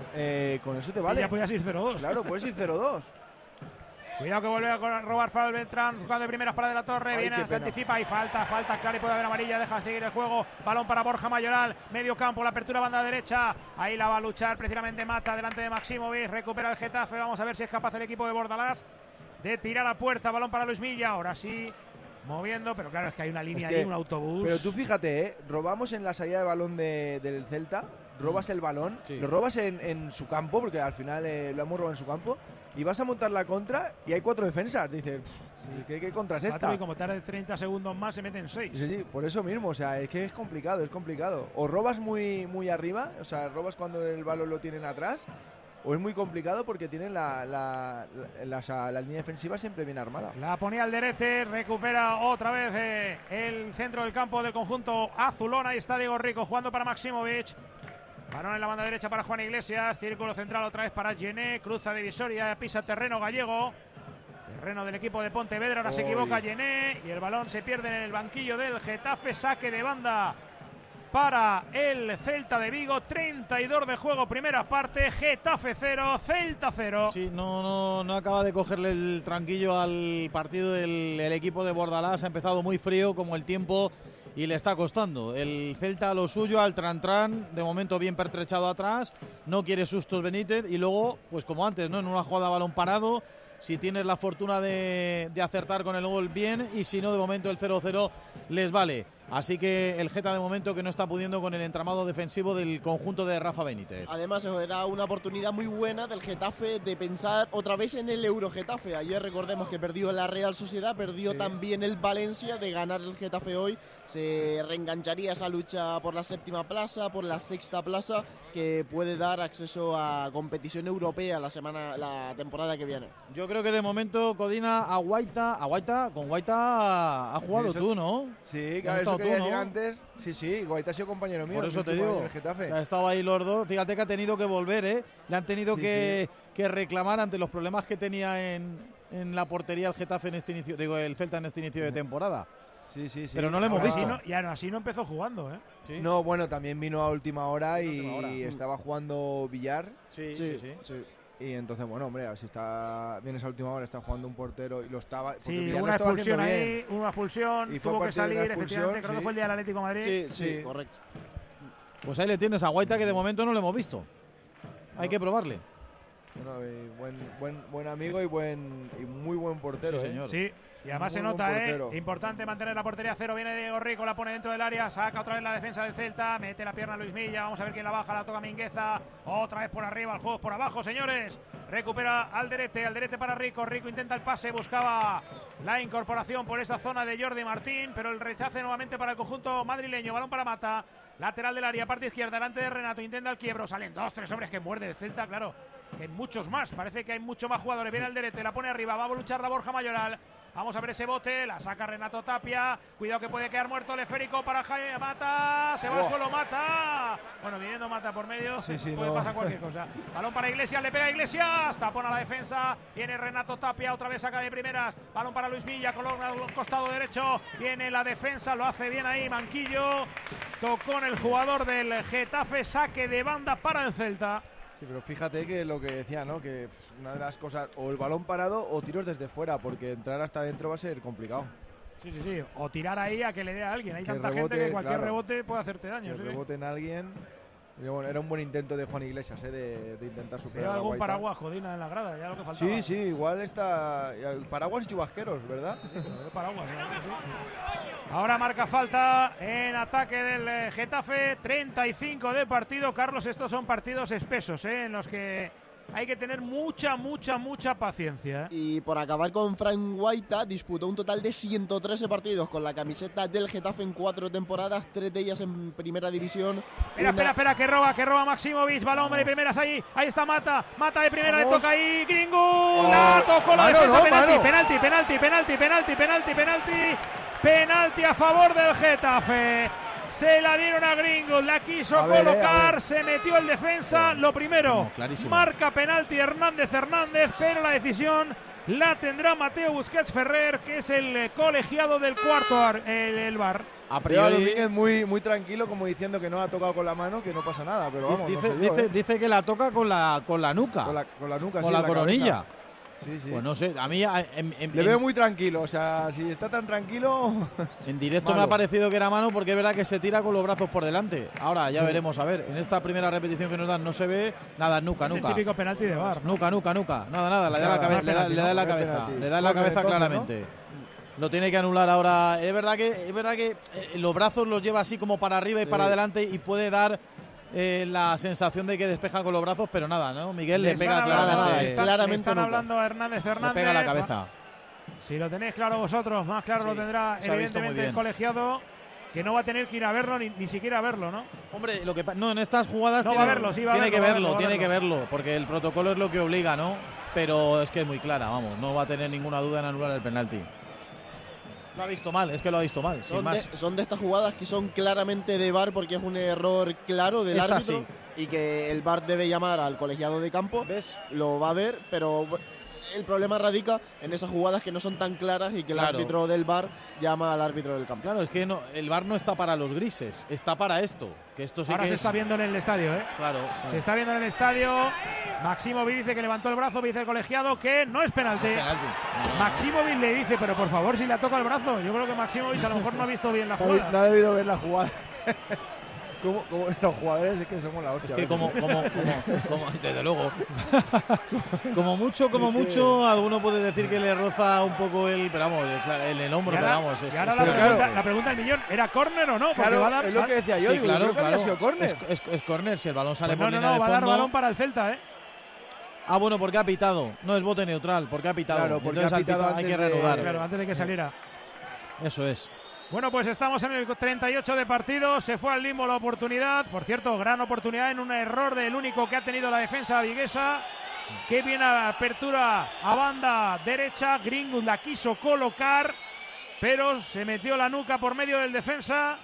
eh, con eso te vale. Y ya podías ir cero dos. Claro, puedes ir cero dos. Cuidado que vuelve a robar Fal Beltrán, jugando de primeras para De la Torre, Ay, viene, se anticipa y falta, falta clara y puede haber amarilla, deja seguir el juego, balón para Borja Mayoral, medio campo, la apertura banda derecha, ahí la va a luchar precisamente Mata, delante de Maximovic, recupera el Getafe, vamos a ver si es capaz el equipo de Bordalás de tirar a puerta, balón para Luis Milla, ahora sí, moviendo, pero claro, es que hay una línea Es que, ahí, un autobús. Pero tú fíjate, ¿eh? robamos en la salida de balón de, del Celta, robas el balón, sí. lo robas en, en su campo, porque al final eh, lo hemos robado en su campo, y vas a montar la contra y hay cuatro defensas. Dices, sí, ¿qué, qué contra es esta? Y como tarde treinta segundos más, se meten seis. Sí, sí, por eso mismo, o sea, es que es complicado, es complicado. O robas muy, muy arriba, o sea, robas cuando el balón lo tienen atrás, o es muy complicado porque tienen la, la, la, la, la línea defensiva siempre bien armada. La ponía Alderete, recupera otra vez eh, el centro del campo del conjunto azulón. Ahí está Diego Rico jugando para Maximovic. Balón en la banda derecha para Juan Iglesias. Círculo central otra vez para Gené. Cruza divisoria, pisa terreno gallego. Terreno del equipo de Pontevedra. Ahora Oy. se equivoca Gené y el balón se pierde en el banquillo del Getafe. Saque de banda para el Celta de Vigo, treinta y dos de juego, primera parte, Getafe cero, Celta cero. Sí, no, no, no acaba de cogerle el tranquillo al partido el, el equipo de Bordalás, ha empezado muy frío como el tiempo y le está costando. El Celta a lo suyo, al tran-tran, de momento bien pertrechado atrás, no quiere sustos Benítez y luego, pues como antes, ¿no? En una jugada a balón parado, si tienes la fortuna de, de acertar con el gol bien y si no, de momento el cero cero les vale. Así que el Geta de momento que no está pudiendo con el entramado defensivo del conjunto de Rafa Benítez. Además era una oportunidad muy buena del Getafe de pensar otra vez en el Euro Getafe. Ayer recordemos que perdió la Real Sociedad, perdió sí. también el Valencia. De ganar el Getafe hoy se reengancharía esa lucha por la séptima plaza, por la sexta plaza, que puede dar acceso a competición europea la semana, la temporada que viene. Yo creo que de momento Codina a Guaita, a Guaita, con Guaita ha jugado eso, tú, ¿no? Sí, claro, eso quería decir antes. Sí, sí, Guaita ha sido compañero mío. Por eso te digo, ha estado ahí los dos. Fíjate que ha tenido que volver, ¿eh? Le han tenido sí, que, sí. que reclamar ante los problemas que tenía en, en la portería el Getafe en este inicio, digo, el Celta en este inicio de temporada. Sí, sí, sí. Pero no lo hemos visto. Así no, ya no, así no empezó jugando, ¿eh? ¿Sí? No, bueno, también vino a última hora y última hora. estaba jugando billar. Sí, sí, sí. sí. sí. Y entonces, bueno, hombre, a ver si está bien esa última hora, está jugando un portero y lo estaba. Sí, una expulsión ahí, una expulsión, y tuvo que salir, efectivamente, creo sí. que fue el día del Atlético de Madrid. Sí, sí, sí, correcto. Pues ahí le tienes a Guaita, que de momento no lo hemos visto. Hay no. que probarle. Bueno, y buen, buen, buen amigo y buen y muy buen portero. Sí, señor. ¿eh? Sí. Y además muy se nota, ¿eh? Importante mantener la portería cero. Viene Diego Rico, la pone dentro del área. Saca otra vez la defensa del Celta. Mete la pierna Luis Milla. Vamos a ver quién la baja. La toca Mingueza. Otra vez por arriba. El juego por abajo, señores. Recupera Alderete. Alderete para Rico. Rico intenta el pase. Buscaba la incorporación por esa zona de Jordi Martín. Pero el rechace nuevamente para el conjunto madrileño. Balón para Mata. Lateral del área. Parte izquierda. Delante de Renato. Intenta el quiebro. Salen dos, tres hombres que muerde el Celta, claro. Que muchos más. Parece que hay muchos más jugadores. Viene Alderete. La pone arriba. Va a luchar la Borja Mayoral. Vamos a ver ese bote, la saca Renato Tapia. Cuidado que puede quedar muerto el esférico para Jaime Mata. Se va al suelo Mata. Bueno, viniendo Mata por medio, sí, sí, puede no. pasar cualquier cosa. Balón para Iglesias, le pega Iglesias. Tapón a la defensa. Viene Renato Tapia, otra vez saca de primeras. Balón para Luis Milla, con el costado derecho. Viene la defensa, lo hace bien ahí Manquillo. Tocó en el jugador del Getafe, saque de banda para el Celta. Sí, pero fíjate que lo que decía, ¿no? Que una de las cosas, o el balón parado o tiros desde fuera, porque entrar hasta adentro va a ser complicado. Sí, sí, sí. O tirar ahí a que le dé a alguien. Hay que tanta rebote, gente que cualquier claro, rebote puede hacerte daño. Que sí. rebote en alguien. Y bueno, era un buen intento de Juan Iglesias, ¿eh? de, de intentar superar. Veo a algún paraguas, Jodina, en la grada, ya lo que faltaba. Sí, sí, igual está. El paraguas y chubasqueros, ¿verdad? Sí, paraguas, sí. Ahora marca falta en ataque del Getafe, treinta y cinco de partido. Carlos, estos son partidos espesos, ¿eh? En los que hay que tener mucha, mucha, mucha paciencia. Y por acabar con Frank Guaita, disputó un total de ciento trece partidos con la camiseta del Getafe en cuatro temporadas, tres de ellas en primera división. Espera, una... espera, espera, que roba, que roba Maximovic, balón de primeras ahí, ahí está Mata, Mata de primera, Vamos. le toca ahí, Gringo, oh. la tocó la mano, defensa, no, penalti, penalti, penalti, penalti, penalti, penalti, penalti, penalti a favor del Getafe. Se la dieron a Gringos, la quiso a ver, colocar, eh, se metió el defensa. Lo primero, no, marca penalti Hernández Hernández, pero la decisión la tendrá Mateo Busquets Ferrer, que es el colegiado del cuarto el, el V A R. A priori Domínguez muy, muy tranquilo, como diciendo que no ha tocado con la mano, que no pasa nada, pero vamos, dice, no sé yo, dice, ¿eh? dice que la toca con la, con la nuca. Con la, con la nuca, con sí, la la coronilla. cabeza. Sí, sí. Pues no sé, a mí en, en, le en, veo muy tranquilo, o sea, si está tan tranquilo. En directo malo. me ha parecido que era mano, porque es verdad que se tira con los brazos por delante. Ahora ya Sí. veremos, a ver, en esta primera repetición que nos dan no se ve nada, nuca, Es nuca. el típico penalti de V A R. Nuca, nuca, nuca. Nada, nada, le da Nada, la cabeza, no le da, penalti, le da en la no, no es cabeza, penalti. le da en la Córner, cabeza entonces, claramente. Lo tiene que anular ahora. Es verdad que es verdad que eh, los brazos los lleva así como para arriba y Sí. para adelante y puede dar eh, la sensación de que despeja con los brazos, pero nada, ¿no? Miguel le, Le pega están hablando- claramente. le están- claramente le están nuca. hablando a Hernández Le Hernández. pega la cabeza. Si lo tenéis claro vosotros, más claro Sí, lo tendrá se ha visto muy evidentemente el bien. colegiado, que no va a tener que ir a verlo, ni, ni siquiera a verlo, ¿no? Hombre, lo que pa- no, en estas jugadas No, tiene, va a verlo, sí, va a tiene verlo, que va a verlo, verlo, va a tiene que verlo. verlo, porque el protocolo es lo que obliga, ¿no? Pero es que es muy clara, vamos, no va a tener ninguna duda en anular el penalti. Lo ha visto mal, es que lo ha visto mal, sin Son más. de, son de estas jugadas que son claramente de V A R porque es un error claro del Esta árbitro y que el V A R debe llamar al colegiado de campo. ¿Ves? Lo va a ver, pero el problema radica en esas jugadas que no son tan claras y que el Claro. árbitro del V A R llama al árbitro del campo. Claro, es que no, el V A R no está para los grises, está para esto, que esto sí Ahora que se es. está viendo en el estadio, ¿eh? Claro. Se está viendo en el estadio. Maximovic dice que levantó el brazo, dice el colegiado que no es penalti. Penalti. Maximovic le dice, pero por favor, si le toca el brazo. Yo creo que Maximovic a lo mejor no ha visto bien la No ha, jugada. no ha debido ver la jugada. como, como los jugadores es que somos la hostia. Es que ¿ves? como, como, como, como- desde luego, como mucho, como mucho, alguno puede decir que le roza un poco el, pero vamos, claro, en el hombro, Y pero ahora, vamos, es, y ahora es la, que- pregunta, claro. la pregunta del millón, ¿era córner o no? Porque Claro, va a dar, es lo va- que decía yo, Sí, digo, claro, creo que había claro. sido córner. Es, es, es córner, si el balón sale Pues por no, no, línea no, de va a dar fondo. balón para el Celta, ¿eh? Ah, bueno, porque ha pitado. No es bote neutral, porque ha pitado. Claro, porque Entonces ha al pitado pitar hay que antes de- reanudar. Claro, antes de que saliera. Eso es. Bueno, pues estamos en el treinta y ocho de partido. Se fue al limbo la oportunidad. Por cierto, gran oportunidad en un error del único que ha tenido la defensa viguesa. Qué bien apertura a banda derecha. Greenwood la quiso colocar, pero se metió la nuca por medio del defensa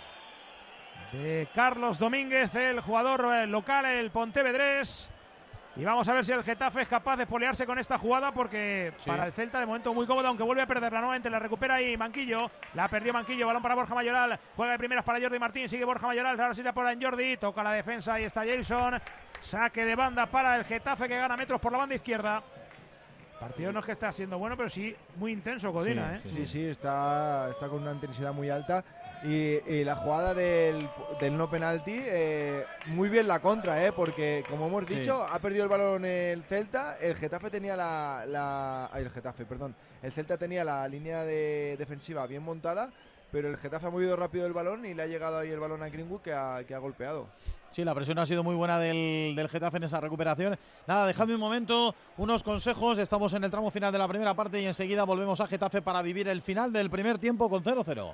de Carlos Domínguez, el jugador eh, local, el pontevedrés. Y vamos a ver si el Getafe es capaz de espolearse con esta jugada, porque Sí. para el Celta de momento muy cómodo, aunque vuelve a perderla nuevamente. La recupera ahí Manquillo, la perdió Manquillo, balón para Borja Mayoral, juega de primeras para Jordi Martín, sigue Borja Mayoral, ahora sí la por en Jordi, toca la defensa, ahí está Jason, saque de banda para el Getafe que gana metros por la banda izquierda. Partido no es que está siendo bueno, pero sí muy intenso, Codina, ¿eh? Sí, sí, está, está con una intensidad muy alta. Y, y la jugada del, del no penalti, eh, muy bien la contra, ¿eh? Porque, como hemos Sí. dicho, ha perdido el balón el Celta. El Getafe tenía la. la ay, el Getafe, perdón. El Celta tenía la línea de defensiva bien montada, pero el Getafe ha movido rápido el balón y le ha llegado ahí el balón a Greenwood que ha, que ha golpeado. Sí, la presión ha sido muy buena del, del Getafe en esa recuperación. Nada, dejadme un momento, unos consejos. Estamos en el tramo final de la primera parte y enseguida volvemos a Getafe para vivir el final del primer tiempo con cero cero.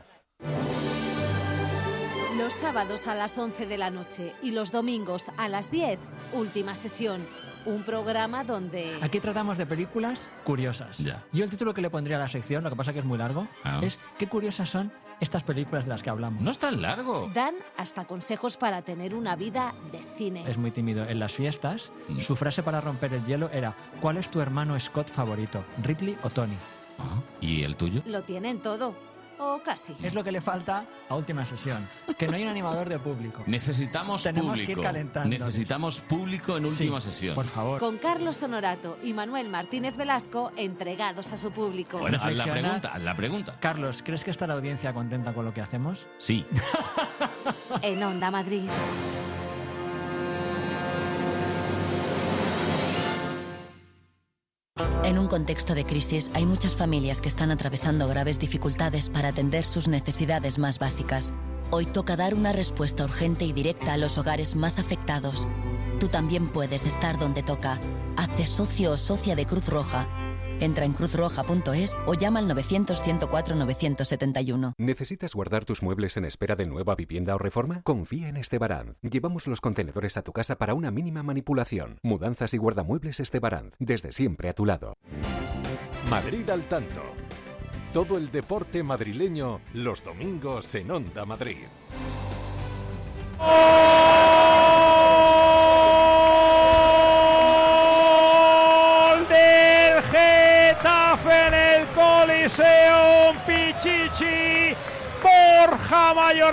Los sábados a las once de la noche y los domingos a las diez, última sesión. Un programa donde... Aquí tratamos de películas curiosas. Ya. Yo el título que le pondría a la sección, lo que pasa que es muy largo, Ah. es ¿qué curiosas son estas películas de las que hablamos? No es tan largo. Dan hasta consejos para tener una vida de cine. Es muy tímido. En las fiestas, su frase para romper el hielo era ¿cuál es tu hermano Scott favorito? ¿Ridley o Tony? Ah, ¿y el tuyo? Lo tienen todo. O casi. Es lo que le falta a última sesión. Que no hay un animador de público. Necesitamos Tenemos público. que ir calentando. Necesitamos público en última Sí, sesión. por favor. Con Carlos Honorato y Manuel Martínez Velasco entregados a su público. Bueno, haz la Reflexionar. pregunta, haz la pregunta. Carlos, ¿crees que está la audiencia contenta con lo que hacemos? Sí. En Onda Madrid. En un contexto de crisis hay muchas familias que están atravesando graves dificultades para atender sus necesidades más básicas. Hoy toca dar una respuesta urgente y directa a los hogares más afectados. Tú también puedes estar donde toca. Hazte socio o socia de Cruz Roja. Entra en cruz roja punto es o llama al novecientos, ciento cuatro, novecientos setenta y uno. ¿Necesitas guardar tus muebles en espera de nueva vivienda o reforma? Confía en Estebaranz. Llevamos los contenedores a tu casa para una mínima manipulación. Mudanzas y guardamuebles Estebaranz. Desde siempre a tu lado. Madrid al tanto. Todo el deporte madrileño los domingos en Onda Madrid. Gol del Getafe. Pichichi, Borja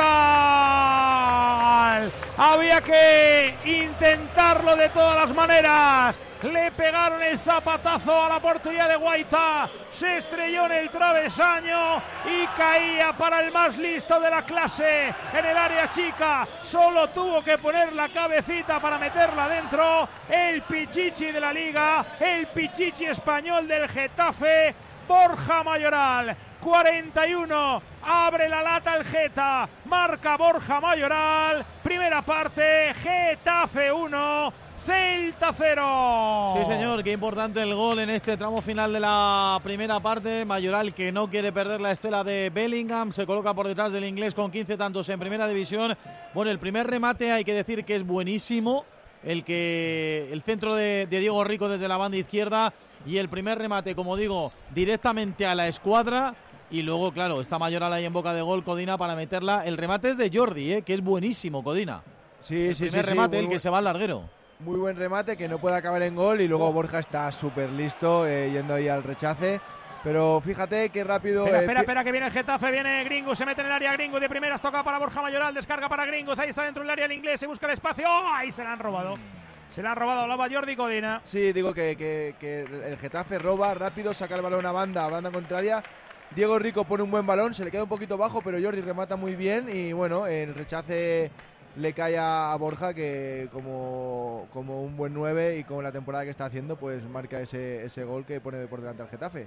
Mayoral. Había que intentarlo de todas las maneras. Le pegaron el zapatazo a la portería de Guaita, se estrelló en el travesaño y caía para el más listo de la clase en el área chica. Solo tuvo que poner la cabecita para meterla dentro. El Pichichi de la Liga, el Pichichi español del Getafe, Borja Mayoral. cuarenta y uno, abre la lata el Geta, marca Borja Mayoral. Primera parte, Getafe uno, Celta cero. Sí, señor, qué importante el gol en este tramo final de la primera parte. Mayoral, que no quiere perder la estela de Bellingham, se coloca por detrás del inglés con quince tantos en primera división. Bueno, el primer remate hay que decir que es buenísimo, el que el centro de, de Diego Rico desde la banda izquierda, y el primer remate, como digo, directamente a la escuadra. Y luego, claro, está Mayoral ahí en boca de gol, Codina, para meterla. El remate es de Jordi, ¿eh? Que es buenísimo, Codina. Sí, el sí, primer sí, remate, sí, el que se va al larguero. Muy buen remate, que no puede acabar en gol, y luego Borja está súper listo, eh, yendo ahí al rechace. Pero fíjate qué rápido... Espera, eh, espera, espera, que viene el Getafe, viene Gringus, se mete en el área Gringus de primeras, toca para Borja Mayoral, descarga para Gringus, ahí está dentro del área el inglés, se busca el espacio, ¡oh! Ahí se la han robado. Se la han robado, hablaba Jordi Codina. Sí, digo que, que, que el Getafe roba rápido, saca el balón a banda, a banda contraria. Diego Rico pone un buen balón, se le queda un poquito bajo, pero Jordi remata muy bien y bueno, el rechace le cae a Borja, que como, como un buen nueve y con la temporada que está haciendo, pues marca ese, ese gol que pone por delante al Getafe.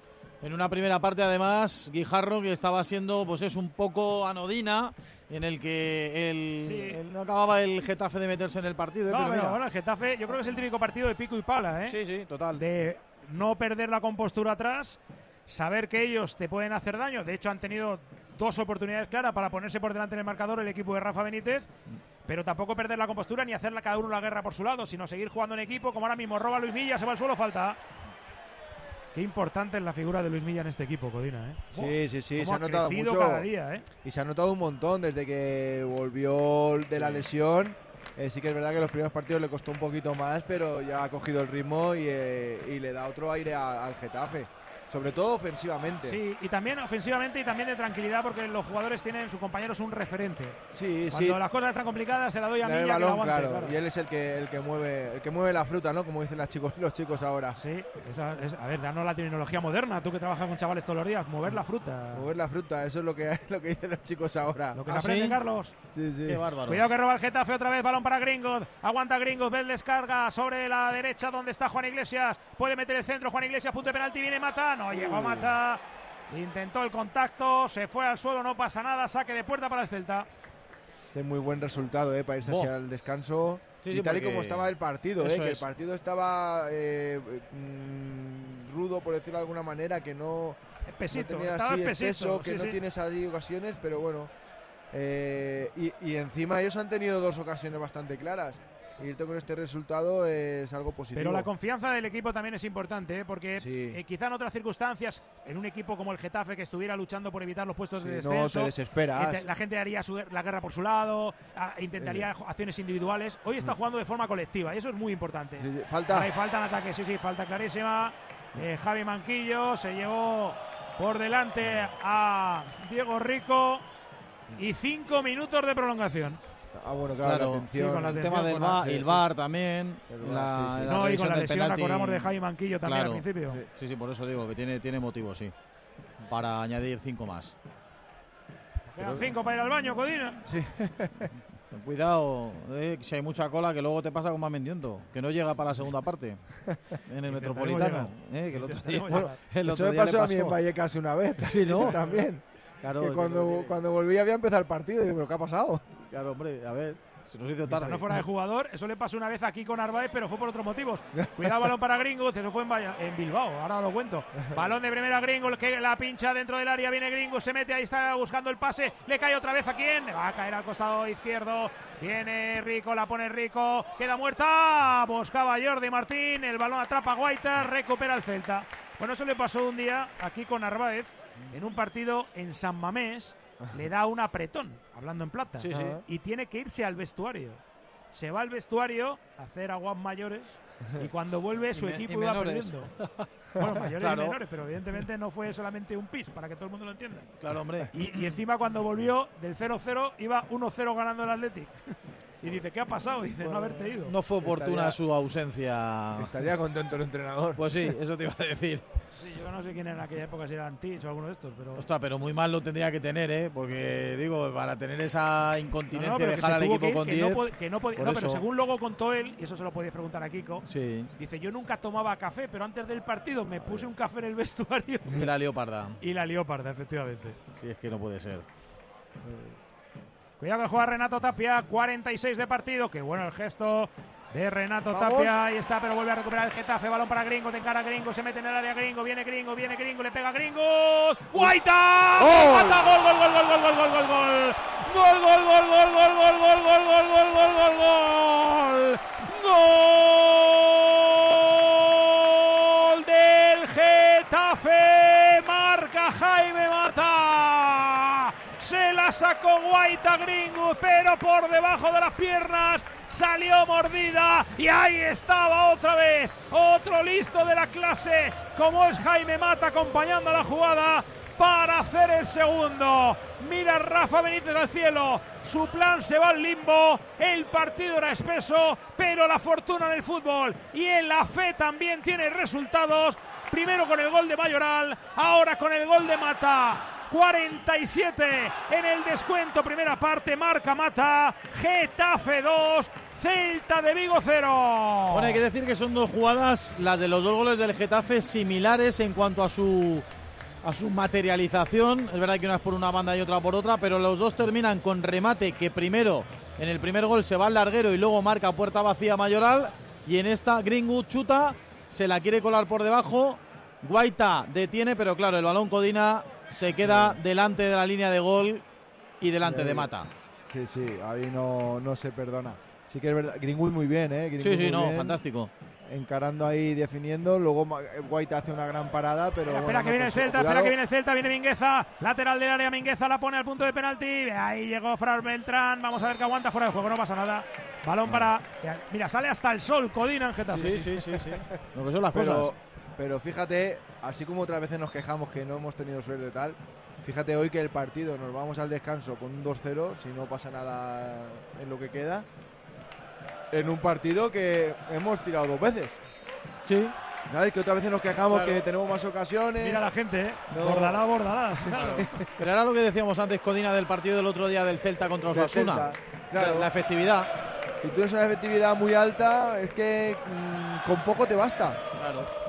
En una primera parte, además, Guijarro, que estaba siendo, pues es un poco anodina, en el que el, Sí. el- no acababa el Getafe de meterse en el partido. ¿eh? No, pero pero mira. bueno, el Getafe yo creo que es el típico partido de pico y pala, ¿eh? Sí, sí, total. De no perder la compostura atrás, saber que ellos te pueden hacer daño. De hecho, han tenido dos oportunidades claras para ponerse por delante en el marcador el equipo de Rafa Benítez, pero tampoco perder la compostura ni hacerla cada uno la guerra por su lado, sino seguir jugando en equipo, como ahora mismo roba Luis Milla, se va al suelo, falta. Qué importante es la figura de Luis Milla en este equipo, Codina, ¿eh? Sí, sí, sí, Cómo se ha notado crecido mucho. cada día, ¿eh? Y se ha notado un montón desde que volvió de la lesión. Eh, sí que es verdad que los primeros partidos le costó un poquito más, pero ya ha cogido el ritmo y, eh, y le da otro aire a- al Getafe. Sobre todo ofensivamente. Sí, y también ofensivamente y también de tranquilidad, porque los jugadores tienen sus compañeros un referente. Sí, Cuando sí. las cosas están complicadas se la doy a Le da el Milla que la balón, aguante. claro, claro. y él es el que el que mueve el que mueve la fruta, ¿no? Como dicen las chicos, los chicos ahora. Sí, esa es- a ver, danos la terminología moderna, tú que trabajas con chavales todos los días, mover la fruta. Mover la fruta, eso es lo que lo que dicen los chicos ahora. Lo que se aprende, Carlos. Sí, sí. Qué bárbaro. Cuidado que roba el Getafe otra vez, balón para Gringos, aguanta Gringos, ve el descarga sobre la derecha donde está Juan Iglesias, puede meter el centro, Juan Iglesias, punto de penalti, viene Mata, no llegó a Mata, intentó el contacto, se fue al suelo, no pasa nada, saque de puerta para el Celta. Este muy buen resultado, ¿eh? Para irse Bo. hacia el descanso. Sí, y sí, tal y porque como estaba el partido, ¿eh? eso Que el es. partido estaba eh, mm, rudo, por decirlo de alguna manera, que no, Espesito, no tenía estaba así el espesito, peso, que sí, no sí. tienes ahí ocasiones, pero bueno. Eh, y, y encima ellos han tenido dos ocasiones bastante claras. Irte con este resultado es algo positivo. Pero la confianza del equipo también es importante, ¿eh? Porque Sí. eh, quizá en otras circunstancias, en un equipo como el Getafe que estuviera luchando por evitar los puestos Sí, de no, descenso, te desesperas. que te- la gente haría su- la guerra por su lado, a- intentaría jo- acciones individuales. Hoy está jugando de forma colectiva y eso es muy importante. Sí, sí, falta. Ahora hay falta en ataque, sí, sí, falta clarísima. Eh, Javi Manquillo se llevó por delante a Diego Rico y cinco minutos de prolongación. Ah, bueno, claro, Claro, la atención. sí, con la el atención, tema del con VAR, la- el sí, VAR también, El VAR, la, sí, sí. la No, y revisión con la del lesión penalti. acordamos de Javi Manquillo también Claro. al principio. Sí, sí, por eso digo que tiene, tiene motivo, sí, para añadir cinco más. Quedan cinco para ir al baño, Codina. Sí. Ten cuidado, eh, si hay mucha cola, que luego te pasa con más Mendiento, que no llega para la segunda parte en el Metropolitano. Eh, que el otro día, Bueno, el Eso otro me día le pasó a mí en pasó. Vallecas una vez. Sí, ¿no? También. Claro, que que cuando, lo- cuando volví había empezado el partido. Y digo, ¿pero qué ha pasado? Claro, hombre, a ver, se nos hizo Mientras tarde. no fuera de jugador, eso le pasó una vez aquí con Arbaez, pero fue por otros motivos. Cuidado, balón para Gringos, eso fue en, Valla- en Bilbao, ahora lo cuento. Balón de primera Gringos, que la pincha dentro del área, viene Gringos, se mete, ahí está buscando el pase, le cae otra vez a quién, va a caer al costado izquierdo, viene Rico, la pone Rico, queda muerta, buscaba Jordi Martín, el balón atrapa a Guaita, recupera el Celta. Bueno, eso le pasó un día aquí con Arbaez, en un partido en San Mamés, le da un apretón, hablando en plata, Sí, sí. y tiene que irse al vestuario. Se va al vestuario a hacer aguas mayores y cuando vuelve su Y me- equipo y iba menores. perdiendo. Bueno, mayores Claro. y menores, pero evidentemente no fue solamente un pis, para que todo el mundo lo entienda. Claro, hombre. Y, y encima cuando volvió del cero cero iba uno cero ganando el Athletic. Y dice, ¿qué ha pasado? Y dice, no haberte ido. No fue oportuna Estaría- su ausencia. Estaría contento el entrenador. Pues sí, eso te iba a decir. Sí, yo no sé quién en aquella época, si era Antich o alguno de estos, pero... Ostras, pero muy mal lo tendría que tener, ¿eh? Porque, digo, para tener esa incontinencia No, no, pero de que dejar se al tuvo equipo que ir, con que diez. no pod- que no pod- por no, pero eso. según luego contó él, y eso se lo podéis preguntar a Kiko, Sí. dice, yo nunca tomaba café, pero antes del partido me puse un café en el vestuario. Y la leoparda. Y la leoparda, efectivamente. Sí, es que no puede ser. Cuidado que juega Renato Tapia, cuarenta y seis de partido. Qué bueno el gesto de Renato Vamos. Tapia. Ahí está, pero vuelve a recuperar el Getafe. Balón para Gringo, te encara Gringo, se mete en el área Gringo. Viene Gringo, viene Gringo, le pega Gringo. ¡Guaita! ¡Gol! ¡Mata! ¡Gol, gol, gol, gol, gol, gol, gol, gol, gol! ¡Gol, gol, gol, gol, gol, gol, gol, gol, gol, gol, gol, gol, gol! ¡Gol del Getafe! Marca Jaime Mata. Se la sacó Guaita Gringo, pero por debajo de las piernas salió mordida y ahí estaba otra vez, otro listo de la clase, como es Jaime Mata acompañando la jugada para hacer el segundo. Mira Rafa Benítez al cielo, su plan se va al limbo, el partido era espeso, pero la fortuna en el fútbol y en la fe también tiene resultados, primero con el gol de Mayoral, ahora con el gol de Mata. cuarenta y siete en el descuento, primera parte, marca Mata, Getafe dos, Celta de Vigo cero. Bueno, hay que decir que son dos jugadas, las de los dos goles del Getafe, similares en cuanto a su a su materialización. Es verdad que una es por una banda y otra por otra, pero los dos terminan con remate que primero, en el primer gol se va al larguero y luego marca puerta vacía Mayoral, y en esta Greenwood chuta, se la quiere colar por debajo, Guaita detiene, pero claro, el balón Codina se queda delante de la línea de gol y delante Sí. de Mata. Sí, sí, ahí no, no se perdona. Sí que es verdad, Greenwood muy bien, ¿eh? Greenwood Sí, sí, muy no, bien, fantástico. encarando ahí, definiendo, luego Ma- White hace una gran parada, pero... Espera, bueno, que no viene el consigue. Celta, Cuidado. espera que viene el Celta, viene Mingueza, lateral del área, Mingueza la pone al punto de penalti, ahí llegó Fran Beltrán, vamos a ver que aguanta fuera de juego, no pasa nada, balón para... Mira, sale hasta el sol, Codina en Getafe. Sí, sí, sí, sí. Lo que son las pero, cosas. Pero fíjate, así como otras veces nos quejamos que no hemos tenido suerte y tal, fíjate hoy que el partido, nos vamos al descanso con un dos cero, si no pasa nada en lo que queda, en un partido que hemos tirado dos veces. Sí. ¿Sabes? Que otras veces nos quejamos Claro. que tenemos más ocasiones. Mira la gente, ¿eh? No. Bordalá, bordalá. Claro. Pero era lo que decíamos antes, Codina, del partido del otro día del Celta contra Del Osasuna. Celta, claro. La efectividad. Si tú tienes una efectividad muy alta, es que mmm, con poco te basta. Claro.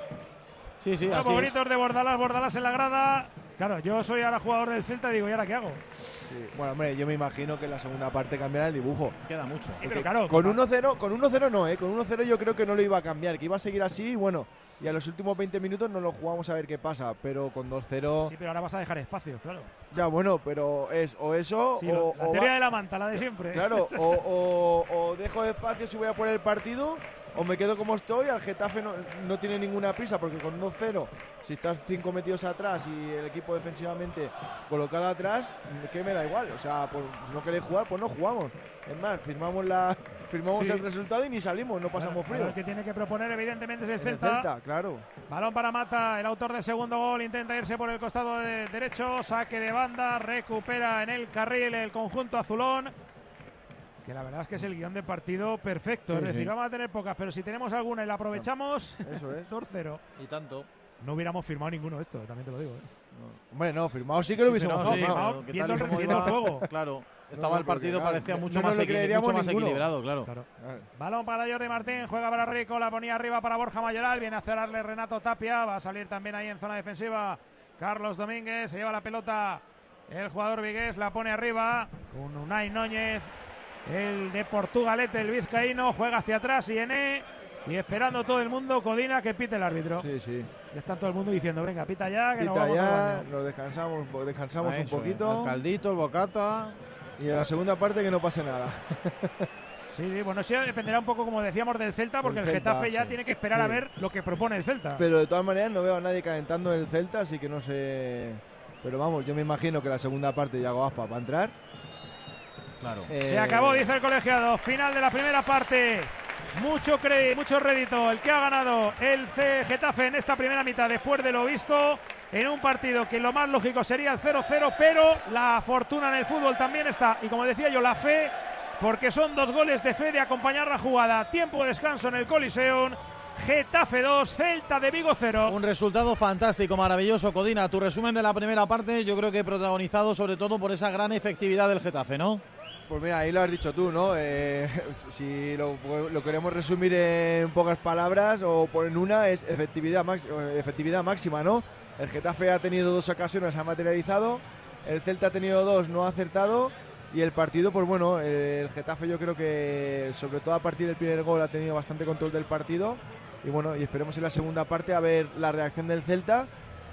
Sí, sí, Bueno, así es. favoritos de Bordalás, Bordalás en la grada. Claro, yo soy ahora jugador del Celta y digo, ¿y ahora qué hago? Sí. Bueno, hombre, yo me imagino que en la segunda parte cambiará el dibujo. Queda mucho. Sí, pero claro. Con uno cero, con uno cero no, ¿eh? Con uno cero yo creo que no lo iba a cambiar, que iba a seguir así y bueno, y a los últimos veinte minutos no lo jugamos a ver qué pasa, pero con dos cero... Sí, pero ahora vas a dejar espacio, claro. Ya, bueno, pero es o eso Sí, o... la o teoría va- de la manta, la de siempre. Claro, o, o- o dejo espacio si voy a por el partido, o me quedo como estoy. Al Getafe no, no tiene ninguna prisa, porque con dos cero, si estás cinco metidos atrás y el equipo defensivamente colocado atrás, que me da igual. O sea, pues, si no queréis jugar, pues no jugamos. Es más, firmamos la firmamos Sí. el resultado y ni salimos, no pasamos Claro, frío. el que tiene que proponer, evidentemente, es el En el Celta. Celta, claro. Balón para Mata, el autor del segundo gol, intenta irse por el costado de derecho, saque de banda, recupera en el carril el conjunto azulón, que la verdad es que es el guión de partido perfecto, Sí, es decir, sí. vamos a tener pocas, pero si tenemos alguna y la aprovechamos, Eso es. dos cero. Y tanto. No hubiéramos firmado ninguno de estos, también te lo digo. ¿eh? Hombre, no, firmado sí que lo hubiésemos pero no, firmado. sí, firmado, pero que viendo tal y el- como viendo el iba- juego. Claro, No, estaba no, el partido, porque, claro, parecía no- mucho, no más, nos lo equili- creeríamos mucho más ninguno. equilibrado, claro. Claro. Balón para Jordi Martín, juega para Rico, la ponía arriba para Borja Mayoral, viene a cerrarle Renato Tapia, va a salir también ahí en zona defensiva Carlos Domínguez, se lleva la pelota el jugador vigués, la pone arriba con Unai Núñez, el de Portugalete, el vizcaíno, juega hacia atrás y Ené, y esperando todo el mundo, Codina, que pite el árbitro. Sí, sí. Ya está todo el mundo diciendo, venga, pita ya, que nos Pita vamos al ya, baño. nos descansamos, descansamos Ah, un eso, poquito. El caldito, el bocata. Y en la segunda parte que no pase nada. Sí, sí, bueno, eso dependerá un poco, como decíamos, del Celta, porque Del el Celta, Getafe ya sí. tiene que esperar Sí. a ver lo que propone el Celta. Pero de todas maneras no veo a nadie calentando en el Celta, así que no sé. Pero vamos, yo me imagino que la segunda parte Yago Aspas va a entrar. Claro. Eh, Se acabó, dice el colegiado. Final de la primera parte. Mucho crédito, mucho rédito el que ha ganado el C Getafe en esta primera mitad después de lo visto en un partido que lo más lógico sería el cero cero, pero la fortuna en el fútbol también está, y como decía yo, la fe, porque son dos goles de fe de acompañar la jugada. Tiempo de descanso en el Coliseum. Getafe dos, Celta de Vigo cero. Un resultado fantástico, maravilloso. Codina, tu resumen de la primera parte, yo creo que protagonizado sobre todo por esa gran efectividad del Getafe, ¿no? Pues mira, ahí lo has dicho tú, ¿no? Eh, si lo, lo queremos resumir en pocas palabras o en una, es efectividad, efectividad máxima, ¿no? El Getafe ha tenido dos ocasiones, ha materializado. El Celta ha tenido dos, no ha acertado. Y el partido, pues bueno, el Getafe yo creo que sobre todo a partir del primer gol ha tenido bastante control del partido. Y bueno, y esperemos en la segunda parte a ver la reacción del Celta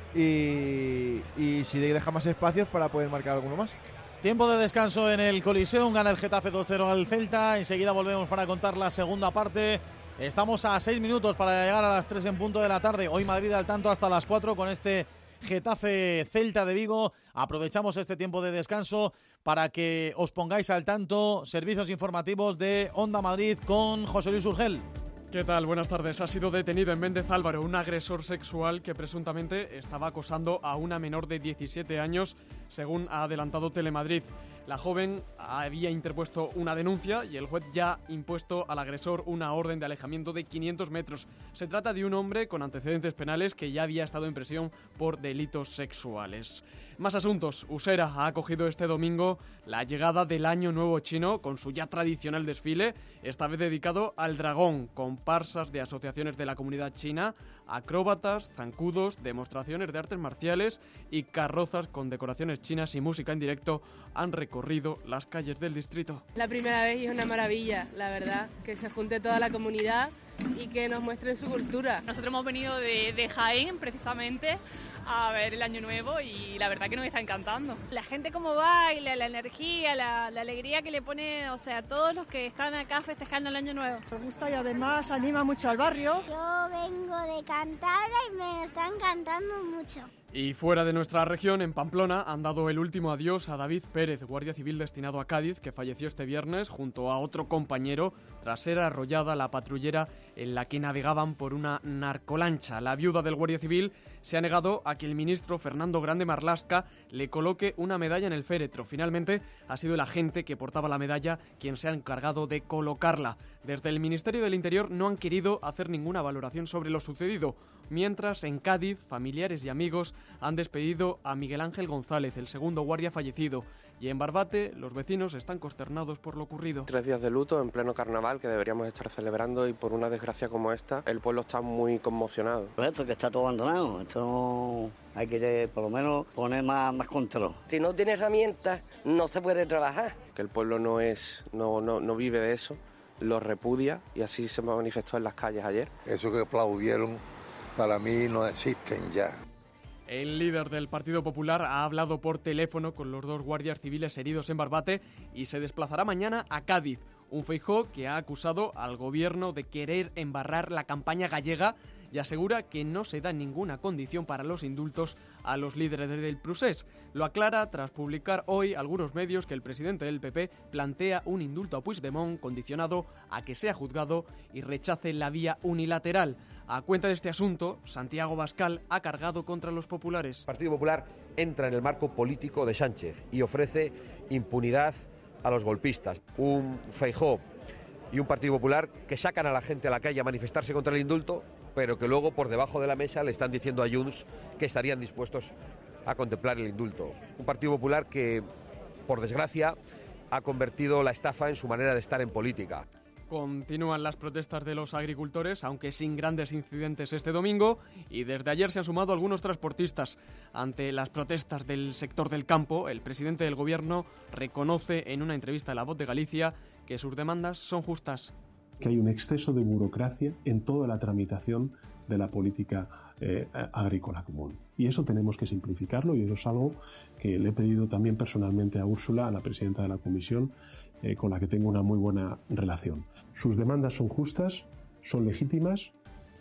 y, y si deja más espacios para poder marcar alguno más. Tiempo de descanso en el Coliseum, gana el Getafe dos cero al Celta. Enseguida volvemos para contar la segunda parte. Estamos a seis minutos para llegar a las tres en punto de la tarde. Hoy Madrid al tanto hasta las cuatro con este Getafe Celta de Vigo. Aprovechamos este tiempo de descanso para que os pongáis al tanto. Servicios informativos de Onda Madrid con José Luis Urgel. ¿Qué tal? Buenas tardes. Ha sido detenido en Méndez Álvaro un agresor sexual que presuntamente estaba acosando a una menor de diecisiete años, según ha adelantado Telemadrid. La joven había interpuesto una denuncia y el juez ya ha impuesto al agresor una orden de alejamiento de quinientos metros. Se trata de un hombre con antecedentes penales que ya había estado en prisión por delitos sexuales. Más asuntos. Usera ha acogido este domingo la llegada del Año Nuevo Chino con su ya tradicional desfile, esta vez dedicado al dragón, comparsas de asociaciones de la comunidad china, acróbatas, zancudos, demostraciones de artes marciales y carrozas con decoraciones chinas y música en directo han recorrido las calles del distrito. La primera vez y es una maravilla, la verdad, que se junte toda la comunidad y que nos muestren su cultura. Nosotros hemos venido de, de Jaén, precisamente, a ver el Año Nuevo y la verdad que nos está encantando. La gente como baila, la energía, la, la alegría que le pone, o sea, todos los que están acá festejando el Año Nuevo. Me gusta y además anima mucho al barrio. Yo vengo de Cantabria y me están cantando mucho. Y fuera de nuestra región, en Pamplona, han dado el último adiós a David Pérez, guardia civil destinado a Cádiz, que falleció este viernes junto a otro compañero tras ser arrollada la patrullera en la que navegaban por una narcolancha. La viuda del guardia civil se ha negado a que el ministro Fernando Grande Marlaska le coloque una medalla en el féretro. Finalmente, ha sido el agente que portaba la medalla quien se ha encargado de colocarla. Desde el Ministerio del Interior no han querido hacer ninguna valoración sobre lo sucedido. Mientras, en Cádiz, familiares y amigos han despedido a Miguel Ángel González, el segundo guardia fallecido. Y en Barbate, los vecinos están consternados por lo ocurrido. Tres días de luto en pleno carnaval que deberíamos estar celebrando y por una desgracia como esta, el pueblo está muy conmocionado. Pues esto que está todo abandonado, esto hay que por lo menos poner más, más control. Si no tiene herramientas, no se puede trabajar. Que el pueblo no, es, no, no, no vive de eso, lo repudia y así se manifestó en las calles ayer. Eso que aplaudieron para mí no existen ya. El líder del Partido Popular ha hablado por teléfono con los dos guardias civiles heridos en Barbate y se desplazará mañana a Cádiz. Un Feijóo que ha acusado al gobierno de querer embarrar la campaña gallega y asegura que no se da ninguna condición para los indultos a los líderes del Prusés. Lo aclara tras publicar hoy algunos medios que el presidente del P P plantea un indulto a Puigdemont condicionado a que sea juzgado y rechace la vía unilateral. A cuenta de este asunto, Santiago Bascal ha cargado contra los populares. El Partido Popular entra en el marco político de Sánchez y ofrece impunidad a los golpistas. Un Feijóo y un Partido Popular que sacan a la gente a la calle a manifestarse contra el indulto, pero que luego por debajo de la mesa le están diciendo a Junts que estarían dispuestos a contemplar el indulto. Un Partido Popular que, por desgracia, ha convertido la estafa en su manera de estar en política. Continúan las protestas de los agricultores, aunque sin grandes incidentes este domingo, y desde ayer se han sumado algunos transportistas. Ante las protestas del sector del campo, el presidente del gobierno reconoce en una entrevista a La Voz de Galicia que sus demandas son justas. Que hay un exceso de burocracia en toda la tramitación de la política eh, agrícola común. Y eso tenemos que simplificarlo y eso es algo que le he pedido también personalmente a Úrsula, a la presidenta de la Comisión, eh, con la que tengo una muy buena relación. Sus demandas son justas, son legítimas.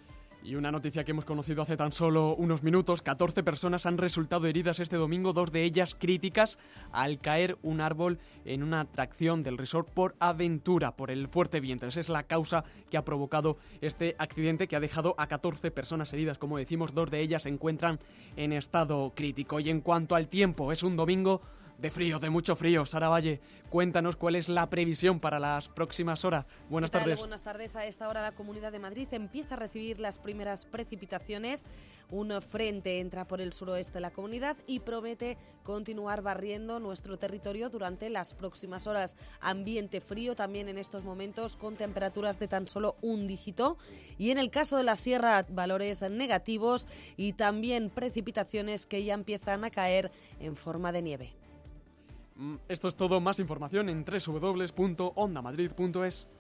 Y una noticia que hemos conocido hace tan solo unos minutos: catorce personas han resultado heridas este domingo, dos de ellas críticas, al caer un árbol en una atracción del resort Port Aventura por el fuerte viento. Esa es la causa que ha provocado este accidente, que ha dejado a catorce personas heridas. Como decimos, dos de ellas se encuentran en estado crítico. Y en cuanto al tiempo, es un domingo de frío, de mucho frío. Sara Valle, cuéntanos cuál es la previsión para las próximas horas. Buenas ¿Qué tal? tardes. Buenas tardes. A esta hora la Comunidad de Madrid empieza a recibir las primeras precipitaciones. Un frente entra por el suroeste de la comunidad y promete continuar barriendo nuestro territorio durante las próximas horas. Ambiente frío también en estos momentos, con temperaturas de tan solo un dígito. Y en el caso de la sierra, valores negativos y también precipitaciones que ya empiezan a caer en forma de nieve. Esto es todo. Más información en doble u doble u doble u punto onda madrid punto es.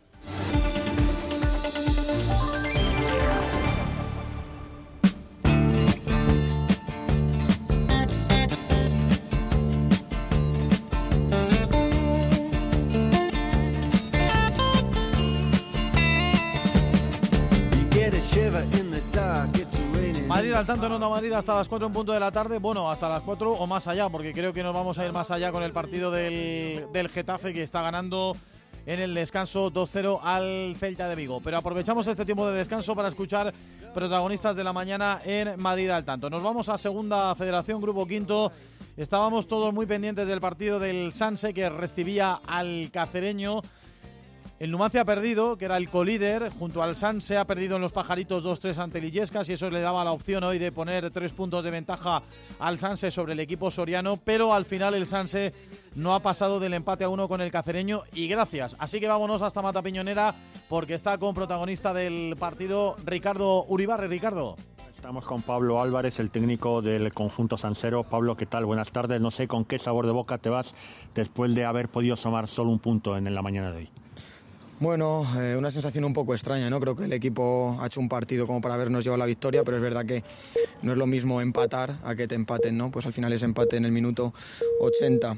Madrid al tanto en Onda Madrid hasta las cuatro en punto de la tarde. Bueno, hasta las cuatro o más allá, porque creo que nos vamos a ir más allá con el partido del, del Getafe, que está ganando en el descanso dos cero al Celta de Vigo. Pero aprovechamos este tiempo de descanso para escuchar protagonistas de la mañana en Madrid al tanto. Nos vamos a Segunda Federación, Grupo Quinto. Estábamos todos muy pendientes del partido del Sanse, que recibía al Cacereño. El Numancia ha perdido, que era el colíder, junto al Sanse ha perdido en los Pajaritos dos tres ante el Illescas, y eso le daba la opción hoy de poner tres puntos de ventaja al Sanse sobre el equipo soriano, pero al final el Sanse no ha pasado del empate a uno con el Cacereño, y gracias. Así que vámonos hasta Mata Piñonera, porque está con protagonista del partido Ricardo Uribarri. Ricardo. Estamos con Pablo Álvarez, el técnico del conjunto sansero. Pablo, ¿qué tal? Buenas tardes. No sé con qué sabor de boca te vas después de haber podido sumar solo un punto en la mañana de hoy. Bueno, eh, una sensación un poco extraña, ¿no? Creo que el equipo ha hecho un partido como para habernos llevado la victoria, pero es verdad que no es lo mismo empatar a que te empaten, ¿no? Pues al final ese empate en el minuto ochenta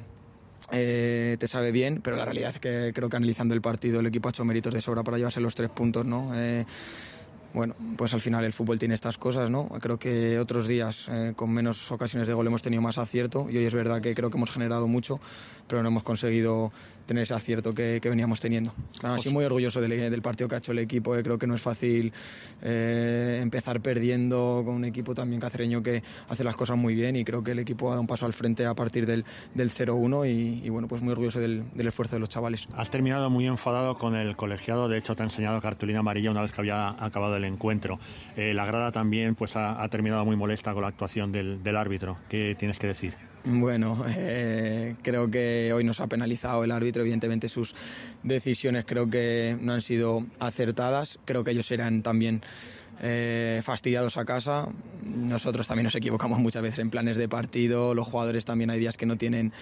eh, te sabe bien, pero la realidad es que creo que analizando el partido el equipo ha hecho méritos de sobra para llevarse los tres puntos, ¿no? Eh, Bueno, pues al final el fútbol tiene estas cosas, ¿no? Creo que otros días eh, con menos ocasiones de gol hemos tenido más acierto, y hoy es verdad que creo que hemos generado mucho, pero no hemos conseguido tener ese acierto que, que veníamos teniendo. Claro, así muy orgulloso del, del partido que ha hecho el equipo. Eh, creo que no es fácil eh, empezar perdiendo con un equipo también cacereño que hace las cosas muy bien, y creo que el equipo ha dado un paso al frente a partir del, del cero uno, y, y bueno, pues muy orgulloso del, del esfuerzo de los chavales. Has terminado muy enfadado con el colegiado, de hecho te ha enseñado cartulina amarilla una vez que había acabado el encuentro. Eh, la grada también pues ha, ha terminado muy molesta con la actuación del, del árbitro. ¿Qué tienes que decir? Bueno, eh, creo que hoy nos ha penalizado el árbitro. Evidentemente sus decisiones creo que no han sido acertadas. Creo que ellos eran también eh, fastidiados a casa. Nosotros también nos equivocamos muchas veces en planes de partido. Los jugadores también hay días que no tienen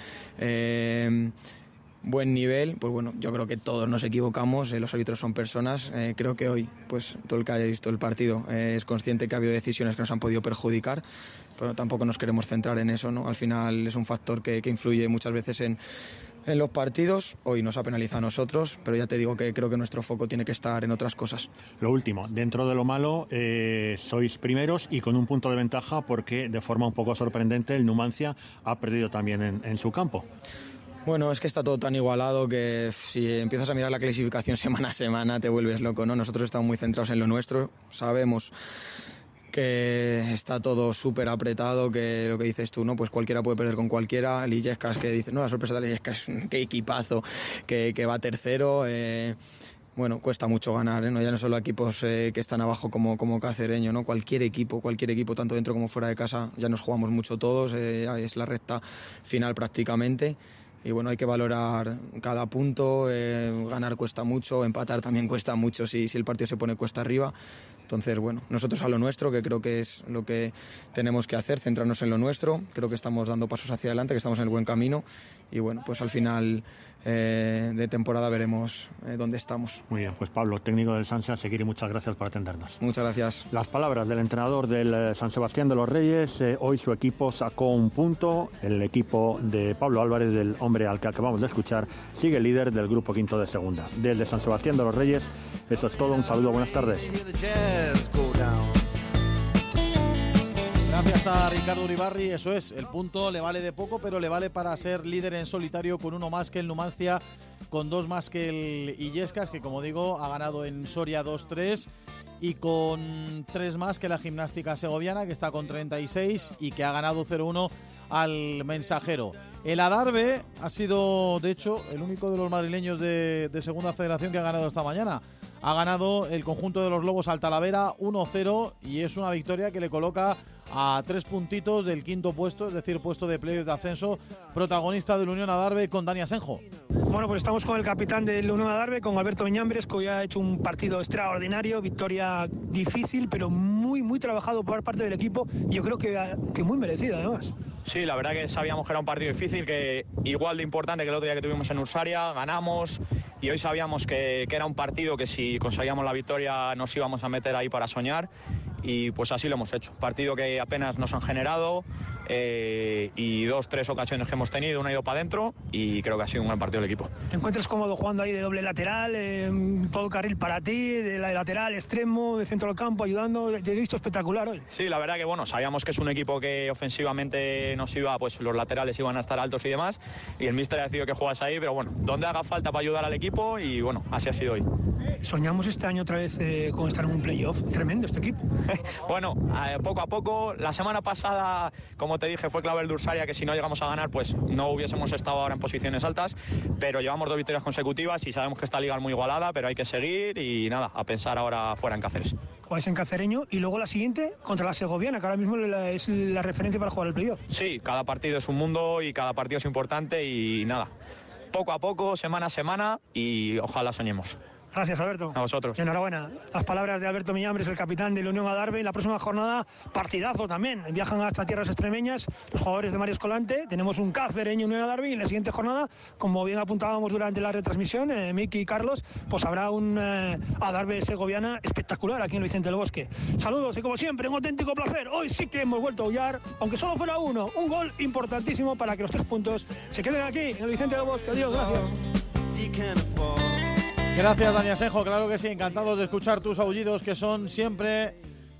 Eh, buen nivel. Pues bueno, yo creo que todos nos equivocamos, eh, los árbitros son personas. Eh, creo que hoy, pues todo el que haya visto el partido eh, es consciente que ha habido decisiones que nos han podido perjudicar, pero tampoco nos queremos centrar en eso, ¿no? Al final es un factor que, que influye muchas veces en, en los partidos. Hoy nos ha penalizado a nosotros, pero ya te digo que creo que nuestro foco tiene que estar en otras cosas. Lo último, dentro de lo malo, eh, sois primeros y con un punto de ventaja, porque de forma un poco sorprendente el Numancia ha perdido también en, en su campo. Bueno, es que está todo tan igualado que si empiezas a mirar la clasificación semana a semana te vuelves loco, ¿no? Nosotros estamos muy centrados en lo nuestro, sabemos que está todo súper apretado, que lo que dices tú, ¿no? Pues cualquiera puede perder con cualquiera. El Illescas, que dice, no, la sorpresa del Illescas es un qué equipazo, que, que va tercero. Eh, bueno, cuesta mucho ganar, ¿eh? No, ya no solo equipos eh, que están abajo como, como Cacereño, ¿no? Cualquier equipo, cualquier equipo, tanto dentro como fuera de casa, ya nos jugamos mucho todos, eh, es la recta final prácticamente. Y bueno, hay que valorar cada punto, eh, ganar cuesta mucho, empatar también cuesta mucho si, si el partido se pone cuesta arriba. Entonces, bueno, nosotros a lo nuestro, que creo que es lo que tenemos que hacer, centrarnos en lo nuestro. Creo que estamos dando pasos hacia adelante, que estamos en el buen camino. Y bueno, pues al final eh, de temporada veremos eh, dónde estamos. Muy bien, pues Pablo, técnico del Sanse, a seguir, y muchas gracias por atendernos. Muchas gracias. Las palabras del entrenador del eh, San Sebastián de los Reyes. Eh, hoy su equipo sacó un punto. El equipo de Pablo Álvarez, del hombre al que acabamos de escuchar, sigue líder del grupo quinto de segunda. Desde San Sebastián de los Reyes, eso es todo. Un saludo, buenas tardes. Go down. Gracias a Ricardo Uribarri, eso es, el punto le vale de poco, pero le vale para ser líder en solitario con uno más que el Numancia, con dos más que el Illescas, que como digo, ha ganado en Soria dos tres, y con tres más que la Gimnástica Segoviana, que está con treinta y seis y que ha ganado cero uno al Mensajero. El Adarve ha sido, de hecho, el único de los madrileños de, de Segunda Federación que ha ganado esta mañana. Ha ganado el conjunto de los Lobos al Talavera uno cero y es una victoria que le coloca a tres puntitos del quinto puesto, es decir, puesto de playoff de ascenso, protagonista del Unión Adarve con Dani Asenjo. Bueno, pues estamos con el capitán del Unión Adarve, con Alberto Miñambres, que hoy ha hecho un partido extraordinario, victoria difícil, pero muy, muy trabajado por parte del equipo, y yo creo que, que muy merecida además. Sí, la verdad que sabíamos que era un partido difícil, que igual de importante que el otro día que tuvimos en Ursaria, ganamos, y hoy sabíamos que, que era un partido que si conseguíamos la victoria nos íbamos a meter ahí para soñar, y pues así lo hemos hecho. Partido que apenas nos han generado, eh, y dos, tres ocasiones que hemos tenido, una ha ido para adentro, y creo que ha sido un buen partido del equipo. ¿Te encuentras cómodo jugando ahí de doble lateral, eh, todo carril para ti, de la de lateral, extremo, de centro del campo, ayudando? Te he visto espectacular hoy. Sí, la verdad que bueno, sabíamos que es un equipo que ofensivamente nos iba, pues los laterales iban a estar altos y demás, y el míster ha decidido que juegas ahí, pero bueno, donde haga falta para ayudar al equipo, y bueno, así ha sido hoy. Soñamos este año otra vez eh, con estar en un playoff. Tremendo este equipo. Bueno, eh, poco a poco. La semana pasada, como te dije, fue clave el Dursaria, que si no llegamos a ganar, pues no hubiésemos estado ahora en posiciones altas, pero llevamos dos victorias consecutivas y sabemos que esta liga es muy igualada, pero hay que seguir y nada, a pensar ahora fuera en Cáceres. Jugáis en Cacereño y luego la siguiente contra la Segoviana, que ahora mismo es la referencia para jugar el playoff. Sí, cada partido es un mundo y cada partido es importante y nada, poco a poco, semana a semana, y ojalá soñemos. Gracias, Alberto. A vosotros. Y enhorabuena. Las palabras de Alberto Miñambres, el capitán de la Unión Adarve. En la próxima jornada, partidazo también. Viajan hasta tierras extremeñas los jugadores de Mario Escolante. Tenemos un Cacereño Unión Adarve, y en la siguiente jornada, como bien apuntábamos durante la retransmisión, eh, Miki y Carlos, pues habrá un eh, Adarve Segoviana espectacular aquí en el Vicente del Bosque. Saludos y como siempre, un auténtico placer. Hoy sí que hemos vuelto a aullar, aunque solo fuera uno. Un gol importantísimo para que los tres puntos se queden aquí en el Vicente del Bosque. Adiós, gracias. Gracias, Dani Asenjo. Claro que sí, encantados de escuchar tus aullidos, que son siempre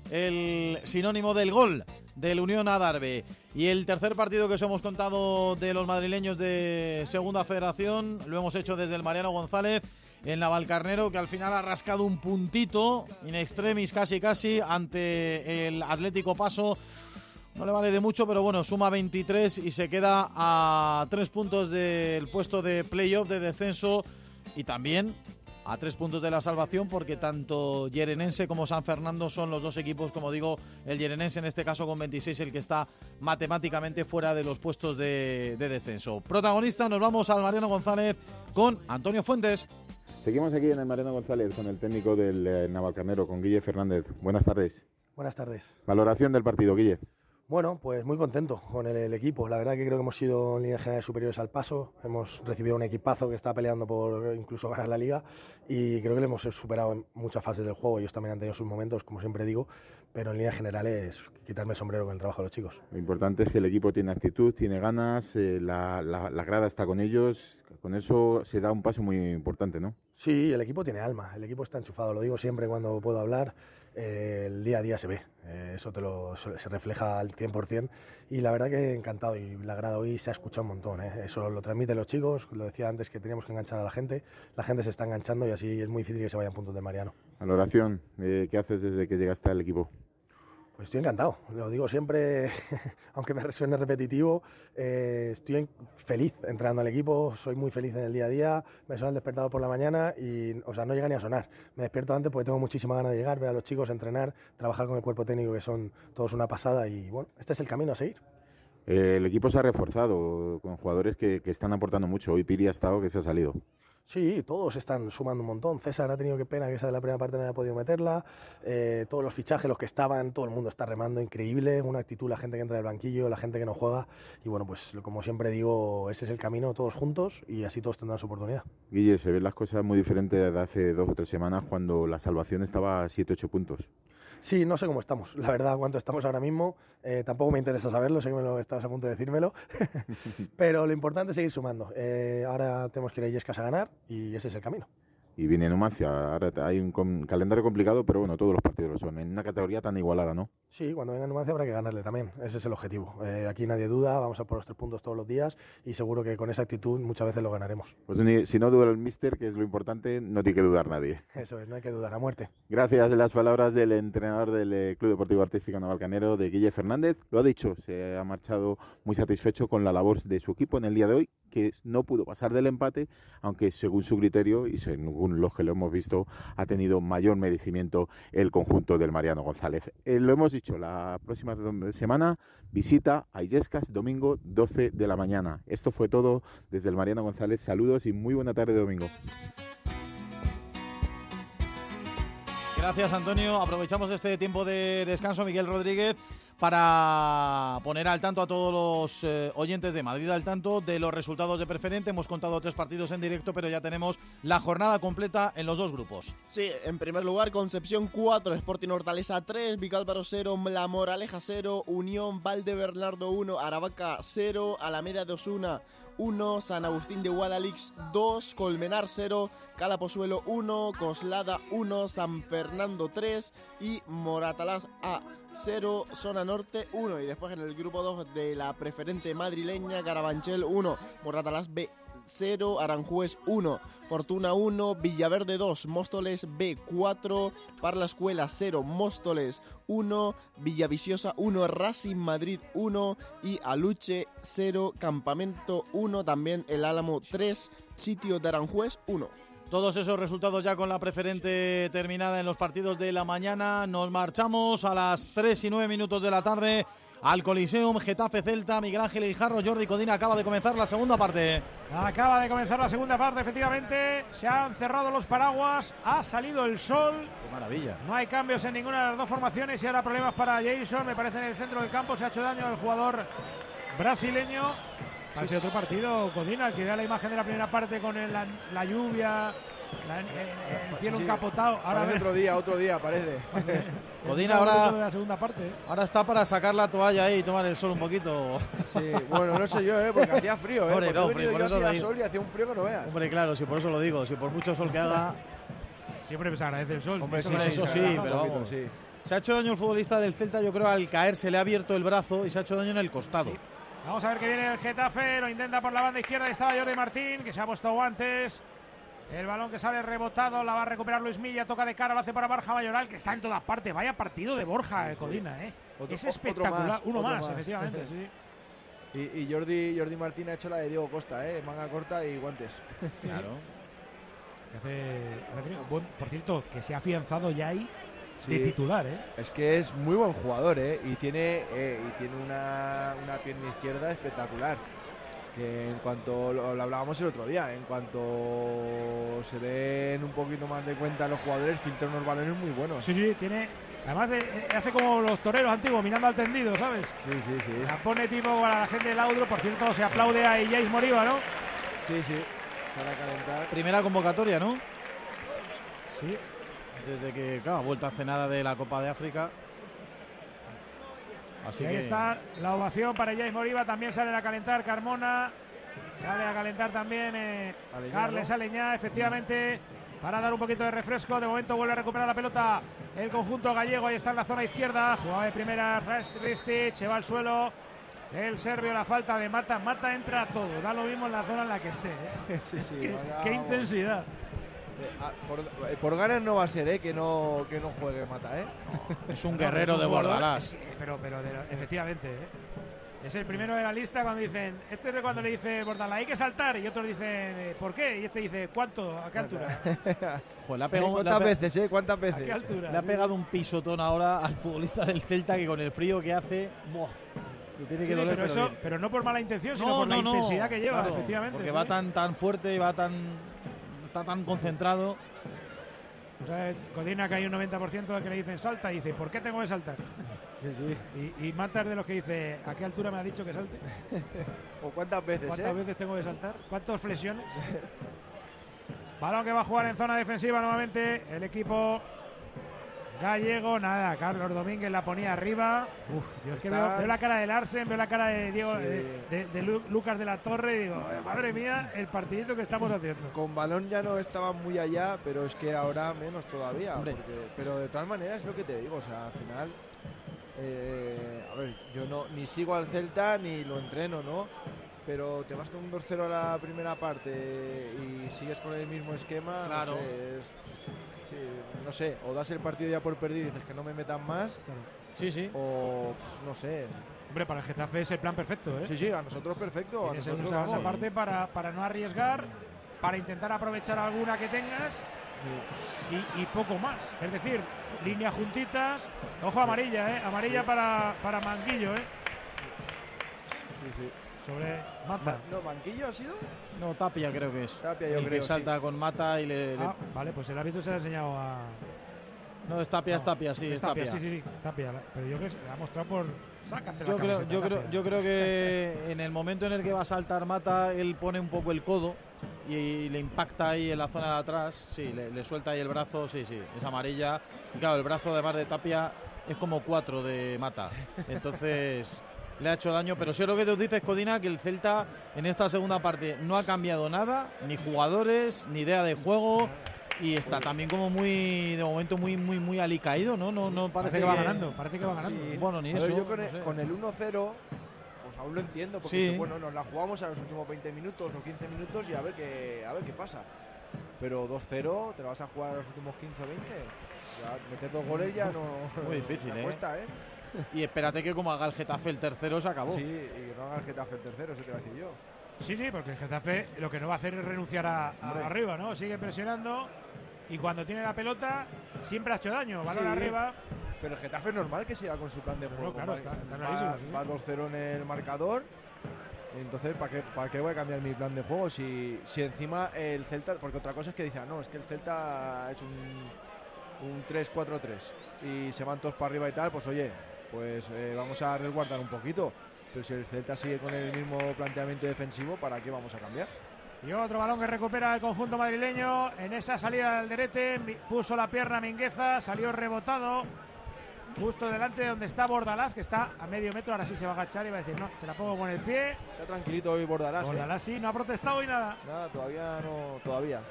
el sinónimo del gol del Unión Adarve. Y el tercer partido que os hemos contado de los madrileños de Segunda Federación lo hemos hecho desde el Mariano González en Navalcarnero, que al final ha rascado un puntito in extremis casi casi ante el Atlético Paso. No le vale de mucho, pero bueno, suma veintitrés y se queda a tres puntos del puesto de playoff de descenso, y también a tres puntos de la salvación, porque tanto Yerenense como San Fernando son los dos equipos, como digo, el Yerenense en este caso con veintiséis, el que está matemáticamente fuera de los puestos de, de descenso. Protagonista, nos vamos al Mariano González con Antonio Fuentes. Seguimos aquí en el Mariano González con el técnico del eh, Navalcarnero, con Guille Fernández. Buenas tardes. Buenas tardes. Valoración del partido, Guille. Bueno, pues muy contento con el, el equipo. La verdad que creo que hemos sido en líneas generales superiores al Paso. Hemos recibido un equipazo que está peleando por incluso ganar la Liga, y creo que le hemos superado en muchas fases del juego. Ellos también han tenido sus momentos, como siempre digo, pero en líneas generales quitarme el sombrero con el trabajo de los chicos. Lo importante es que el equipo tiene actitud, tiene ganas, eh, la, la, la grada está con ellos. Con eso se da un paso muy importante, ¿no? Sí, el equipo tiene alma, el equipo está enchufado. Lo digo siempre cuando puedo hablar. Eh, el día a día se ve, eh, eso te lo, se refleja al cien por ciento, y la verdad que encantado, y la grada hoy se ha escuchado un montón, eh. Eso lo transmiten los chicos. Lo decía antes, que teníamos que enganchar a la gente, la gente se está enganchando y así es muy difícil que se vayan puntos de Mariano. Valoración, eh, ¿qué haces desde que llegaste al equipo? Pues estoy encantado, lo digo siempre, aunque me suene repetitivo, eh, estoy en, feliz entrando al equipo, soy muy feliz en el día a día, me suena el despertador por la mañana y, o sea, no llega ni a sonar. Me despierto antes porque tengo muchísima ganas de llegar, ver a los chicos, entrenar, trabajar con el cuerpo técnico, que son todos una pasada, y bueno, este es el camino a seguir. Eh, el equipo se ha reforzado con jugadores que, que están aportando mucho. Hoy Piri ha estado que se ha salido. Sí, todos están sumando un montón. César ha tenido que pena que esa de la primera parte no haya podido meterla. Eh, todos los fichajes, los que estaban, todo el mundo está remando increíble. Una actitud, la gente que entra del banquillo, la gente que no juega. Y bueno, pues como siempre digo, ese es el camino, todos juntos, y así todos tendrán su oportunidad. Guille, se ven las cosas muy diferentes de hace dos o tres semanas, cuando la salvación estaba a siete ocho puntos. Sí, no sé cómo estamos, la verdad, cuánto estamos ahora mismo, eh, tampoco me interesa saberlo, sé que me lo estabas a punto de decírmelo, pero lo importante es seguir sumando. Eh, ahora tenemos que ir a Illescas a ganar, y ese es el camino. y viene Numancia. Ahora hay un com- calendario complicado, pero bueno, todos los partidos lo son, en una categoría tan igualada, ¿no? Sí, cuando venga Numancia habrá que ganarle también, ese es el objetivo. Eh, aquí nadie duda, vamos a por los tres puntos todos los días y seguro que con esa actitud muchas veces lo ganaremos. Pues ni- si no duda el míster, que es lo importante, no tiene que dudar nadie. Eso es, no hay que dudar, a muerte. Gracias a las palabras del entrenador del eh, Club Deportivo Artístico Navalcarnero, de Guille Fernández. Lo ha dicho, se ha marchado muy satisfecho con la labor de su equipo en el día de hoy, que no pudo pasar del empate, aunque según su criterio y según los que lo hemos visto, ha tenido mayor merecimiento el conjunto del Mariano González. Eh, lo hemos dicho, la próxima semana visita a Illescas, domingo doce de la mañana. Esto fue todo desde el Mariano González. Saludos y muy buena tarde, domingo. Gracias, Antonio. Aprovechamos este tiempo de descanso, Miguel Rodríguez, para poner al tanto a todos los eh, oyentes de Madrid al tanto de los resultados de Preferente. Hemos contado tres partidos en directo, pero ya tenemos la jornada completa en los dos grupos. Sí, en primer lugar, Concepción cuatro, Sporting Hortaleza tres, Vicálvaro cero, La Moraleja cero, Unión Valdebernardo uno, Aravaca cero, Alameda de Osuna uno, San Agustín de Guadalix dos, Colmenar cero, Calapozuelo uno, Coslada uno, San Fernando tres y Moratalaz A cero, Zona Norte uno. Y después en el grupo dos de la Preferente madrileña, Carabanchel uno, Moratalaz B cero, Aranjuez uno, Fortuna uno, Villaverde dos, Móstoles B cuatro, Parla Escuela cero, Móstoles uno, Villaviciosa uno, Racing Madrid uno y Aluche cero, Campamento uno, también el Álamo tres, Sitio de Aranjuez uno. Todos esos resultados ya con la Preferente terminada en los partidos de la mañana. Nos marchamos a las tres y nueve minutos de la tarde al Coliseum, Getafe Celta, Miguel Ángel Hijarro, Jordi Codina. Acaba de comenzar la segunda parte. Acaba de comenzar la segunda parte, efectivamente. Se han cerrado los paraguas, ha salido el sol. Qué maravilla. No hay cambios en ninguna de las dos formaciones y ahora problemas para Jason. Me parece en el centro del campo se ha hecho daño al jugador brasileño. Parece otro partido, Codina, que da la imagen de la primera parte con el, la, la lluvia, la, el, el cielo sí, encapotado. Ahora parece otro día, otro día, parece. Codina ahora, de la segunda parte. ahora está para sacar la toalla ahí y tomar el sol un poquito. Sí, bueno, no sé yo, ¿eh? Porque hacía frío, ¿eh? Hombre, no, porque por yo eso hacía te sol y hacía un frío que no veas. Hombre, claro, si por eso lo digo, si por mucho sol que haga... Siempre se agradece el sol. Hombre, eso sí, sí, eso sí, sí, pero poquito, vamos. sí. Se ha hecho daño el futbolista del Celta, yo creo, al caer se le ha abierto el brazo y se ha hecho daño en el costado. Sí. Vamos a ver que viene el Getafe, lo intenta por la banda izquierda, ahí estaba Jordi Martín, que se ha puesto guantes. El balón que sale rebotado, la va a recuperar Luis Milla, toca de cara, lo hace para Borja Mayoral, que está en todas partes. Vaya partido de Borja, eh, Codina, ¿eh? Otro, es espectacular. más, Uno más, más, efectivamente, sí. Y, y Jordi, Jordi Martín ha hecho la de Diego Costa, ¿eh? Manga corta y guantes. Claro. Hace, hace, buen, por cierto, que se ha afianzado ya ahí sí, de titular, ¿eh? Es que es muy buen jugador, ¿eh? Y tiene, eh, y tiene una, una pierna izquierda espectacular. Que en cuanto, lo, lo hablábamos el otro día, en cuanto se den un poquito más de cuenta los jugadores, filtra unos balones muy buenos. Sí, sí, tiene... Además de, hace como los toreros antiguos, mirando al tendido, ¿sabes? Sí, sí, sí. La pone tipo a la gente del Audro, por cierto, se aplaude a Illais Moriba, ¿no? Sí, sí, para calentar. Primera convocatoria, ¿no? Sí. Desde que, claro, ha vuelto hace nada de la Copa de África. Así y ahí que... está la ovación para Illais Moriba, también sale a calentar Carmona, sale a calentar también eh, Aleñá, Carles ¿no? Aleñá, efectivamente, para dar un poquito de refresco. De momento vuelve a recuperar la pelota el conjunto gallego, ahí está en la zona izquierda, jugaba de primera Ristic, se va al suelo el serbio, la falta de Mata, Mata entra a todo, da lo mismo en la zona en la que esté, ¿eh? Sí, sí, qué, vaya, qué intensidad. Por, por ganas no va a ser, ¿eh? Que no, que no juegue Mata, ¿eh? No, es un No, guerrero es un de jugador, Bordalás. Pero, pero de lo, efectivamente, ¿eh? Es el primero de la lista cuando dicen, este es de cuando le dice Bordalás, hay que saltar, y otros dicen, ¿por qué? Y este dice, ¿cuánto? ¿A qué altura? Joder, le ha pegado, ¿Cuántas le ha pe- veces, eh? ¿Cuántas veces? ¿A qué altura? Le ha pegado un pisotón ahora al futbolista del Celta que con el frío que hace, ¡buah! Le tiene que Sí, doler, pero, pero, eso, bien. pero no por mala intención, sino No, por no, la no, intensidad que lleva, claro, efectivamente. porque ¿sí? va tan tan fuerte y va tan está tan concentrado. O sea, Codina que hay un noventa por ciento de que le dicen salta y dice, ¿por qué tengo que saltar? Sí, sí. Y, y Mata es de los que dice, ¿a qué altura me ha dicho que salte? ¿O cuántas veces, ¿Cuántas eh? veces tengo que saltar? ¿Cuántas flexiones? Balón que va a jugar en zona defensiva nuevamente el equipo Gallego, nada, Carlos Domínguez la ponía arriba. Uf, yo es que veo, veo la cara de Larsen, veo la cara de Diego, sí. de, de, de Lu, Lucas de la Torre y digo, madre mía, el partidito que estamos haciendo. Con balón ya no estaban muy allá, pero es que ahora menos todavía. Porque, pero de todas maneras es lo que te digo, o sea, al final, eh, a ver, yo no ni sigo al Celta ni lo entreno, ¿no? Pero te vas con un dos cero a la primera parte y sigues con el mismo esquema, claro. No sé, es, sí, no sé, o das el partido ya por perdido y dices que no me metan más, claro. Sí, sí. O no sé. Hombre, para el Getafe es el plan perfecto, ¿eh? Sí, sí, a nosotros perfecto. A nosotros, esa vamos. Parte para, para no arriesgar, para intentar aprovechar alguna que tengas sí. y, y poco más. Es decir, líneas juntitas, ojo amarilla, ¿eh? Amarilla sí. para, para Manguillo, ¿eh? Sí, sí. Sobre Mata. No, ¿Manquillo ha sido? No, Tapia creo que es. Tapia, yo el creo, que salta sí. con Mata y le, ah, le... Vale, pues el árbitro se le ha enseñado a... No, es Tapia, no, es Tapia, sí, es, es Tapia. Tapia. Sí, sí, sí, Tapia. Pero yo creo que se ha mostrado por... Sácate yo la creo, yo creo, yo creo que en el momento en el que va a saltar Mata, él pone un poco el codo y, y le impacta ahí en la zona de atrás. Sí, le, le suelta ahí el brazo, sí, sí, es amarilla. Y claro, el brazo además de Tapia es como cuatro de Mata. Entonces... le ha hecho daño, pero sé lo que te dices, Codina, que el Celta en esta segunda parte no ha cambiado nada, ni jugadores, ni idea de juego, y está también como muy, de momento, muy muy muy alicaído, ¿no? No, no parece, parece que va ganando, parece que va ganando. Sí. Bueno, ni ver, eso. Yo con, no el, sé. con el uno cero, pues aún lo entiendo, porque sí. si, bueno, nos la jugamos a los últimos veinte minutos o quince minutos y a ver qué, a ver qué pasa. Pero dos cero, te la vas a jugar a los últimos quince o veinte. Ya, meter dos goles ya no... Muy difícil, ¿eh? Cuesta, ¿eh? Y espérate que como haga el Getafe el tercero se acabó. Sí, y que no haga el Getafe el tercero, eso te voy a decir yo. Sí, sí, porque el Getafe lo que no va a hacer es renunciar a, a arriba, ¿no? Sigue presionando y cuando tiene la pelota siempre ha hecho daño, balón sí, arriba. Pero el Getafe es normal que siga con su plan de juego. No, claro, va, está, está clarísimo. Va, sí. va dos cero en el marcador. Entonces, ¿para qué, ¿para qué voy a cambiar mi plan de juego? Si, si encima el Celta... Porque otra cosa es que dicen, no, es que el Celta ha hecho un, un tres cuatro tres y se van todos para arriba y tal, pues oye... pues eh, vamos a resguardar un poquito. Pero si el Celta sigue con el mismo planteamiento defensivo, ¿para qué vamos a cambiar? Y otro balón que recupera el conjunto madrileño. En esa salida del derete puso la pierna Mingueza, salió rebotado justo delante de donde está Bordalás, que está a medio metro. Ahora sí se va a agachar y va a decir, no, te la pongo con el pie. Está tranquilito hoy Bordalás. Bordalás ¿eh? sí, no ha protestado y nada. Nada, todavía no, todavía.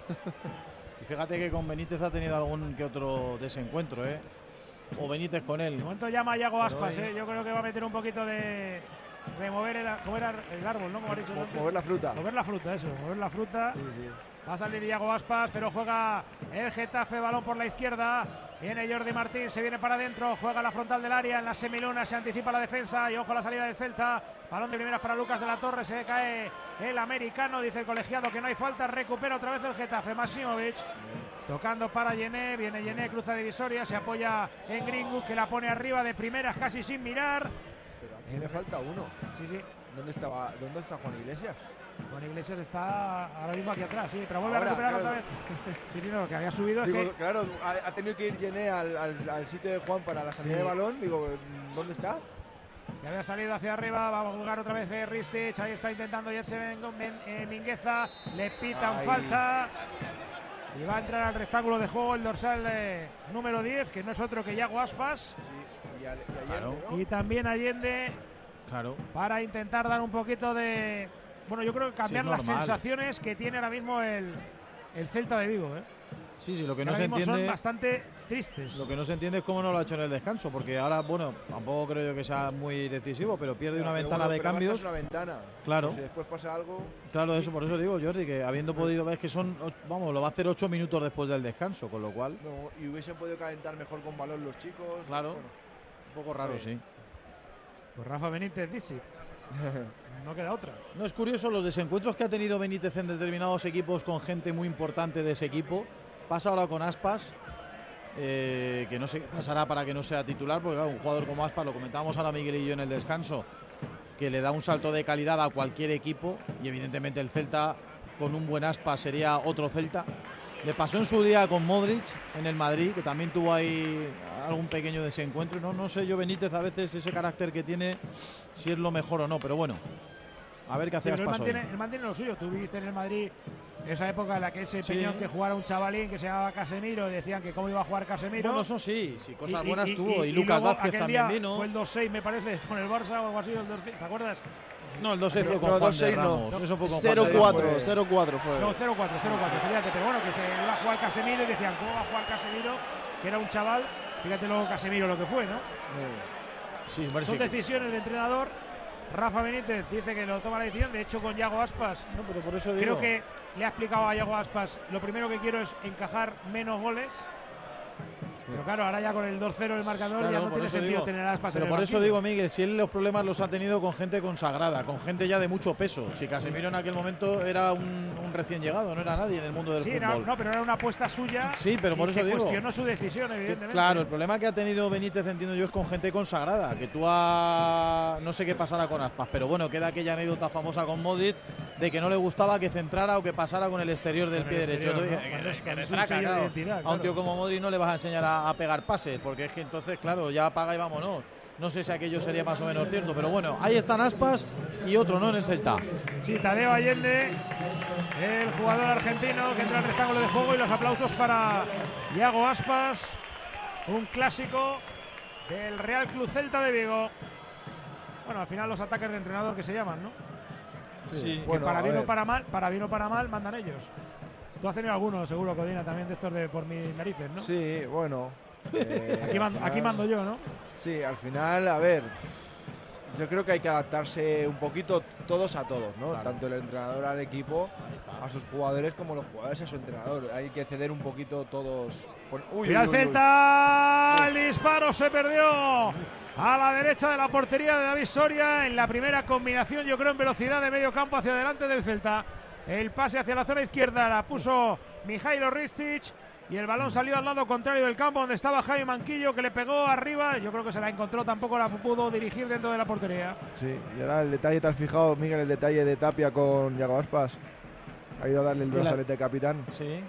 Y fíjate que con Benítez ha tenido algún que otro desencuentro, ¿eh? O Benítez con él. De momento llama a Yago Aspas, ¿eh? Yo creo que va a meter un poquito de, de mover el, mover el árbol, ¿no? Como ha dicho Mo mover la fruta. Mover la fruta, eso, mover la fruta. Sí, sí. Va a salir Yago Aspas, pero juega el Getafe, balón por la izquierda. Viene Jordi Martín, se viene para adentro, juega la frontal del área, en la semiluna se anticipa la defensa y ojo a la salida del Celta. Balón de primeras para Lucas de la Torre, se cae el americano, dice el colegiado que no hay falta, recupera otra vez el Getafe, Masimovic. Tocando para Yené, viene Yené, cruza divisoria, se apoya en Greenwood que la pone arriba de primeras casi sin mirar. Pero aquí me falta uno. Sí, sí. ¿Dónde estaba, dónde está Juan Iglesias? Juan Iglesias está ahora mismo aquí atrás, sí, pero vuelve ahora, a recuperar claro. otra vez. Sí, sí, no, lo que había subido digo, es que... Claro, ha, ha tenido que ir Yené al, al, al sitio de Juan para la salida sí. de balón. Digo, ¿dónde está? Ya había salido hacia arriba, va a jugar otra vez Ristich, ahí está intentando irse eh, Mingueza, le pitan Ay. falta. Y va a entrar al rectángulo de juego el dorsal eh, número diez, que no es otro que Yago Aspas. Sí, y, a, y, Allende, claro. ¿no? Y también Allende. Claro. Para intentar dar un poquito de... Bueno, yo creo que cambiar sí, las sensaciones que tiene ahora mismo el, el Celta de Vigo, ¿eh? Sí, sí, lo que no ahora se mismo entiende... son bastante tristes. Lo que no se entiende es cómo no lo ha hecho en el descanso, porque ahora, bueno, tampoco creo yo que sea muy decisivo, pero pierde claro, una pero ventana bueno, de pero cambios. Una ventana. Claro. Si después pasa algo... Claro, eso, por eso digo, Jordi, que habiendo podido ver que son, vamos, lo va a hacer ocho minutos después del descanso, con lo cual... No, y hubiesen podido calentar mejor con balón los chicos. Claro, bueno, un poco raro, sí. sí. Pues Rafa Benítez dice... No queda otra. No es curioso los desencuentros que ha tenido Benítez en determinados equipos con gente muy importante de ese equipo. Pasa ahora con Aspas, eh, que no sé qué pasará para que no sea titular, porque claro, un jugador como Aspas, lo comentábamos ahora Miguel y yo en el descanso, que le da un salto de calidad a cualquier equipo, y evidentemente el Celta con un buen Aspas sería otro Celta. Le pasó en su día con Modric en el Madrid, que también tuvo ahí algún pequeño desencuentro. No, no sé yo Benítez a veces ese carácter que tiene, si es lo mejor o no, pero bueno. A ver qué hace Sí, pero él Aspas hoy. mantiene, él mantiene lo suyo. Tú viviste en el Madrid esa época en la que él se empeñó Sí. en que jugara un chavalín que se llamaba Casemiro y decían que cómo iba a jugar Casemiro. Bueno, eso sí, sí, cosas Y- buenas y- tuvo. Y, y Lucas luego Vázquez aquel también día vino. Fue el dos seis, me parece, con el Barça o algo así. El dos seis, ¿te acuerdas? No, el dos seis fue No, con no, Juan dos de seis no. Ramos. Eso fue con cero Juan de cuatro, Ramos. cero cuatro fue. No, cero cuatro, cero cuatro, fíjate, pero bueno, que se iba a jugar Casemiro y decían, ¿cómo va a jugar Casemiro? Que era un chaval, fíjate luego Casemiro lo que fue, ¿no? Sí, hombre, Son sí. decisiones de entrenador. Rafa Benítez dice que lo toma la decisión, de hecho con Yago Aspas, No, pero por eso creo digo. que le ha explicado a Yago Aspas, lo primero que quiero es encajar menos goles. Pero claro, ahora ya con el dos cero el marcador Claro, ya no por tiene eso sentido digo. tener a Aspas Pero en el por eso banquillo. digo, Miguel, si él los problemas los ha tenido con gente consagrada, con gente ya de mucho peso. Si Casemiro en aquel momento era un, un recién llegado, no era nadie en el mundo del Sí, fútbol. no, no, pero era una apuesta suya. Sí, pero por y eso que digo. cuestionó su decisión, evidentemente. Claro, el problema que ha tenido Benítez, entiendo yo, es con gente consagrada. Que tú ha... no sé qué pasará con Aspas, pero bueno, queda aquella anécdota famosa con Modric de que no le gustaba que centrara o que pasara con el exterior del Con pie el derecho. exterior, Entonces, ¿no? que- Cuando es- que cuando es un retraca, sello de claro. identidad, A un claro. tío como Modric no le vas a enseñar a, a pegar pases, porque es que entonces, claro, ya apaga y vámonos. No sé si aquello sería más o menos cierto, pero bueno, ahí están Aspas y otro, ¿no? En el Celta. Sí, Tadeo Allende, el jugador argentino que entra al rectángulo de juego, y los aplausos para Yago Aspas, un clásico del Real Club Celta de Vigo. Bueno, al final los ataques de entrenador que se llaman, ¿no? Sí, Que bueno, para a bien o ver. para mal, para bien o para mal, mandan ellos. Tú has tenido algunos, seguro, Codina, también de estos de por mis narices, ¿no? Sí, bueno. eh, Aquí al mando, aquí final- mando yo, ¿no? Sí, al final, a ver, yo creo que hay que adaptarse un poquito todos a todos, ¿no? Claro. Tanto el entrenador al equipo, a sus jugadores, como los jugadores a su entrenador. Hay que ceder un poquito todos. Por... Uy, Mira uy, el uy, uy. Celta, el disparo se perdió a la derecha de la portería de David Soria en la primera combinación, yo creo, en velocidad de medio campo hacia adelante del Celta. El pase hacia la zona izquierda la puso Mijailo Ristic y el balón salió al lado contrario del campo donde estaba Jaime Manquillo, que le pegó arriba. Yo creo que se la encontró, tampoco la pudo dirigir dentro de la portería. Sí, y ahora el detalle, ¿te has fijado, Miguel, el detalle de Tapia con Yago Aspas? Ha ido a darle el Y la- brazalete de capitán. Sí.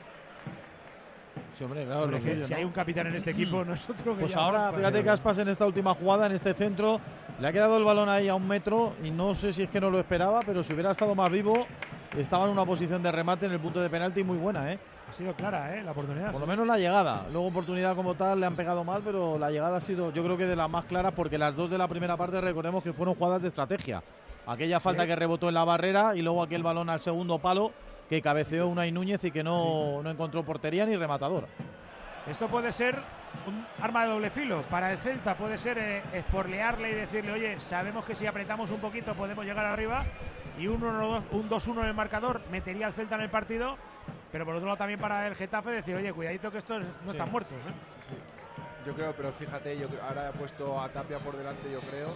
Sí, hombre, claro, Hombre, lo que suyo, si ¿no? hay un capitán en este equipo, no es otro que Pues Yago ahora, Aspas. fíjate que Aspas en esta última jugada, en este centro, le ha quedado el balón ahí a un metro y no sé si es que no lo esperaba, pero si hubiera estado más vivo, estaba en una posición de remate en el punto de penalti muy buena, ¿eh? Ha sido clara, ¿eh? La oportunidad. Por lo sí. menos la llegada. Luego oportunidad como tal le han pegado mal, pero la llegada ha sido, yo creo que de las más claras, porque las dos de la primera parte recordemos que fueron jugadas de estrategia. Aquella falta Sí. que rebotó en la barrera y luego aquel balón al segundo palo que cabeceó Unai Núñez y que no, no encontró portería ni rematador. Esto puede ser un arma de doble filo. Para el Celta puede ser eh, esporlearle y decirle, oye, sabemos que si apretamos un poquito podemos llegar arriba, y un dos uno en el marcador metería al Celta en el partido, pero por otro lado también para el Getafe decir, oye, cuidadito que estos no Sí. están muertos, ¿eh? Sí. Yo creo, pero fíjate, yo creo- ahora ha puesto a Tapia por delante, yo creo,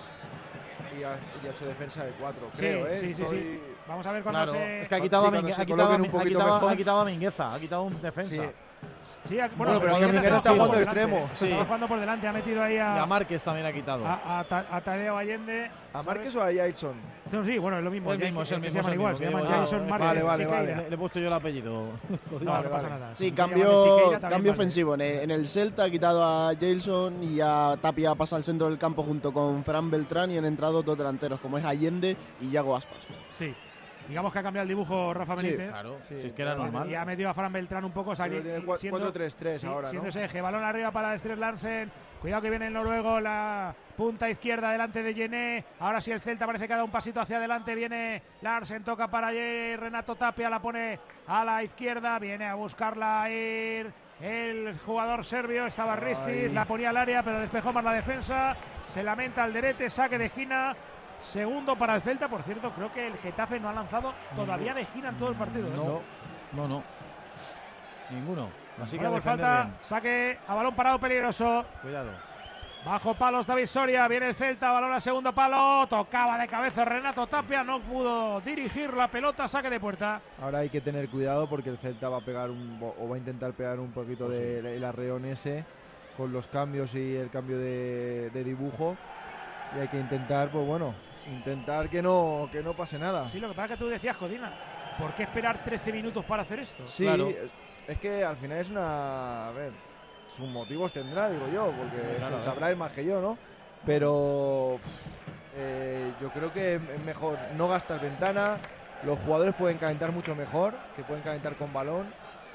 y ha, y ha hecho defensa de cuatro, Sí, creo, ¿eh? sí, sí, Estoy- sí. Vamos a ver cuando Claro, se... es que ha quitado, Sí, a, cuando Mingue- se ha quitado, a coloquen Mi- un ha poquito quitado- mejor. ha quitado a Mingueza, ha quitado un defensa. Sí. Sí, ha- Bueno, pero Mingueza Mingueza estaba está jugando jugando de por delante, extremo. Sí. Estaba jugando por delante, ha metido ahí Y a a, Márquez también ha quitado. a, a Ta- a Tadeo Allende. ¿A ¿sabes? Márquez o a Jason? No, sí, bueno, es lo mismo. El mismo, es el que mismo. Se es el llaman igual, mismo, se llaman digo yo. Jason Eh, Márquez. vale, vale, Siqueira. vale. Le, le he puesto yo el apellido. No, Joder. no Vale, pasa vale. nada. Sí, Si cambio, llaman Siqueira, también cambio vale. ofensivo. En el, en el Celta ha quitado a Jailson y a Tapia pasa al centro del campo junto con Fran Beltrán, y han entrado dos delanteros como es Allende y Yago Aspas. Sí. Digamos que ha cambiado el dibujo Rafa Sí, Benítez. Claro, Sí, si es que era claro. normal. Y ha metido a Fran Beltrán un poco sali- Pero tiene y cua- siendo- cuatro tres tres sí, ahora, siendo ¿no? ese eje. Balón arriba para Stres Larsen. Cuidado que viene el noruego, la punta izquierda delante de Yené. Ahora sí el Celta parece que ha dado un pasito hacia adelante. Viene Larsen, toca para allí. Renato Tapia la pone a la izquierda. Viene a buscarla ir el jugador serbio. Estaba Ristic, la ponía al área, pero despejó más la defensa. Se lamenta Alderete, saque de esquina. Segundo para el Celta, por cierto, creo que el Getafe no ha lanzado todavía de esquina en todo el partido. ¿eh? No, no, no. Ninguno. Así que Ahora a por defender falta, bien. saque a balón parado peligroso. Cuidado. Bajo palos David Soria, viene el Celta, balón al segundo palo, tocaba de cabeza Renato Tapia, no pudo dirigir la pelota, saque de puerta. Ahora hay que tener cuidado porque el Celta va a pegar un, o va a intentar pegar un poquito Pues del arreón ese con los cambios y el cambio de, de dibujo, y hay que intentar, pues bueno, intentar que no que no pase nada. Sí, lo que pasa es que tú decías, Codina, ¿por qué esperar trece minutos para hacer esto? Sí, Claro. es, es que al final es una, a ver, sus motivos tendrá, digo yo, porque Claro, sabrá él más que yo, ¿no? Pero pff, Eh, yo creo que es mejor no gastar ventana. Los jugadores pueden calentar mucho mejor, que pueden calentar con balón.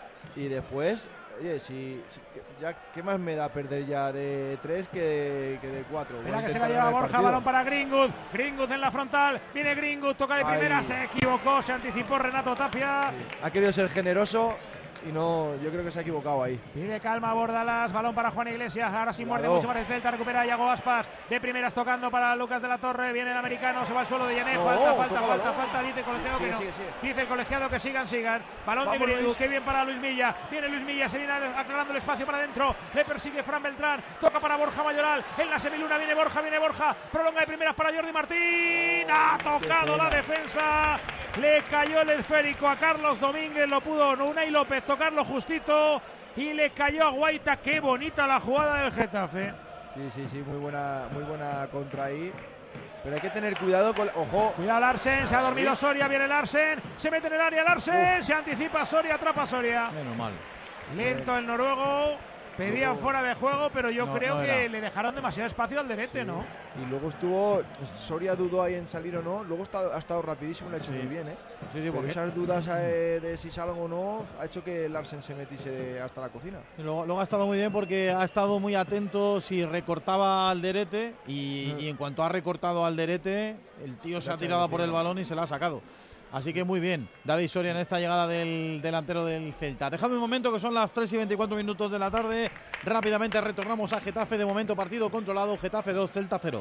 Y después, oye, si, si ya qué más me da perder ya de tres que, que de cuatro. Mira que se la lleva Borja, balón para Greenwood. Greenwood en la frontal, viene Greenwood, toca de primera, Ay. se equivocó, se anticipó Renato Tapia. Sí. Ha querido ser generoso y no, yo creo que se ha equivocado ahí. Pide calma Bordalás, balón para Juan Iglesias, ahora sí muerde mucho para el Celta, recupera a Iago Aspas, de primeras tocando para Lucas de la Torre, viene el americano, se va al suelo de Llané, no, falta, falta, falta, falta, falta, dice el colegiado sigue, que no, sigue, sigue. dice el colegiado que sigan, sigan, balón Vamos, de Greenwood, qué bien para Luis Milla, viene Luis Milla, se viene aclarando el espacio para adentro, le persigue Fran Beltrán, toca para Borja Mayoral, en la semiluna viene Borja, viene Borja, prolonga de primeras para Jordi Martín, ha tocado la defensa, le cayó el esférico a Carlos Domínguez, lo pudo Unai López tocarlo justito y le cayó a Guaita. Qué bonita la jugada del Getafe. Sí, sí, sí, muy buena, muy buena contra ahí. Pero hay que tener cuidado con... ¡Ojo! Cuidado Larsen, se ha dormido Soria, viene Larsen, se mete en el área Larsen, Uf. se anticipa Soria, atrapa Soria. Menos mal. Lento el noruego, pedían no. fuera de juego, pero yo no, creo no que le dejaron demasiado espacio al Derete, sí. ¿no? Y luego estuvo, Soria dudó ahí en salir o no, luego está, ha estado rapidísimo, lo ha hecho sí. muy bien, ¿eh? Sí, sí, porque esas dudas eh, de si salgo o no ha hecho que Larsen se metiese hasta la cocina. Luego, luego ha estado muy bien porque ha estado muy atento si recortaba al Derete y, y en cuanto ha recortado al Derete, el tío se ha tirado por el balón y se la ha sacado. Así que muy bien, David Soria en esta llegada del delantero del Celta. Dejadme un momento que son las tres y veinticuatro minutos de la tarde. Rápidamente retornamos a Getafe. De momento partido controlado, Getafe dos, Celta cero.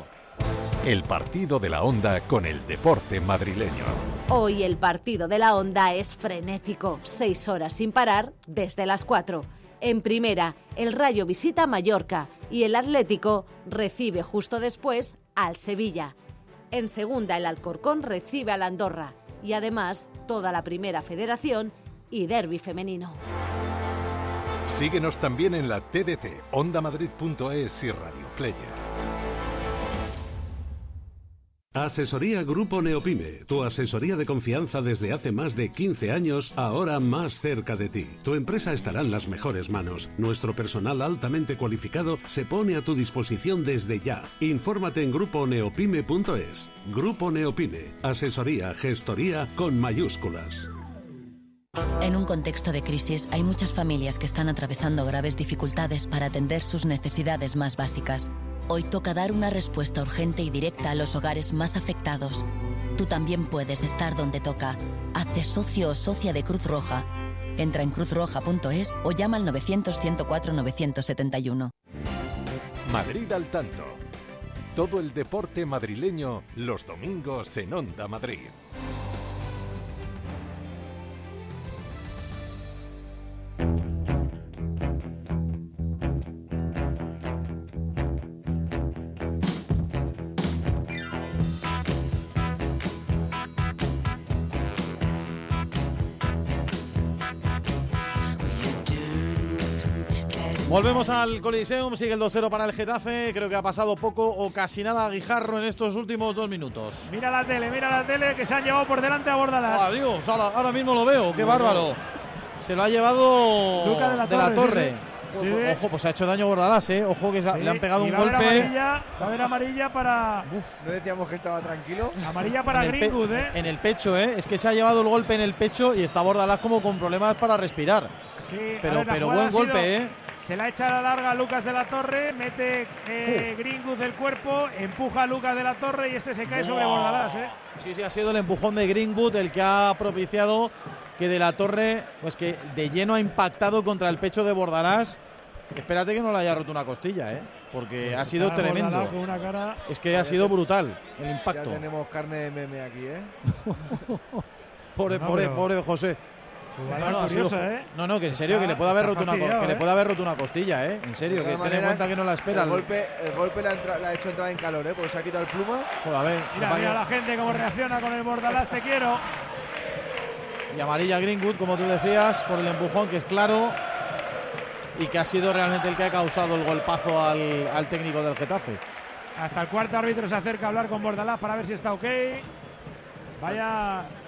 El partido de la Onda con el deporte madrileño. Hoy el partido de la Onda es frenético. Seis horas sin parar desde las cuatro. En primera, el Rayo visita Mallorca y el Atlético recibe justo después al Sevilla. En segunda, el Alcorcón recibe al Andorra. Y además, toda la primera federación y derbi femenino. Síguenos también en la T D T, onda madrid punto es y Radio Player. Asesoría Grupo Neopime, tu asesoría de confianza desde hace más de quince años, ahora más cerca de ti. Tu empresa estará en las mejores manos. Nuestro personal altamente cualificado se pone a tu disposición desde ya. Infórmate en grupo neopime punto es. Grupo Neopime, asesoría, gestoría con mayúsculas. En un contexto de crisis hay muchas familias que están atravesando graves dificultades para atender sus necesidades más básicas. Hoy toca dar una respuesta urgente y directa a los hogares más afectados. Tú también puedes estar donde toca. Hazte socio o socia de Cruz Roja. Entra en cruz roja punto es o llama al novecientos, ciento cuatro, novecientos setenta y uno. Madrid al tanto. Todo el deporte madrileño los domingos en Onda Madrid. Volvemos al Coliseum, sigue el dos cero para el Getafe. Creo que ha pasado poco o casi nada a Guijarro en estos últimos dos minutos. Mira la tele, mira la tele que se han llevado por delante a Bordalás. Ah, Dios, ahora, ahora mismo lo veo, qué bárbaro. Se lo ha llevado Luca de la de Torre. La torre. Sí, sí. Ojo, pues ha hecho daño Bordalás, ¿eh? Ojo que sí. le han pegado y un va golpe. A amarilla, va a haber amarilla para... Uf, no decíamos que estaba tranquilo. Amarilla para Greenwood, ¿eh? En el pecho, ¿eh? Es que se ha llevado el golpe en el pecho y está Bordalás como con problemas para respirar. Sí, pero, ver, pero buen golpe, sido... ¿eh? Se la echa a la larga a Lucas de la Torre, mete eh, uh. Greenwood del cuerpo, empuja a Lucas de la Torre y este se cae wow. sobre Bordalás, ¿eh? Sí, sí, ha sido el empujón de Greenwood el que ha propiciado que de la Torre, pues que de lleno ha impactado contra el pecho de Bordalás. Espérate que no le haya roto una costilla, ¿eh? Porque pues ha sido tremendo. Con una cara... Es que ha sido brutal el impacto. Ya tenemos carne de meme aquí, ¿eh? pobre, no, pobre, pero... pobre José. Pues no, no, curioso, sido, ¿eh? no, no, que en serio, que le puede haber roto una, que ¿eh? le puede haber roto una costilla, ¿eh? En serio, que ten en cuenta que no la espera. El golpe, el golpe le, ha entra, le ha hecho entrar en calor, ¿eh? Porque se ha quitado el plumas. Joder, a ver. Mira, mira la gente cómo reacciona con el Bordalás, te quiero. Y amarilla Greenwood, como tú decías, por el empujón, que es claro. Y que ha sido realmente el que ha causado el golpazo al, al técnico del Getafe. Hasta el cuarto árbitro se acerca a hablar con Bordalás para ver si está ok. Vaya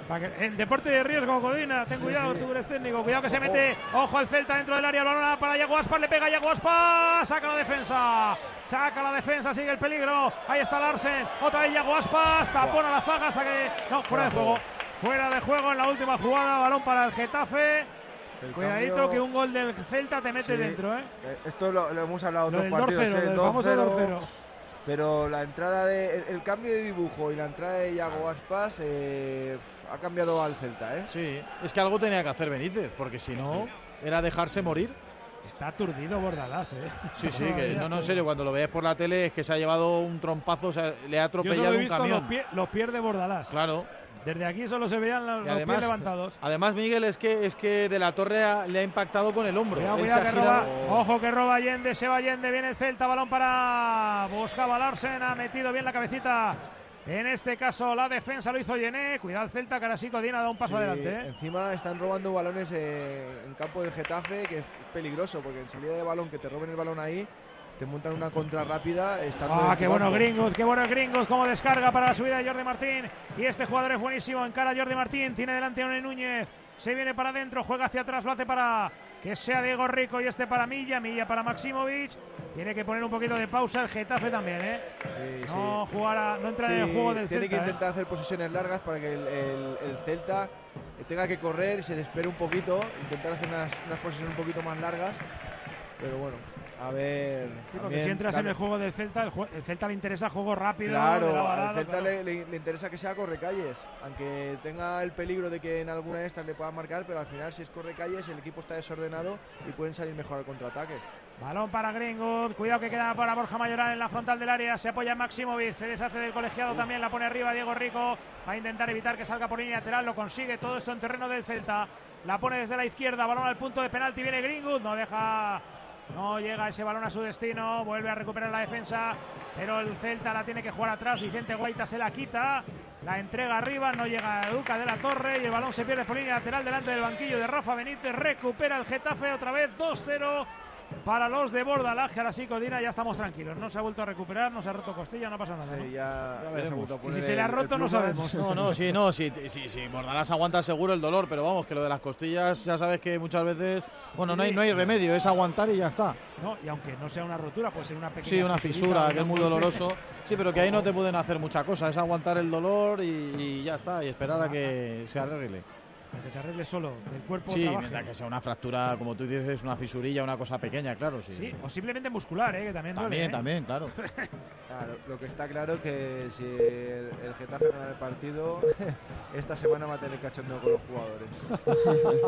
Para que, el deporte de riesgo, Codina, ten cuidado, sí, sí. Tú eres técnico, cuidado que se mete, ojo al Celta dentro del área, el balón para Yago Aspas, le pega a Yago Aspas, saca la defensa, saca la defensa, sigue el peligro, ahí está Larsen, otra vez Yago Aspas, tapón a la zaga, hasta que, no, fuera de juego, fuera de juego en la última jugada, balón para el Getafe. El Cuidadito cambio... que un gol del Celta te mete sí. dentro, ¿eh? Esto lo, lo hemos hablado en dos partidos, ¿eh? El famoso dos cero. Pero la entrada de el, el cambio de dibujo y la entrada de Yago Aspas eh, ha cambiado al Celta, ¿eh? Sí, es que algo tenía que hacer Benítez, porque si no era dejarse morir. Está aturdido Bordalás, ¿eh? Sí, sí, que no, no, en serio, cuando lo veas por la tele es que se ha llevado un trompazo, o sea, le ha atropellado un camión. Los, pie, los pies de Bordalás. Claro. Desde aquí solo se veían los, además, los pies levantados. Además, Miguel, es que es que De la Torre ha, le ha impactado con el hombro. Cuidado, cuidado que roba, ojo que roba Allende, se va Allende, viene el Celta, balón para buscaba Larsen, ha metido bien la cabecita. En este caso la defensa lo hizo Yené. Cuidado el Celta, que ahora sí Codina da un paso sí, adelante, ¿eh? Encima están robando balones eh, en campo del Getafe, que es peligroso, porque en salida de balón, que te roben el balón ahí, te montan una contra rápida. Ah, qué bueno Greenwood, qué bueno Greenwood, como descarga para la subida de Jordi Martín. Y este jugador es buenísimo, encara a Jordi Martín, tiene delante a One Núñez, se viene para adentro, juega hacia atrás, lo hace para que sea Diego Rico y este para Milla, Milla para Maximovic. Tiene que poner un poquito de pausa el Getafe también, ¿eh? Sí, no sí. jugar a, no entrar sí, en el juego del tiene Celta. Tiene que intentar ¿eh? hacer posesiones largas para que el, el, el Celta tenga que correr, se despere un poquito, intentar hacer unas, unas posesiones un poquito más largas. Pero bueno, a ver. Sí, porque si entras en el juego del Celta, el, el Celta le interesa juego rápido. Claro, de la balada, al Celta claro. le, le, le interesa que sea correcalles, aunque tenga el peligro de que en alguna de estas le puedan marcar, pero al final, si es correcalles, el equipo está desordenado y pueden salir mejor al contraataque. Balón para Greenwood, cuidado que queda para Borja Mayoral en la frontal del área, se apoya Maximovic, se deshace del colegiado, también la pone arriba Diego Rico, va a intentar evitar que salga por línea lateral, lo consigue, todo esto en terreno del Celta, la pone desde la izquierda, balón al punto de penalti, viene Greenwood, no deja, no llega ese balón a su destino, vuelve a recuperar la defensa, pero el Celta la tiene que jugar atrás, Vicente Guaita se la quita, la entrega arriba, no llega a Duca de la Torre y el balón se pierde por línea lateral delante del banquillo de Rafa Benítez, recupera el Getafe otra vez, dos cero. Para los de Bordalás, que ahora sí, Codina, ya estamos tranquilos. No se ha vuelto a recuperar, no se ha roto costilla, no pasa nada. Sí, ¿no? ya, ya veremos. Y si se le ha roto, no sabemos. No, no, sí, no, sí, sí, sí, Bordalás aguanta seguro el dolor, pero vamos, que lo de las costillas, ya sabes que muchas veces, bueno, no hay, no hay remedio, es aguantar y ya está. No, y aunque no sea una rotura, puede ser una pequeña. Sí, una fisura, que es muy doloroso. Sí, pero que ahí no te pueden hacer mucha cosa, es aguantar el dolor y, y ya está, y esperar a que se arregle. Para que se arregle solo, del cuerpo sí, trabaje. mientras que sea una fractura, como tú dices, una fisurilla, una cosa pequeña, claro. Sí, sí o simplemente muscular, ¿eh? Que también duele. También, ¿eh? también, claro. Claro. Lo que está claro es que si el, el Getafe gana el partido, esta semana va a tener cachondeo con los jugadores.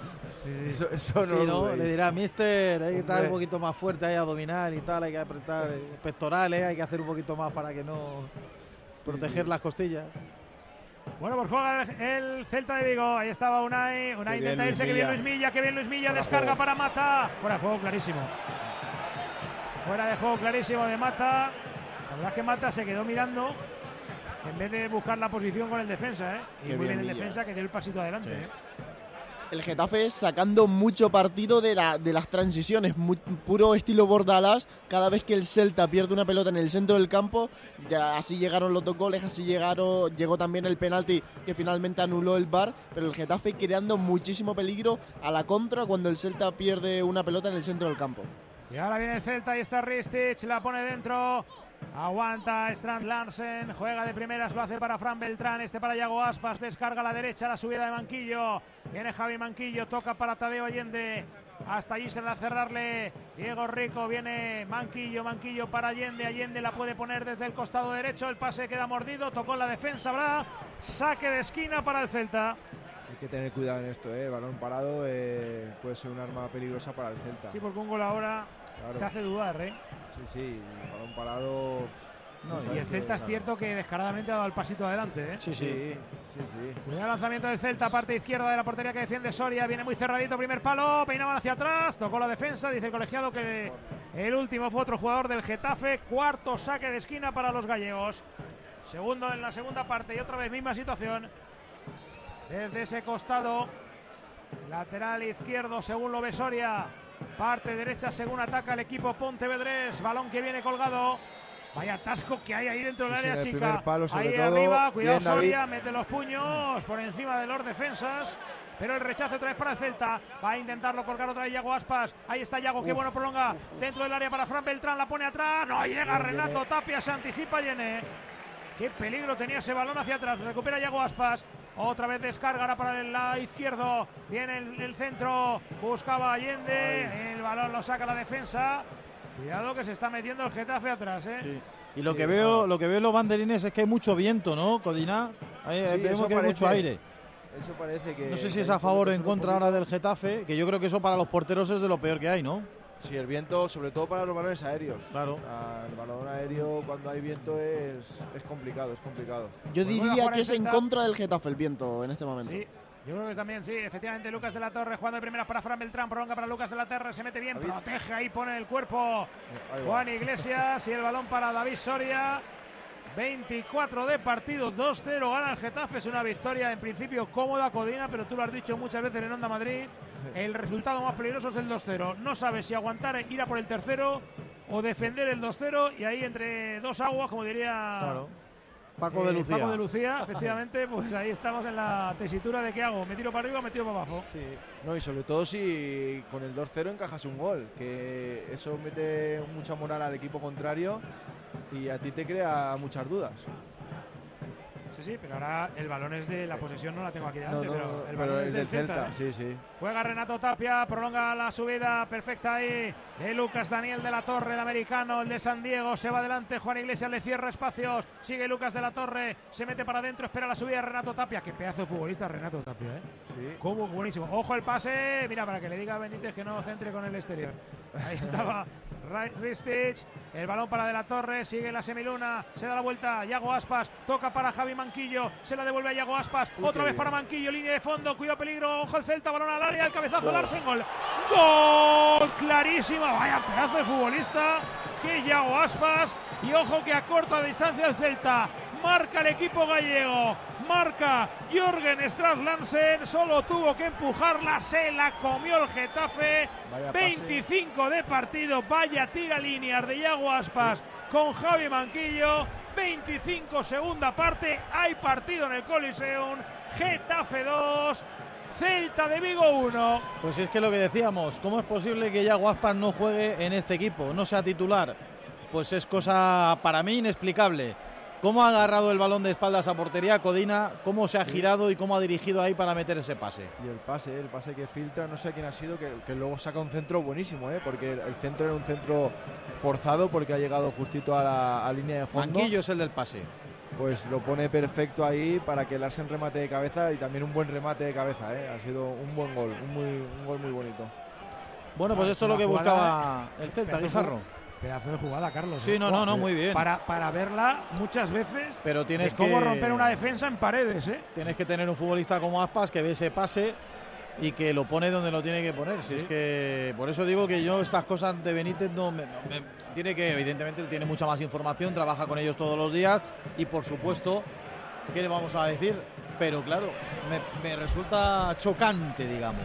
sí, eso, eso sí, no, ¿no? Le dirá, mister, hay que estar un poquito más fuerte ahí, abdominal y tal, hay que apretar pectorales, hay que hacer un poquito más para que no proteger sí. las costillas. Bueno, por juega el, el Celta de Vigo. Ahí estaba Unai. Unai intenta irse. Que bien Luis Milla. Que bien Luis Milla. Fuera descarga juego. Para Mata. Fuera de juego clarísimo. Fuera de juego clarísimo de Mata. La verdad es que Mata se quedó mirando en vez de buscar la posición con el defensa, ¿eh? Y Qué muy bien, bien en defensa que dio el pasito adelante. Sí. ¿eh? El Getafe sacando mucho partido de, la, de las transiciones, muy, puro estilo Bordalás. Cada vez que el Celta pierde una pelota en el centro del campo, ya así llegaron los dos goles, así llegaron, llegó también el penalti que finalmente anuló el V A R, pero el Getafe creando muchísimo peligro a la contra cuando el Celta pierde una pelota en el centro del campo. Y ahora viene el Celta y está Ristich, la pone dentro. Aguanta Strand Larsen, juega de primeras, lo hace para Fran Beltrán, este para Yago Aspas, descarga a la derecha, la subida de Manquillo, viene Javi Manquillo, toca para Tadeo Allende, hasta allí se va a cerrarle Diego Rico, viene Manquillo, Manquillo para Allende, Allende la puede poner desde el costado derecho, el pase queda mordido, tocó en la defensa, habrá saque de esquina para el Celta. Hay que tener cuidado en esto, ¿eh? Balón parado eh, puede ser un arma peligrosa para el Celta. Sí, porque un gol ahora claro. te hace dudar, ¿eh? Sí, sí, balón parado. No, y el Celta es cierto que descaradamente ha dado el pasito adelante, ¿eh? Sí, sí. sí, sí, sí. Cuidado lanzamiento del Celta, parte izquierda de la portería que defiende Soria, viene muy cerradito, primer palo, peinaban hacia atrás, tocó la defensa, dice el colegiado que el último fue otro jugador del Getafe, cuarto saque de esquina para los gallegos. Segundo en la segunda parte y otra vez misma situación. Desde ese costado, lateral izquierdo según lo ve Soria, parte derecha según ataca el equipo pontevedrés, balón que viene colgado, Vaya atasco que hay ahí dentro Sí, del sí, área en el chica. primer palo, sobre ahí todo. arriba, cuidado Bien, David. Soria, mete los puños por encima de los defensas. Pero el rechazo otra vez para el Celta. Va a intentarlo colgar otra vez Yago Aspas. Ahí está Yago, qué Uf, bueno prolonga. uf, uf. Dentro del área para Fran Beltrán, la pone atrás. No llega Bien, Renato Yené. Tapia, se anticipa Yené. Qué peligro tenía ese balón hacia atrás. Recupera Yago Aspas. Otra vez descarga ahora para el lado izquierdo. Viene el, el centro. Buscaba Allende. El balón lo saca la defensa. Cuidado que se está metiendo el Getafe atrás, ¿eh? Sí. Y lo Sí, que veo, claro. lo que veo en los banderines es que hay mucho viento, ¿no, Codina? Ahí, Sí, vemos eso que hay parece. mucho aire. Eso parece que... No sé si que es ahí a favor o puede en ser un contra poquito- ahora del Getafe, que yo creo que eso para los porteros es de lo peor que hay, ¿no? Sí, el viento, sobre todo para los balones aéreos. Claro. O sea, el balón aéreo cuando hay viento es, es complicado, es complicado. Yo Pues vuelve a diría jugar que el es en Celta. contra del Getafe el viento en este momento. Sí, yo creo que también, sí, efectivamente Lucas de la Torre jugando de primeras para Fran Beltrán, prolonga para Lucas de la Torre, se mete bien, David. protege ahí, pone el cuerpo Ahí va. Juan Iglesias y el balón para David Soria. veinticuatro de partido, dos cero gana el Getafe, es una victoria en principio cómoda, Codina, pero tú lo has dicho muchas veces en Onda Madrid, el resultado más peligroso es el dos cero, no sabes si aguantar, ir a por el tercero o defender el dos cero y ahí entre dos aguas, como diría... Claro. Paco Eh, de Lucía. Paco de Lucía, efectivamente, pues ahí estamos en la tesitura de qué hago, me tiro para arriba o me tiro para abajo. Sí, no, y sobre todo si con el dos cero encajas un gol, que eso mete mucha moral al equipo contrario y a ti te crea muchas dudas. Sí, sí, pero ahora el balón es de la posesión, no la tengo aquí No, delante, no, pero el pero balón es es del del Celta, ¿eh? sí, sí. Juega Renato Tapia, prolonga la subida perfecta ahí de Lucas Daniel de la Torre, el americano, el de San Diego, se va adelante, Juan Iglesias le cierra espacios, sigue Lucas de la Torre, se mete para adentro, espera la subida de Renato Tapia, qué pedazo de futbolista Renato Tapia, ¿eh? Sí. Cómo buenísimo, ojo el pase, mira, para que le diga a Benítez que no centre con el exterior. Ahí estaba Ra- Ristich, el balón para de la Torre, sigue la semiluna, se da la vuelta, Yago Aspas, toca para Javi Manquillo, se la devuelve a Yago Aspas, Uy, otra qué vez bien. para Manquillo, línea de fondo, cuidado peligro, ojo el Celta, balón al área, el cabezazo, Larsen, gol. ¡Gol! Clarísima, vaya pedazo de futbolista que es Yago Aspas, y ojo que a corta distancia el Celta, marca el equipo gallego, marca Jürgen Strand-Larsen, solo tuvo que empujarla, se la comió el Getafe, Vaya pase. veinticinco de partido, vaya tira líneas de Yago Aspas con Javi Manquillo, veinticinco segunda parte, hay partido en el Coliseum, Getafe dos, Celta de Vigo uno. Pues es que lo que decíamos, ¿cómo es posible que Yago Aspas no juegue en este equipo, no sea titular? Pues es cosa para mí inexplicable. ¿Cómo ha agarrado el balón de espaldas a portería Codina? ¿Cómo se ha girado y cómo ha dirigido ahí para meter ese pase? Y el pase, el pase que filtra, no sé quién ha sido, que, que luego saca un centro buenísimo, ¿eh? Porque el, el centro era un centro forzado porque ha llegado justito a la a línea de fondo. Manquillo es el del pase. Pues lo pone perfecto ahí para que Larsen remate de cabeza y también un buen remate de cabeza, ¿eh? Ha sido un buen gol, un, muy, un gol muy bonito. Bueno, pues Ah, esto es lo una que jugada, buscaba el Celta, pedazo de Guijarro. jugada- Pedazo de jugada, Carlos. Sí, ¿eh? no, no, no, muy bien. Para, para verla muchas veces, Pero tienes de cómo que- romper una defensa en paredes, ¿eh? Tienes que tener un futbolista como Aspas que ve ese pase y que lo pone donde lo tiene que poner. Si Sí. es que por eso digo que yo estas cosas de Benítez no me, no me- tiene que, evidentemente tiene mucha más información, trabaja con ellos todos los días y por supuesto, ¿qué le vamos a decir? Pero claro, me, me resulta chocante, digamos.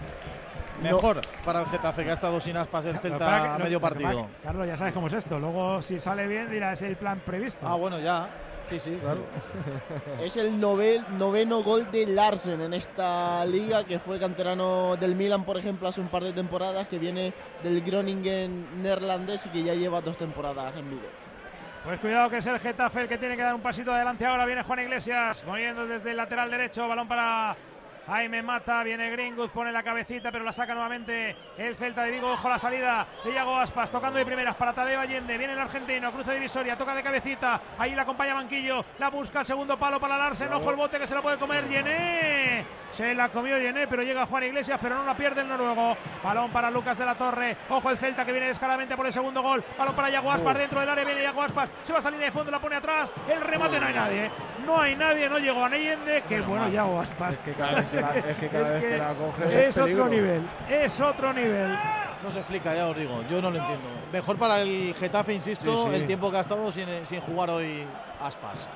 Mejor para el Getafe, que ha estado sin Aspas el Lo que pasa Celta que- a lo- medio lo que pasa partido. que, Carlos, ya sabes cómo es esto. Luego, si sale bien, dirás el plan previsto. Ah, bueno, ya. Sí, sí, claro. Es el novel, noveno gol de Larsen en esta liga, que fue canterano del Milan, por ejemplo, hace un par de temporadas, que viene del Groningen neerlandés y que ya lleva dos temporadas en Vigo. Pues cuidado que es el Getafe el que tiene que dar un pasito adelante ahora. Viene Juan Iglesias moviendo desde el lateral derecho. Balón para Jaime Mata. Viene Greenwood, pone la cabecita, pero la saca nuevamente el Celta de Vigo. Ojo la salida de Yago Aspas, tocando de primeras para Tadeo Allende. Viene el argentino, cruza divisoria, toca de cabecita. Ahí la acompaña Manquillo, la busca el segundo palo para Larsen. Ojo el bote que se la puede comer Yené. Se la comió Yené, pero llega Juan Iglesias, pero no la pierde el noruego. Balón para Lucas de la Torre. Ojo el Celta que viene descaradamente por el segundo gol. Balón para Yago Aspas, Oh. dentro del área viene Yago Aspas. Se va a salir de fondo, la pone atrás. El remate, no hay nadie. No hay nadie, no llegó a Allende. Qué bueno Yago Aspas. Es que cada vez que la, es que cada vez que la coges Es, es otro peligro. nivel, es otro nivel. No se explica, ya os digo, yo no lo entiendo. Mejor para el Getafe, insisto, Sí, sí. el tiempo que ha estado sin, sin jugar hoy Aspas.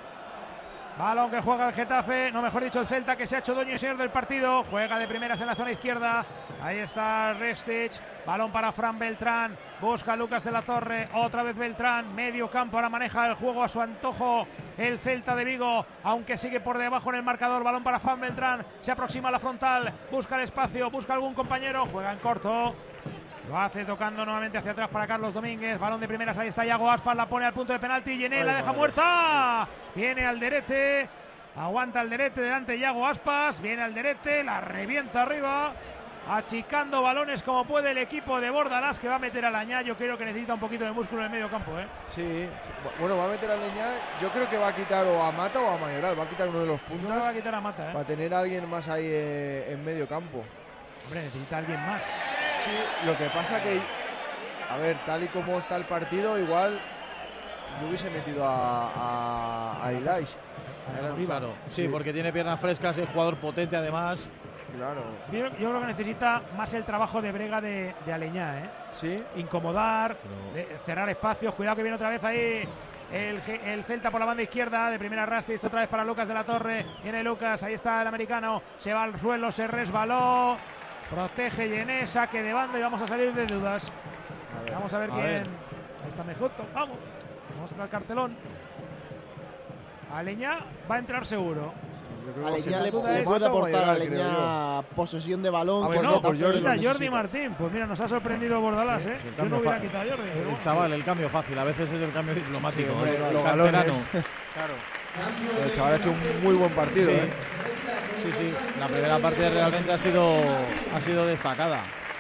Balón que juega el Getafe, no mejor dicho el Celta, que se ha hecho dueño y señor del partido. Juega de primeras en la zona izquierda. Ahí está Restich, balón para Fran Beltrán, busca Lucas de la Torre, otra vez Beltrán, medio campo, ahora maneja el juego a su antojo el Celta de Vigo, aunque sigue por debajo en el marcador, balón para Fran Beltrán, se aproxima a la frontal, busca el espacio, busca algún compañero, juega en corto, lo hace tocando nuevamente hacia atrás para Carlos Domínguez, balón de primeras, ahí está Iago Aspas, la pone al punto de penalti, Yené la deja muerta, viene Alderete, aguanta Alderete delante Iago Aspas, viene Alderete, la revienta arriba, achicando balones como puede el equipo de Bordalás, que va a meter a Lañá. Yo creo que necesita un poquito de músculo en el medio campo, ¿eh? Sí, bueno, va a meter a Lañá. Yo creo que va a quitar o a Mata o a Mayoral. Va a quitar uno de los puntos. No va a quitar a Mata, ¿eh? Para tener a alguien más ahí eh, en medio campo. Hombre, necesita a alguien más. Sí, lo que pasa que, a ver, tal y como está el partido, igual yo hubiese metido a, a, a Ilaish. Claro, sí, porque tiene piernas frescas, es jugador potente además. Claro. Yo, yo creo que necesita más el trabajo de brega de, de Aleñá, ¿eh? Sí. Incomodar, de, cerrar espacios. Cuidado que viene otra vez ahí el, el Celta por la banda izquierda. De primera Rastic, otra vez para Lucas de la Torre. Viene Lucas, ahí está el americano. Se va al suelo, se resbaló. Protege Yené, saque de banda y vamos a salir de dudas. A ver, vamos a ver a quién. Ver. Ahí está Mejuto, vamos. Muestra el cartelón. Aleñá va a entrar seguro. Aleñá le, le puede aportar a Aleñá posesión de balón. A ver, no, pues Jordi, Jordi Martín. Pues mira, nos ha sorprendido Bordalás, ¿eh? Yo no hubiera quitado a Jordi. El bueno. Chaval, el cambio fácil. A veces es el cambio diplomático. Sí, el, el, el canterano. Claro. El chaval ha hecho un muy buen partido. Sí. ¿eh? sí, sí. La primera parte realmente ha sido, ha sido destacada.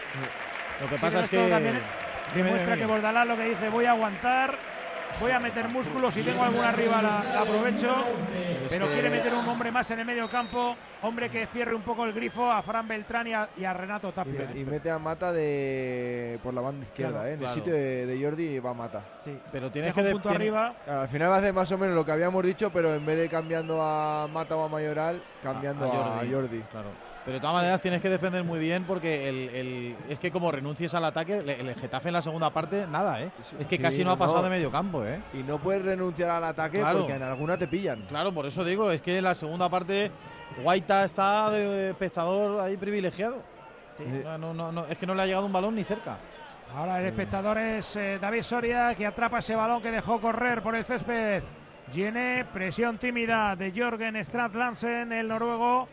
Lo que sí, pasa es que... También demuestra que Bordalás lo que dice, voy a aguantar... Voy a meter músculo, si tengo alguna arriba la, la aprovecho, pero, pero que... quiere meter un hombre más en el medio campo, hombre que cierre un poco el grifo a Fran Beltrán y a, y a Renato Tapia. Y, y mete a Mata de por la banda izquierda, claro, ¿eh? en claro. el sitio de, de Jordi va Mata. Sí, pero tienes Deja que... un punto tiene... arriba. Claro, al final va a hacer más o menos lo que habíamos dicho, pero en vez de cambiando a Mata o a Mayoral, cambiando a, a, Jordi. a Jordi. Claro. Pero de todas maneras tienes que defender muy bien porque el, el, es que como renuncies al ataque, el, el Getafe en la segunda parte, nada, ¿eh? Es que sí, casi no ha pasado no. de medio campo, ¿eh? Y no puedes renunciar al ataque claro. porque en alguna te pillan. Claro, por eso digo, es que en la segunda parte Guaita está de espectador ahí privilegiado. Sí. No, no, no, es que no le ha llegado un balón ni cerca. Ahora el espectador es eh, David Soria, que atrapa ese balón que dejó correr por el césped. Yené, presión tímida de Jørgen Strand Larsen, el noruego,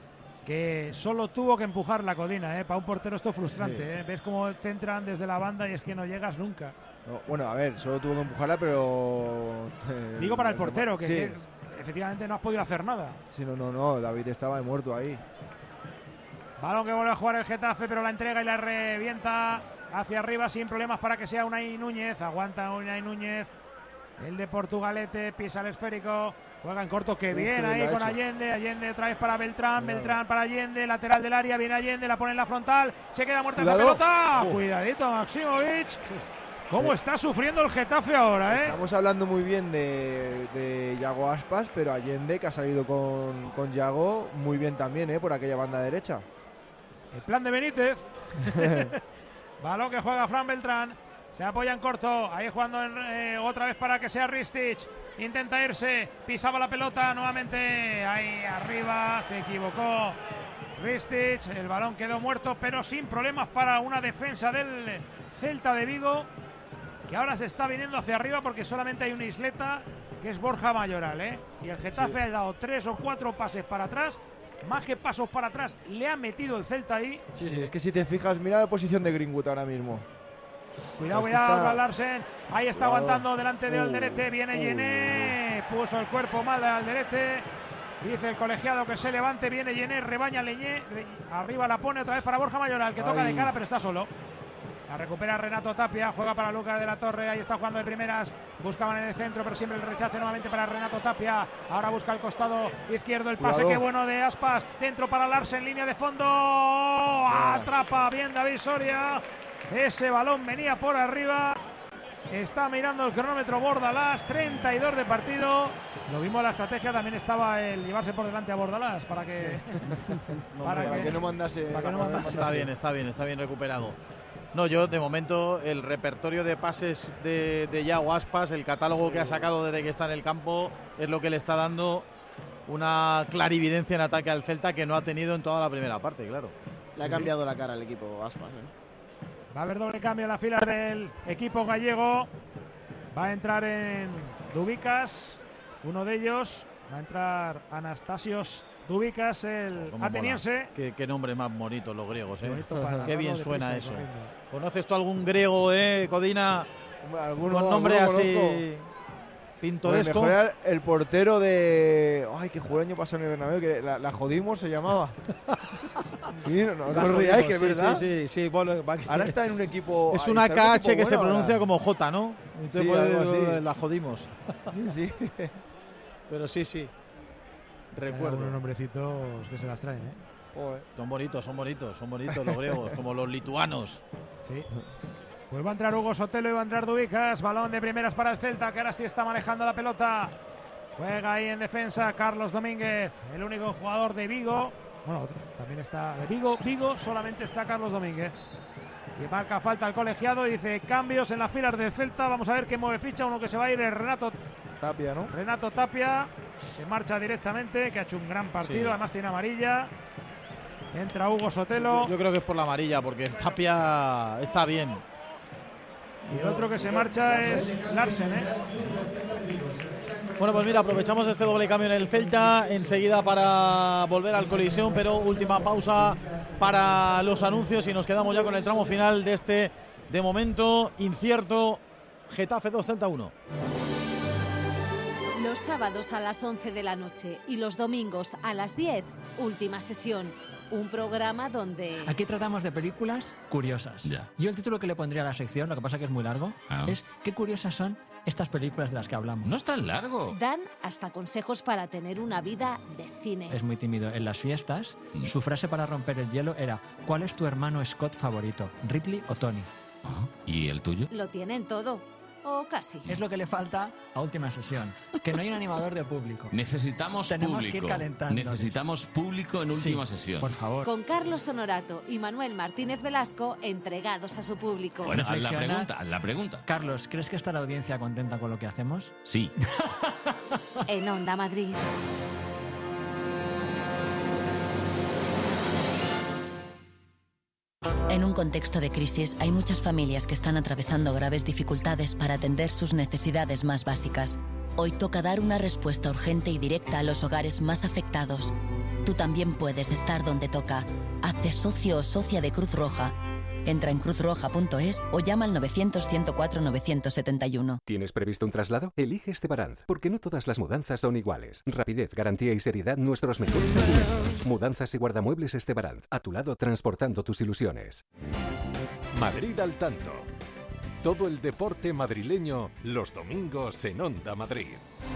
que solo tuvo que empujar la codina, ¿eh? Para un portero esto es frustrante, sí. ¿eh? Ves cómo centran desde la banda y es que no llegas nunca. No, bueno, a ver, solo tuvo que empujarla, pero... Eh, Digo para el portero, que, sí. que efectivamente no has podido hacer nada. Sí, no, no, no, David estaba muerto ahí. Balón que vuelve a jugar el Getafe, pero la entrega y la revienta hacia arriba sin problemas para que sea Unai Núñez. Aguanta Unai Núñez, el de Portugalete, pisa el esférico. Juega en corto, que bien ahí con hecho. Allende. Allende otra vez para Beltrán. Claro. Beltrán para Allende, lateral del área. Viene Allende, la pone en la frontal. Se queda muerta esa pelota. Oh. Cuidadito, Maximovic. ¿Cómo eh. está sufriendo el Getafe ahora, eh? Estamos hablando muy bien de, de Iago Aspas, pero Allende, que ha salido con, con Iago, muy bien también, eh, por aquella banda derecha. El plan de Benítez. Balón que juega Fran Beltrán. Se apoya en corto, ahí jugando en, eh, otra vez para que sea Ristich. Intenta irse, pisaba la pelota nuevamente, ahí arriba, se equivocó Ristich. El balón quedó muerto, pero sin problemas para una defensa del Celta de Vigo, que ahora se está viniendo hacia arriba porque solamente hay una isleta, que es Borja Mayoral, ¿eh? Y el Getafe sí. ha dado tres o cuatro pases para atrás. Más que pasos para atrás, le ha metido el Celta ahí. Sí, sí, es que si te fijas, mira la posición de Greenwood ahora mismo. Cuidado, pues cuidado, está... Larsen. Ahí está cuidado. Aguantando delante de Alderete. Viene uh. Yené. Puso el cuerpo mal de Alderete. Dice el colegiado que se levante. Viene Yené, rebaña Leñé. Arriba la pone otra vez para Borja Mayoral, que Ay. toca de cara, pero está solo. La recupera Renato Tapia. Juega para Lucas de la Torre. Ahí está jugando de primeras. Buscaban en el centro, pero siempre el rechace nuevamente para Renato Tapia. Ahora busca el costado izquierdo. El pase, qué bueno de Aspas. Dentro para Larsen, línea de fondo. Atrapa bien David Soria. Ese balón venía por arriba. Está mirando el cronómetro Bordalás. treinta y dos de partido. Lo vimos, la estrategia también estaba el llevarse por delante a Bordalás para que, no, para, para que, que no mandase. Para que no mandase. Está bien, está bien, está bien recuperado. No, yo de momento el repertorio de pases de, de Iago Aspas, el catálogo que ha sacado desde que está en el campo, es lo que le está dando una clarividencia en ataque al Celta que no ha tenido en toda la primera parte, claro. Le ha cambiado la cara al equipo Aspas, ¿eh? Va a haber doble cambio en la fila del equipo gallego. Va a entrar en Dubicas, uno de ellos. Va a entrar Anastasios Dubicas, el ateniense. Qué, qué nombre más bonito los griegos, ¿eh? Para qué bien de suena prisa, eso. corriendo. ¿Conoces tú algún griego, eh, Codina? Alguno, con nombre alguno así conozco. pintoresco. Bueno, mejor era el portero de. Ay, que jugó el año pasado en el Bernabéu, que la, la jodimos se llamaba. Sí, no, no, La no os riáis, que es sí, verdad. Sí, sí, sí. Bueno, va- Ahora está en un equipo. Es está una en un K H equipo que se bueno pronuncia ahora. como J, ¿no? Entonces Sí, por algo eso así. la jodimos. Sí, sí. Pero sí, sí. Hay Recuerdo. algunos nombrecitos que se las traen, ¿eh? Joder. Son bonitos, son bonitos, son bonitos los griegos, como los lituanos. Sí. Pues va a entrar Hugo Sotelo y va a entrar Dubicas. Balón de primeras para el Celta, que ahora sí está manejando la pelota. Juega ahí en defensa Carlos Domínguez, el único jugador de Vigo. Bueno, otro, también está de Vigo. Vigo solamente está Carlos Domínguez. Y marca falta al colegiado y dice cambios en las filas del Celta. Vamos a ver qué mueve ficha. Uno que se va a ir es Renato Tapia, ¿no? Renato Tapia, que marcha directamente, que ha hecho un gran partido. Sí. Además tiene amarilla. Entra Hugo Sotelo. Yo, yo creo que es por la amarilla, porque Tapia está bien. Y el otro que se marcha es Larsen, ¿eh? Bueno, pues mira, aprovechamos este doble cambio en el Celta enseguida para volver al Coliseum, pero última pausa para los anuncios y nos quedamos ya con el tramo final de este, de momento, incierto Getafe dos, Celta uno. Los sábados a las once de la noche y los domingos a las diez, última sesión. Un programa donde... Aquí tratamos de películas curiosas. Ya. Yo el título que le pondría a la sección, lo que pasa que es muy largo, Ah. es ¿qué curiosas son estas películas de las que hablamos? No es tan largo. Dan hasta consejos para tener una vida de cine. Es muy tímido. En las fiestas, su frase para romper el hielo era ¿cuál es tu hermano Scott favorito? ¿Ridley o Tony? Ah, ¿y el tuyo? Lo tienen todo. O casi. Es lo que le falta a última sesión. Que no hay un animador de público. Necesitamos Tenemos público. que ir calentando. Necesitamos público en última Sí, sesión. por favor. Con Carlos Honorato y Manuel Martínez Velasco entregados a su público. Bueno, haz la Reflexionar. pregunta, haz la pregunta. Carlos, ¿crees que está la audiencia contenta con lo que hacemos? Sí. En Onda Madrid. En un contexto de crisis hay muchas familias que están atravesando graves dificultades para atender sus necesidades más básicas. Hoy toca dar una respuesta urgente y directa a los hogares más afectados. Tú también puedes estar donde toca. Hazte socio o socia de Cruz Roja. Entra en cruz roja punto es o llama al novecientos, ciento cuatro, novecientos setenta y uno. ¿Tienes previsto un traslado? Elige Estebaranz, porque no todas las mudanzas son iguales. Rapidez, garantía y seriedad, nuestros mejores argumentos. Mudanzas y guardamuebles Estebaranz, a tu lado transportando tus ilusiones. Madrid al tanto. Todo el deporte madrileño los domingos en Onda Madrid.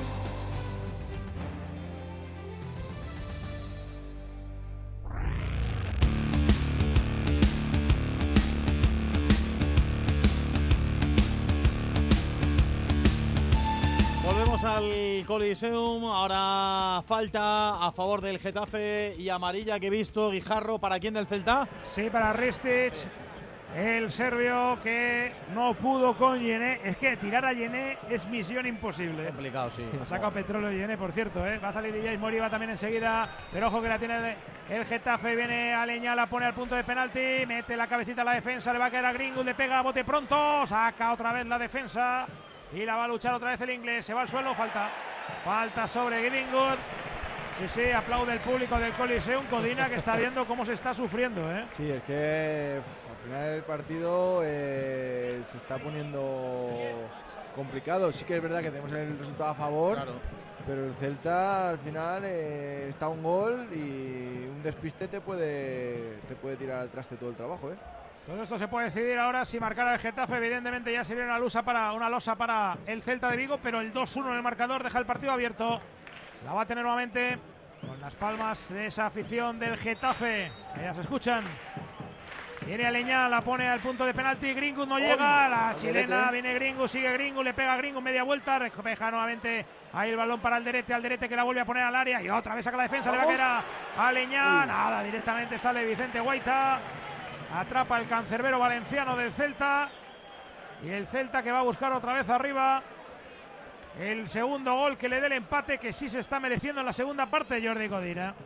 Volvemos al Coliseum, ahora falta a favor del Getafe y amarilla que he visto, Guijarro, ¿para quién del Celta? Sí, para Ristic, el serbio que no pudo con Yené. Es que tirar a Yené es misión imposible. Complicado, sí. Ha sacado petróleo Yené, por cierto, ¿eh? Va a salir Illais Mori, va también enseguida, pero ojo que la tiene el, el Getafe, viene a Leña, la pone al punto de penalti, mete la cabecita a la defensa, le va a caer a Greenwood, le pega a bote pronto, saca otra vez la defensa y la va a luchar otra vez el inglés, se va al suelo, falta, falta sobre Greenwood. Sí, sí, aplaude el público del Coliseum, Codina, que está viendo cómo se está sufriendo, ¿eh? Sí, es que uf, al final del partido eh, se está poniendo complicado. Sí que es verdad que tenemos el resultado a favor, Claro. pero el Celta al final eh, está a un gol y un despiste te puede, te puede tirar al traste todo el trabajo, ¿eh? Todo esto se puede decidir ahora si marcar al Getafe. Evidentemente ya sería una losa para, una losa para el Celta de Vigo, pero el dos uno en el marcador deja el partido abierto. La va a tener nuevamente con las palmas de esa afición del Getafe, que ya se escuchan. Viene Aleñá, la pone al punto de penalti, Greenwood no llega, la chilena, viene Greenwood, sigue Greenwood, le pega a Greenwood, media vuelta, despeja nuevamente ahí el balón para Alderete, Alderete que la vuelve a poner al área y otra vez saca la defensa, le va a caer a Aleñá, nada, directamente sale Vicente Guaita, atrapa el cancerbero valenciano del Celta y el Celta que va a buscar otra vez arriba el segundo gol que le dé el empate, que sí se está mereciendo en la segunda parte, Jordi Codina.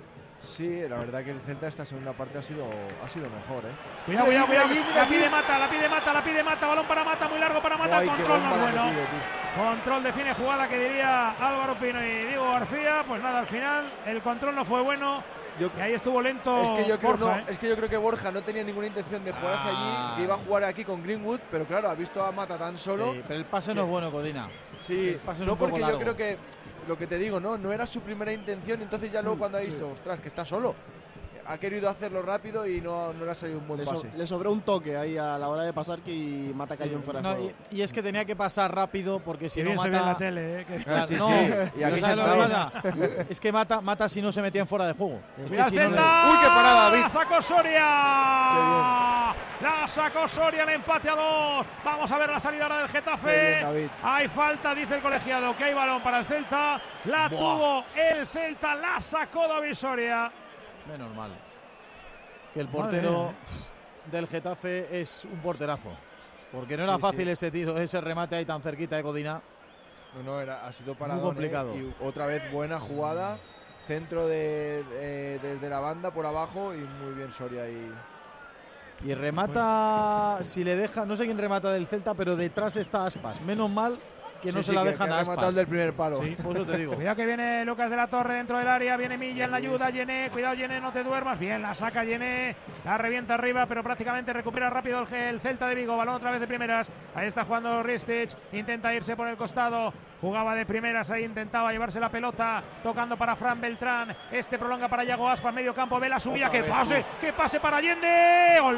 Sí, la verdad que el Celta esta segunda parte ha sido, ha sido mejor, ¿eh? Cuidado, cuidado, cuidado. La pide Mata, la pide Mata, la pide Mata. Balón para Mata, muy largo para Mata. Ay, control no es bueno. Metido, control define jugada que diría Álvaro Pino y Diego García. Pues nada, al final el control no fue bueno. Yo, y ahí estuvo lento. Es que, yo creo, Borja, no, ¿eh? es que yo creo que Borja no tenía ninguna intención de jugar hacia Ah. allí, que iba a jugar aquí con Greenwood, pero claro, ha visto a Mata tan solo. Sí, pero el pase no es bueno, Codina. Sí, el pase es no un poco porque largo. yo creo que lo que te digo, no, no era su primera intención, entonces ya luego cuando ha visto, ostras, que está solo, ha querido hacerlo rápido y no, no le ha salido un buen Le, so- pase. le sobró un toque ahí a la hora de pasar que y Mata cayó en fuera de No, juego. y, y es que tenía que pasar rápido porque si Qué no bien se ve en Mata. la tele, ¿eh? Que- Claro, Sí, no, sí. pero Y aquí ¿sabes lo que sentado. pasa? Es que mata, mata si no se metía en fuera de juego. Es que Cuidado, si no le- Celta. ¡Uy, qué parada, David! La sacó Soria. La sacó Soria, el empate a dos. Vamos a ver la salida ahora del Qué Getafe. bien, David. Hay falta, dice el colegiado, que hay balón para el Celta. La Buah. tuvo el Celta, la sacó David Soria. Menos mal. Que el Madre portero mía. del Getafe es un porterazo. Porque no era Sí, fácil sí. ese tiro, ese remate ahí tan cerquita de Codina. No, no, era, ha sido parado. complicado. Y otra vez buena jugada, centro de, de- desde la banda por abajo y muy bien Soria ahí. Y remata, si le deja, no sé quién remata del Celta, pero detrás está Aspas. Menos mal que no Sí, se sí, la que- dejan que a ha rematado Aspas. el del primer palo. Sí, por eso te digo. Cuidado que viene Lucas de la Torre dentro del área, viene Milla en la ayuda, Yené, cuidado Yené, no te duermas, bien, la saca Yené, la revienta arriba, pero prácticamente recupera rápido el, el Celta de Vigo, balón otra vez de primeras, ahí está jugando Ristic, intenta irse por el costado, jugaba de primeras, ahí intentaba llevarse la pelota, tocando para Fran Beltrán, este prolonga para Yago Aspas, medio campo, ve la subida, Otra que vez, pase, tú. que pase para Allende, gol,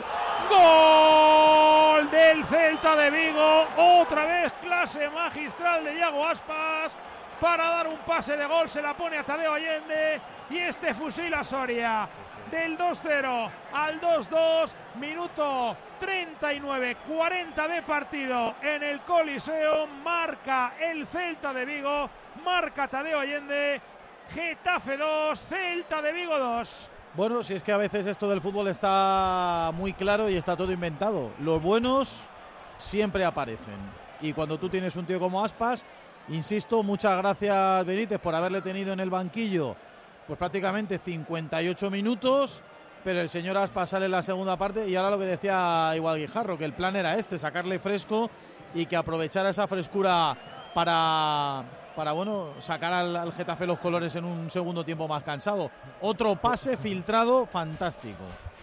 gol del Celta de Vigo, otra vez clase magistral de Yago Aspas, para dar un pase de gol, se la pone a Tadeo Allende y este fusila Soria del dos cero al dos dos, minuto treinta y nueve, cuarenta de partido en el Coliseo, marca el Celta de Vigo, marca Tadeo Allende, Getafe dos, Celta de Vigo dos. Bueno, si es que a veces esto del fútbol está muy claro y está todo inventado. Los buenos siempre aparecen. Y cuando tú tienes un tío como Aspas, insisto, muchas gracias Benítez por haberle tenido en el banquillo pues prácticamente cincuenta y ocho minutos, pero el señor Aspas sale en la segunda parte y ahora lo que decía igual Guijarro, que el plan era este, sacarle fresco y que aprovechara esa frescura para, para bueno, sacar al, al Getafe los colores en un segundo tiempo más cansado. Otro pase filtrado fantástico.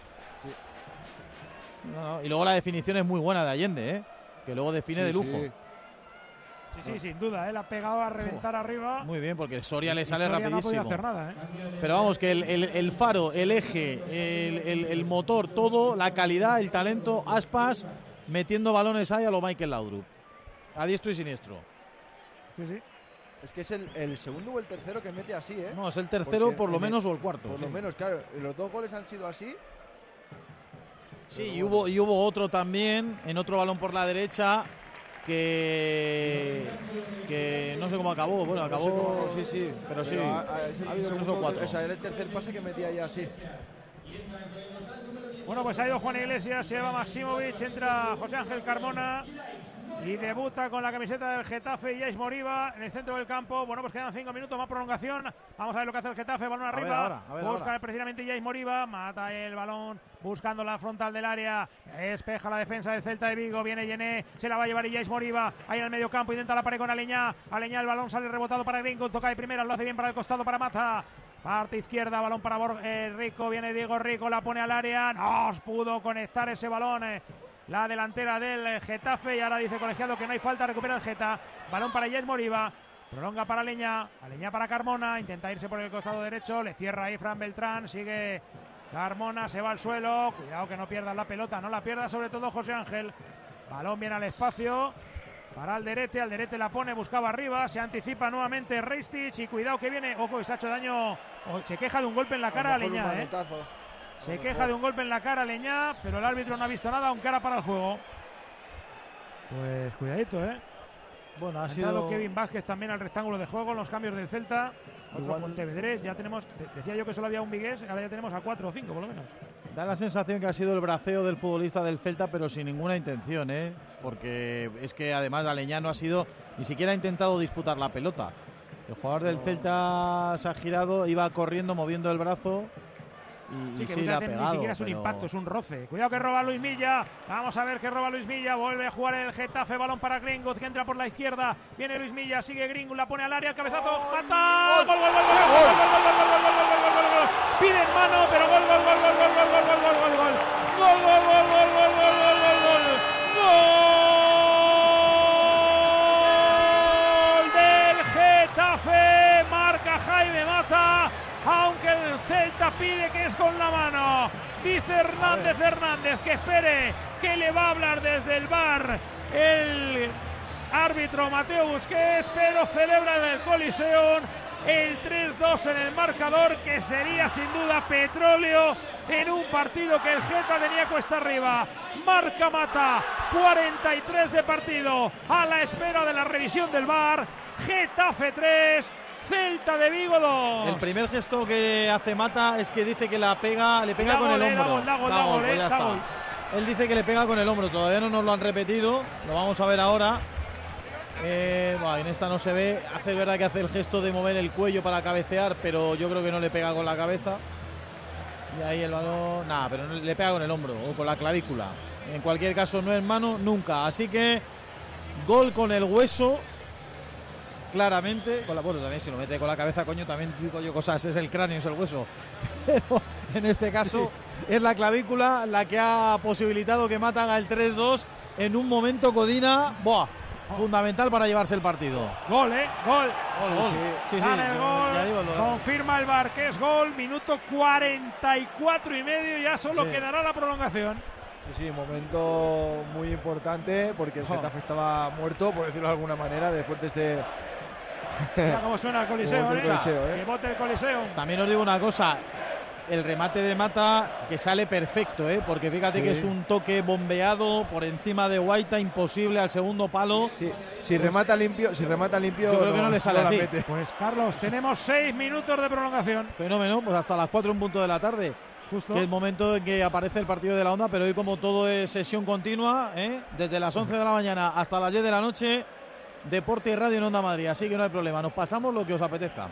No, no, y luego la definición es muy buena de Allende, ¿eh? Que luego define Sí, de lujo. sí. Sí, sí, sin duda, ¿eh? La ha pegado a reventar arriba. Muy bien, porque Soria le Y sale Soria rapidísimo. No ha podido hacer nada, ¿eh? Pero vamos, que el, el- el faro, el eje, el, el- el motor, todo, la calidad, el talento, Aspas metiendo balones ahí a lo Michael Laudrup. A diestro y siniestro. Sí, sí. Es que es el, el segundo o el tercero que mete así, ¿eh? No, es el tercero Porque por lo en el- menos o el cuarto. Por sí. lo menos, claro. Los dos goles han sido así. Sí, y hubo, y hubo otro también, en otro balón por la derecha, que, que no sé cómo acabó. Bueno, No sé acabó. cómo- sí, sí. Pero sí, a- a- es el ha habido tres o segundo- cuatro. O sea, era el tercer pase que metía ya así. Bueno, pues ha ido Juan Iglesias, se va Maximovic, entra José Ángel Carmona y debuta con la camiseta del Getafe Yais Moriba en el centro del campo. Bueno, pues quedan cinco minutos más prolongación. Vamos a ver lo que hace el Getafe, balón ver arriba. ahora, a ver Busca ahora. precisamente Yais Moriba, mata el balón buscando la frontal del área. Despeja la defensa del Celta de Vigo, viene Yené, se la va a llevar Yais Moriba. Ahí en el medio campo intenta la pared con Aleñá. Aleñá, el balón sale rebotado para Greenwood, toca de primera, lo hace bien para el costado para Mata. Parte izquierda, balón para Bor eh, Rico, viene Diego Rico, la pone al área, no pudo conectar ese balón, eh, la delantera del eh, Getafe y ahora dice colegiado que no hay falta, recupera el Geta, balón para Yais Moriba, prolonga para Aleñá, Aleñá para Carmona, intenta irse por el costado derecho, le cierra ahí Fran Beltrán, sigue Carmona, se va al suelo, cuidado que no pierdas la pelota, no la pierda sobre todo José Ángel, balón viene al espacio. Para Alderete, Alderete la pone, buscaba arriba, se anticipa nuevamente Ristic y cuidado que viene, ojo, y se ha hecho daño, oh, se queja de un golpe en la cara a Aleñá, ¿eh? Se queja de un golpe en la cara a Aleñá, pero el árbitro no ha visto nada, aunque era para el juego. Pues cuidadito, ¿eh? Bueno, ha Ha sido. entrado Kevin Vázquez también al rectángulo de juego, en los cambios del Celta. Otro Igual- Pontevedrés, ya tenemos, de- decía yo que solo había un vigués, ahora ya tenemos a cuatro o cinco por lo menos. Da la sensación que ha sido el braceo del futbolista del Celta, pero sin ninguna intención, ¿eh? Porque es que además Aleñá no ha sido, ni siquiera ha intentado disputar la pelota. El jugador del Celta se ha girado, iba corriendo, moviendo el brazo y, Sí, y que sí muchas le ha veces pegado. ni siquiera es un pero- impacto, es un roce. Cuidado que roba Luis Milla. Vamos a ver que roba Luis Milla. Vuelve a jugar el Getafe. Balón para Greenwood, que entra por la izquierda. Viene Luis Milla, sigue Greenwood, la pone al área, cabezazo, mata. Gol, gol, gol, gol, gol, gol, gol, gol, gol, gol, gol, gol, gol, gol, gol. Piden mano, pero gol, gol, gol, gol, gol, gol, gol, gol, gol, gol, gol. Gol, gol, gol, gol, gol, gol, gol, gol, gol. Gol del Getafe. Marca Jaime Mata. Aunque el Celta pide que es con la mano. Dice Hernández Hernández que espere, que le va a hablar desde el V A R el árbitro Mateo Busquets, pero celebra en el Coliseum el tres dos en el marcador, que sería sin duda petróleo en un partido que el Geta tenía cuesta arriba. Marca Mata, cuarenta y tres de partido, a la espera de la revisión del V A R. Getafe tres, Celta de Vigo dos. El primer gesto que hace Mata es que dice que la pega, le pega Da con gol, el eh, da hombro. gol, da gol, Da da gol, gol, pues eh, ya da está. gol. Él dice que le pega con el hombro, todavía no nos lo han repetido, lo vamos a ver ahora. Eh, bueno, en esta no se ve, hace verdad que hace el gesto de mover el cuello para cabecear, pero yo creo que no le pega con la cabeza. Y ahí el balón, nada, pero no le pega con el hombro o con la clavícula. En cualquier caso no es mano nunca, así que gol con el hueso. Claramente, con la, bueno, también si lo mete con la cabeza, coño, también digo yo cosas, es el cráneo, es el hueso. Pero en este caso es la clavícula la que ha posibilitado que Mata haga el tres dos en un momento, Codina, ¡buah! Fundamental para llevarse el partido. Gol, ¿eh? Gol. Gol, gol. Sí, sí, Gana el yo gol. ya digo, lo- Confirma el V A R que es gol. Minuto cuarenta y cuatro y medio. Ya solo Sí. quedará la prolongación. Sí, sí, momento muy importante porque el Jo. Getafe estaba muerto, por decirlo de alguna manera, después de ese... Mira cómo suena el Coliseo, Como ¿eh? el Coliseo, ¿eh? Que bote el Coliseo. También os digo una cosa, el remate de Mata que sale perfecto, ¿eh? Porque fíjate Sí. que es un toque bombeado por encima de Guaita, imposible al segundo palo. Sí. Si remata limpio, si remata limpio, Yo creo que no le sale la así. mete. Pues Carlos, tenemos seis minutos de prolongación. Fenómeno, pues hasta las cuatro en punto de la tarde. Justo. Que es el momento en que aparece el partido de la Onda, pero hoy como todo es sesión continua, ¿eh? Desde las once de la mañana hasta las diez de la noche, Deporte y Radio en Onda Madrid, así que no hay problema, nos pasamos lo que os apetezca.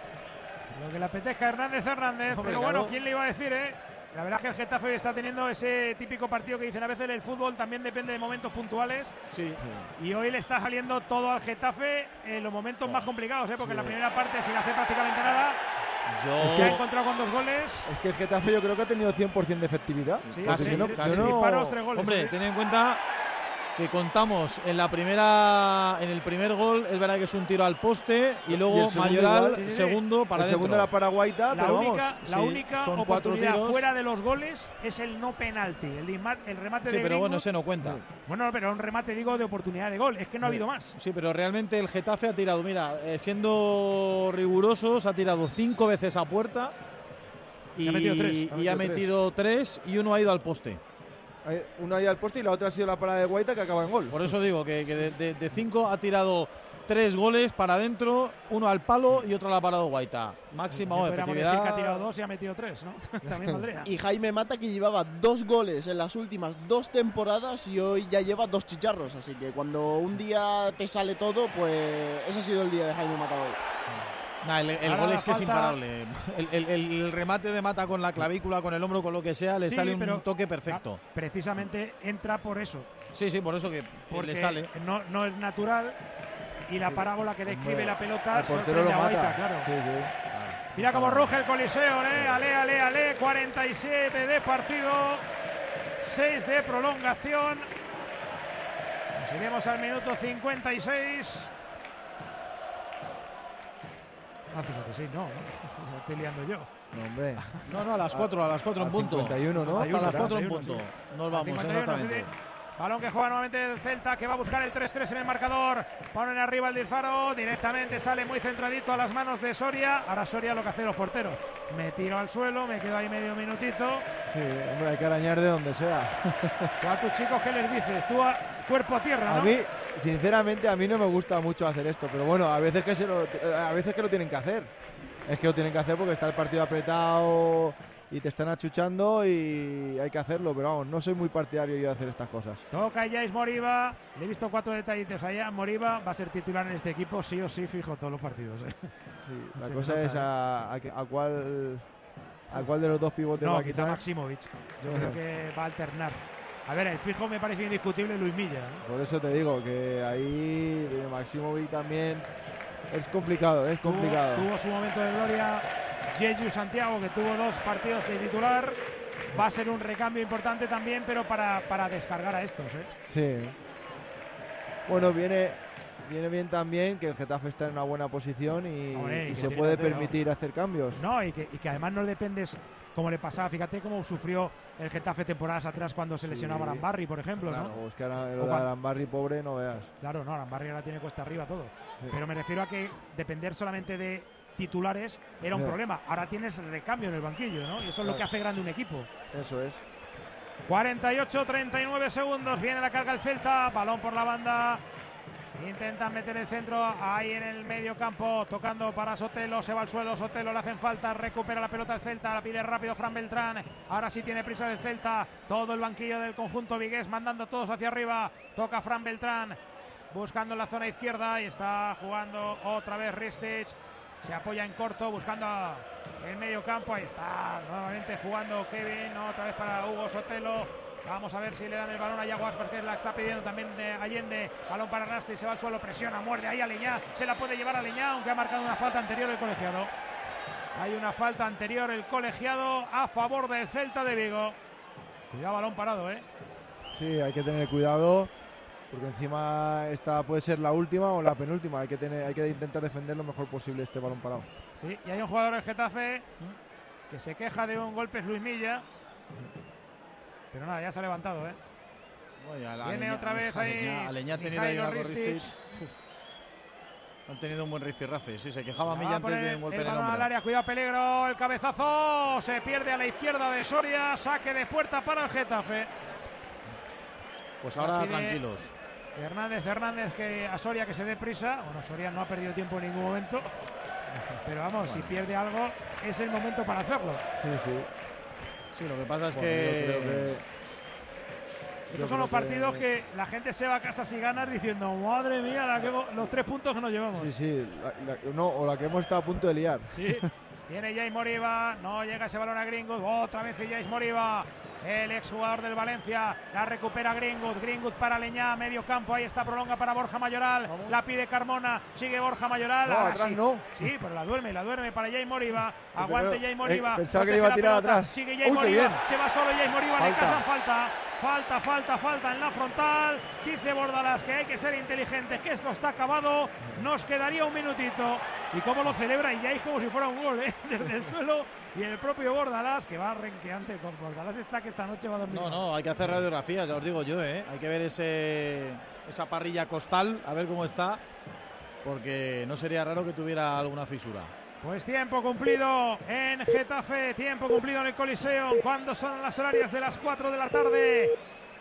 Lo que le apetezca a Hernández Hernández. Hombre, pero claro. bueno, ¿quién le iba a decir, eh? La verdad es que el Getafe hoy está teniendo ese típico partido que dicen a veces el fútbol también depende de momentos puntuales. Sí. Y hoy le está saliendo todo al Getafe en los momentos más complicados, ¿eh? Porque en la primera parte sin hacer prácticamente nada. Yo... Se ha encontrado con dos goles. Es que el Getafe yo creo que ha tenido cien por ciento de efectividad. Sí, Porque sí, yo no- sí, yo sí, no- disparos, tres goles. Hombre, sí. ten en cuenta que contamos en la primera, en el primer gol, es verdad que es un tiro al poste y Y luego el segundo Mayoral, igual, sí, sí. segundo para el dentro. segundo era para Guaita, La pero única, vamos. la sí, única son cuatro oportunidad tiros. fuera de los goles es el no penalti, el, de inma- el remate Sí, de pero bueno, Greenwood. ese no cuenta. Bueno, pero un remate, digo, de oportunidad de gol. Es que no ha habido más. Sí, pero realmente el Getafe ha tirado, mira, eh, siendo rigurosos, ha tirado cinco veces a puerta y, Y ha metido tres, y ha ha metido metido tres y uno ha ido al poste. Hay- Uno ahí al poste y la otra ha sido la parada de Guaita que acaba en gol. Por eso digo que, que de, de- de cinco ha tirado tres goles para adentro, uno al palo y otro la ha parado Guaita. Máxima Podríamos decir que ha tirado efectividad. dos y ha metido tres, ¿no? También valdría. Y Jaime Mata, que llevaba dos goles en las últimas dos temporadas y hoy ya lleva dos chicharros. Así que cuando un día te sale todo, pues ese ha sido el día de Jaime Mata hoy. Nah, el el Ahora gol la es que es falta- imparable. El, el- el- el remate de Mata con la clavícula, con el hombro, con lo que sea, le Sí, sale pero- un toque perfecto. Ah, precisamente entra por eso. Sí, sí, por eso que Porque le sale. No, no es natural. Y la parábola que describe Hombre, la pelota al portero sorprende lo a mata. Guaita, claro. Sí, sí. Mira cómo ruge el Coliseo, ¿eh? Ale, ale, ale. cuarenta y siete de partido. seis de prolongación. Nos iremos al minuto cincuenta y seis. Ah, cincuenta y seis, no. ¿no? Estoy liando yo. No, hombre. No, no, a las cuatro, a las cuatro en a punto. cincuenta y uno, ¿no? Hasta las Era. cuatro en cincuenta y punto. uno, sí. Nos A vamos, cincuenta y uno, exactamente. sí, sí. Balón que juega nuevamente el Celta, que va a buscar el tres tres en el marcador. Ponen arriba el Dilfaro, directamente sale muy centradito a las manos de Soria. Ahora Soria lo que hace los porteros. Me tiro al suelo, me quedo ahí medio minutito. Sí, hombre, hay que arañar de donde sea. ¿Tú a tus chicos qué les dices? Tú a cuerpo a tierra, ¿no? A mí, sinceramente, a mí no me gusta mucho hacer esto, pero bueno, a veces que se lo, a veces que lo tienen que hacer. Es que lo tienen que hacer porque está el partido apretado y te están achuchando y hay que hacerlo, pero vamos, no soy muy partidario yo de hacer estas cosas. Toca Jais Moriba. Le he visto cuatro detallitos allá. Moriba va a ser titular en este equipo, sí o sí, fijo, todos los partidos. ¿eh? Sí, la Se cosa nota, es a, a, que- a cuál ¿A cuál de los dos pivotes No, va a quizá quitar? Maximovic. Yo creo que va a alternar. A ver, el fijo me parece indiscutible Luis Milla, ¿eh? Por eso te digo que ahí eh, Maximovic también es complicado, es complicado. Tuvo, tuvo su momento de gloria Yeyu Santiago, que tuvo dos partidos de titular. Va a ser un recambio importante también, pero para, para descargar a estos, ¿eh? Sí. Bueno, viene, viene bien también que el Getafe está en una buena posición y, Hombre, y y que se tiene puede que hacer, permitir hacer cambios. No, y que, y que además no dependes, como le pasaba, fíjate cómo sufrió el Getafe temporadas atrás cuando se lesionaba Sí. Arambarri, por ejemplo, Claro, ¿no? es que ahora O lo de cuando- Arambarri pobre no veas. Claro, no, Arambarri ahora tiene cuesta arriba todo. Sí. Pero me refiero a que depender solamente de titulares era un Sí. problema. Ahora tienes recambio en el banquillo, ¿no? Y eso es lo Claro. que hace grande un equipo. Eso es. cuarenta y ocho treinta y nueve segundos, viene la carga el Celta, balón por la banda, intentan meter el centro ahí en el medio campo, tocando para Sotelo, se va al suelo, Sotelo le hacen falta, recupera la pelota el Celta, la pide rápido Fran Beltrán, ahora sí tiene prisa del Celta, todo el banquillo del conjunto vigués mandando a todos hacia arriba, toca Fran Beltrán, buscando la zona izquierda y está jugando otra vez Ristic, se apoya en corto, buscando el medio campo, ahí está, nuevamente jugando Kevin, otra vez para Hugo Sotelo. Vamos a ver si le dan el balón a Yago Aspas, que es la que está pidiendo también de Allende. Balón para Rasti, se va al suelo, presiona, muerde ahí a Leñá. Se la puede llevar a Leñá, aunque ha marcado una falta anterior el colegiado. Hay una falta anterior el colegiado a favor del Celta de Vigo. Cuidado, balón parado, ¿eh? Sí, hay que tener cuidado porque encima esta puede ser la última o la penúltima. Hay que tener, hay que intentar defender lo mejor posible este balón parado. Sí, y hay un jugador del Getafe que se queja de un golpe, es Luis Milla. Pero nada, ya se ha levantado, ¿eh? Oye, a la Viene Aleñá- otra vez a ahí Aleñá- Aleñá ha tenido ahí Mijailo una con Ristic. Ristic. Uf. Han tenido un buen rifirrafe, sí, se quejaba Va Milla a antes poner de un golpe el en el balón al hombro. área, cuidado, peligro, el cabezazo, se pierde a la izquierda de Soria, saque de puerta para el Getafe. Pues ahora Pide tranquilos. Hernández, Hernández, que a Soria que se dé prisa. Bueno, Soria no ha perdido tiempo en ningún momento, pero vamos, si pierde algo es el momento para hacerlo. Sí, sí. Sí, lo que pasa es Bueno, que... yo creo que- Estos yo son los creo que- partidos que la gente se va a casa si ganas diciendo, madre mía, la que hemos- los tres puntos que nos llevamos. Sí, sí. la- la- no, o la que hemos estado a punto de liar. Sí. Viene Jais Moriba, no llega ese balón a Greenwood, otra vez Jais Moriba, el exjugador del Valencia, la recupera Greenwood, Greenwood para Leñá, medio campo, ahí está, prolonga para Borja Mayoral, la pide Carmona, sigue Borja Mayoral, No, ahora atrás sí, no. sí, pero la duerme, la duerme para Jais Moriba, aguante Pero, Jais eh, Moriba, pensaba que protege le iba a la tirar pelota, atrás. sigue Jais Uy, qué Moriba, bien. se va solo Jais Moriba, le Falta. cazan falta, falta, falta, falta en la frontal, dice Bordalas que hay que ser inteligentes, que esto está acabado, nos quedaría un minutito, y cómo lo celebra y Jais como si fuera un gol, ¿eh? Desde el suelo, y el propio Bordalas, que va renqueante con Bordalas, está que esta noche va a dormir. No, no, hay que hacer radiografías, ya os digo yo, ¿eh? Hay que ver ese, esa parrilla costal, a ver cómo está, porque no sería raro que tuviera alguna fisura. Pues tiempo cumplido en Getafe, tiempo cumplido en el Coliseo, cuando son las horarias de las cuatro de la tarde.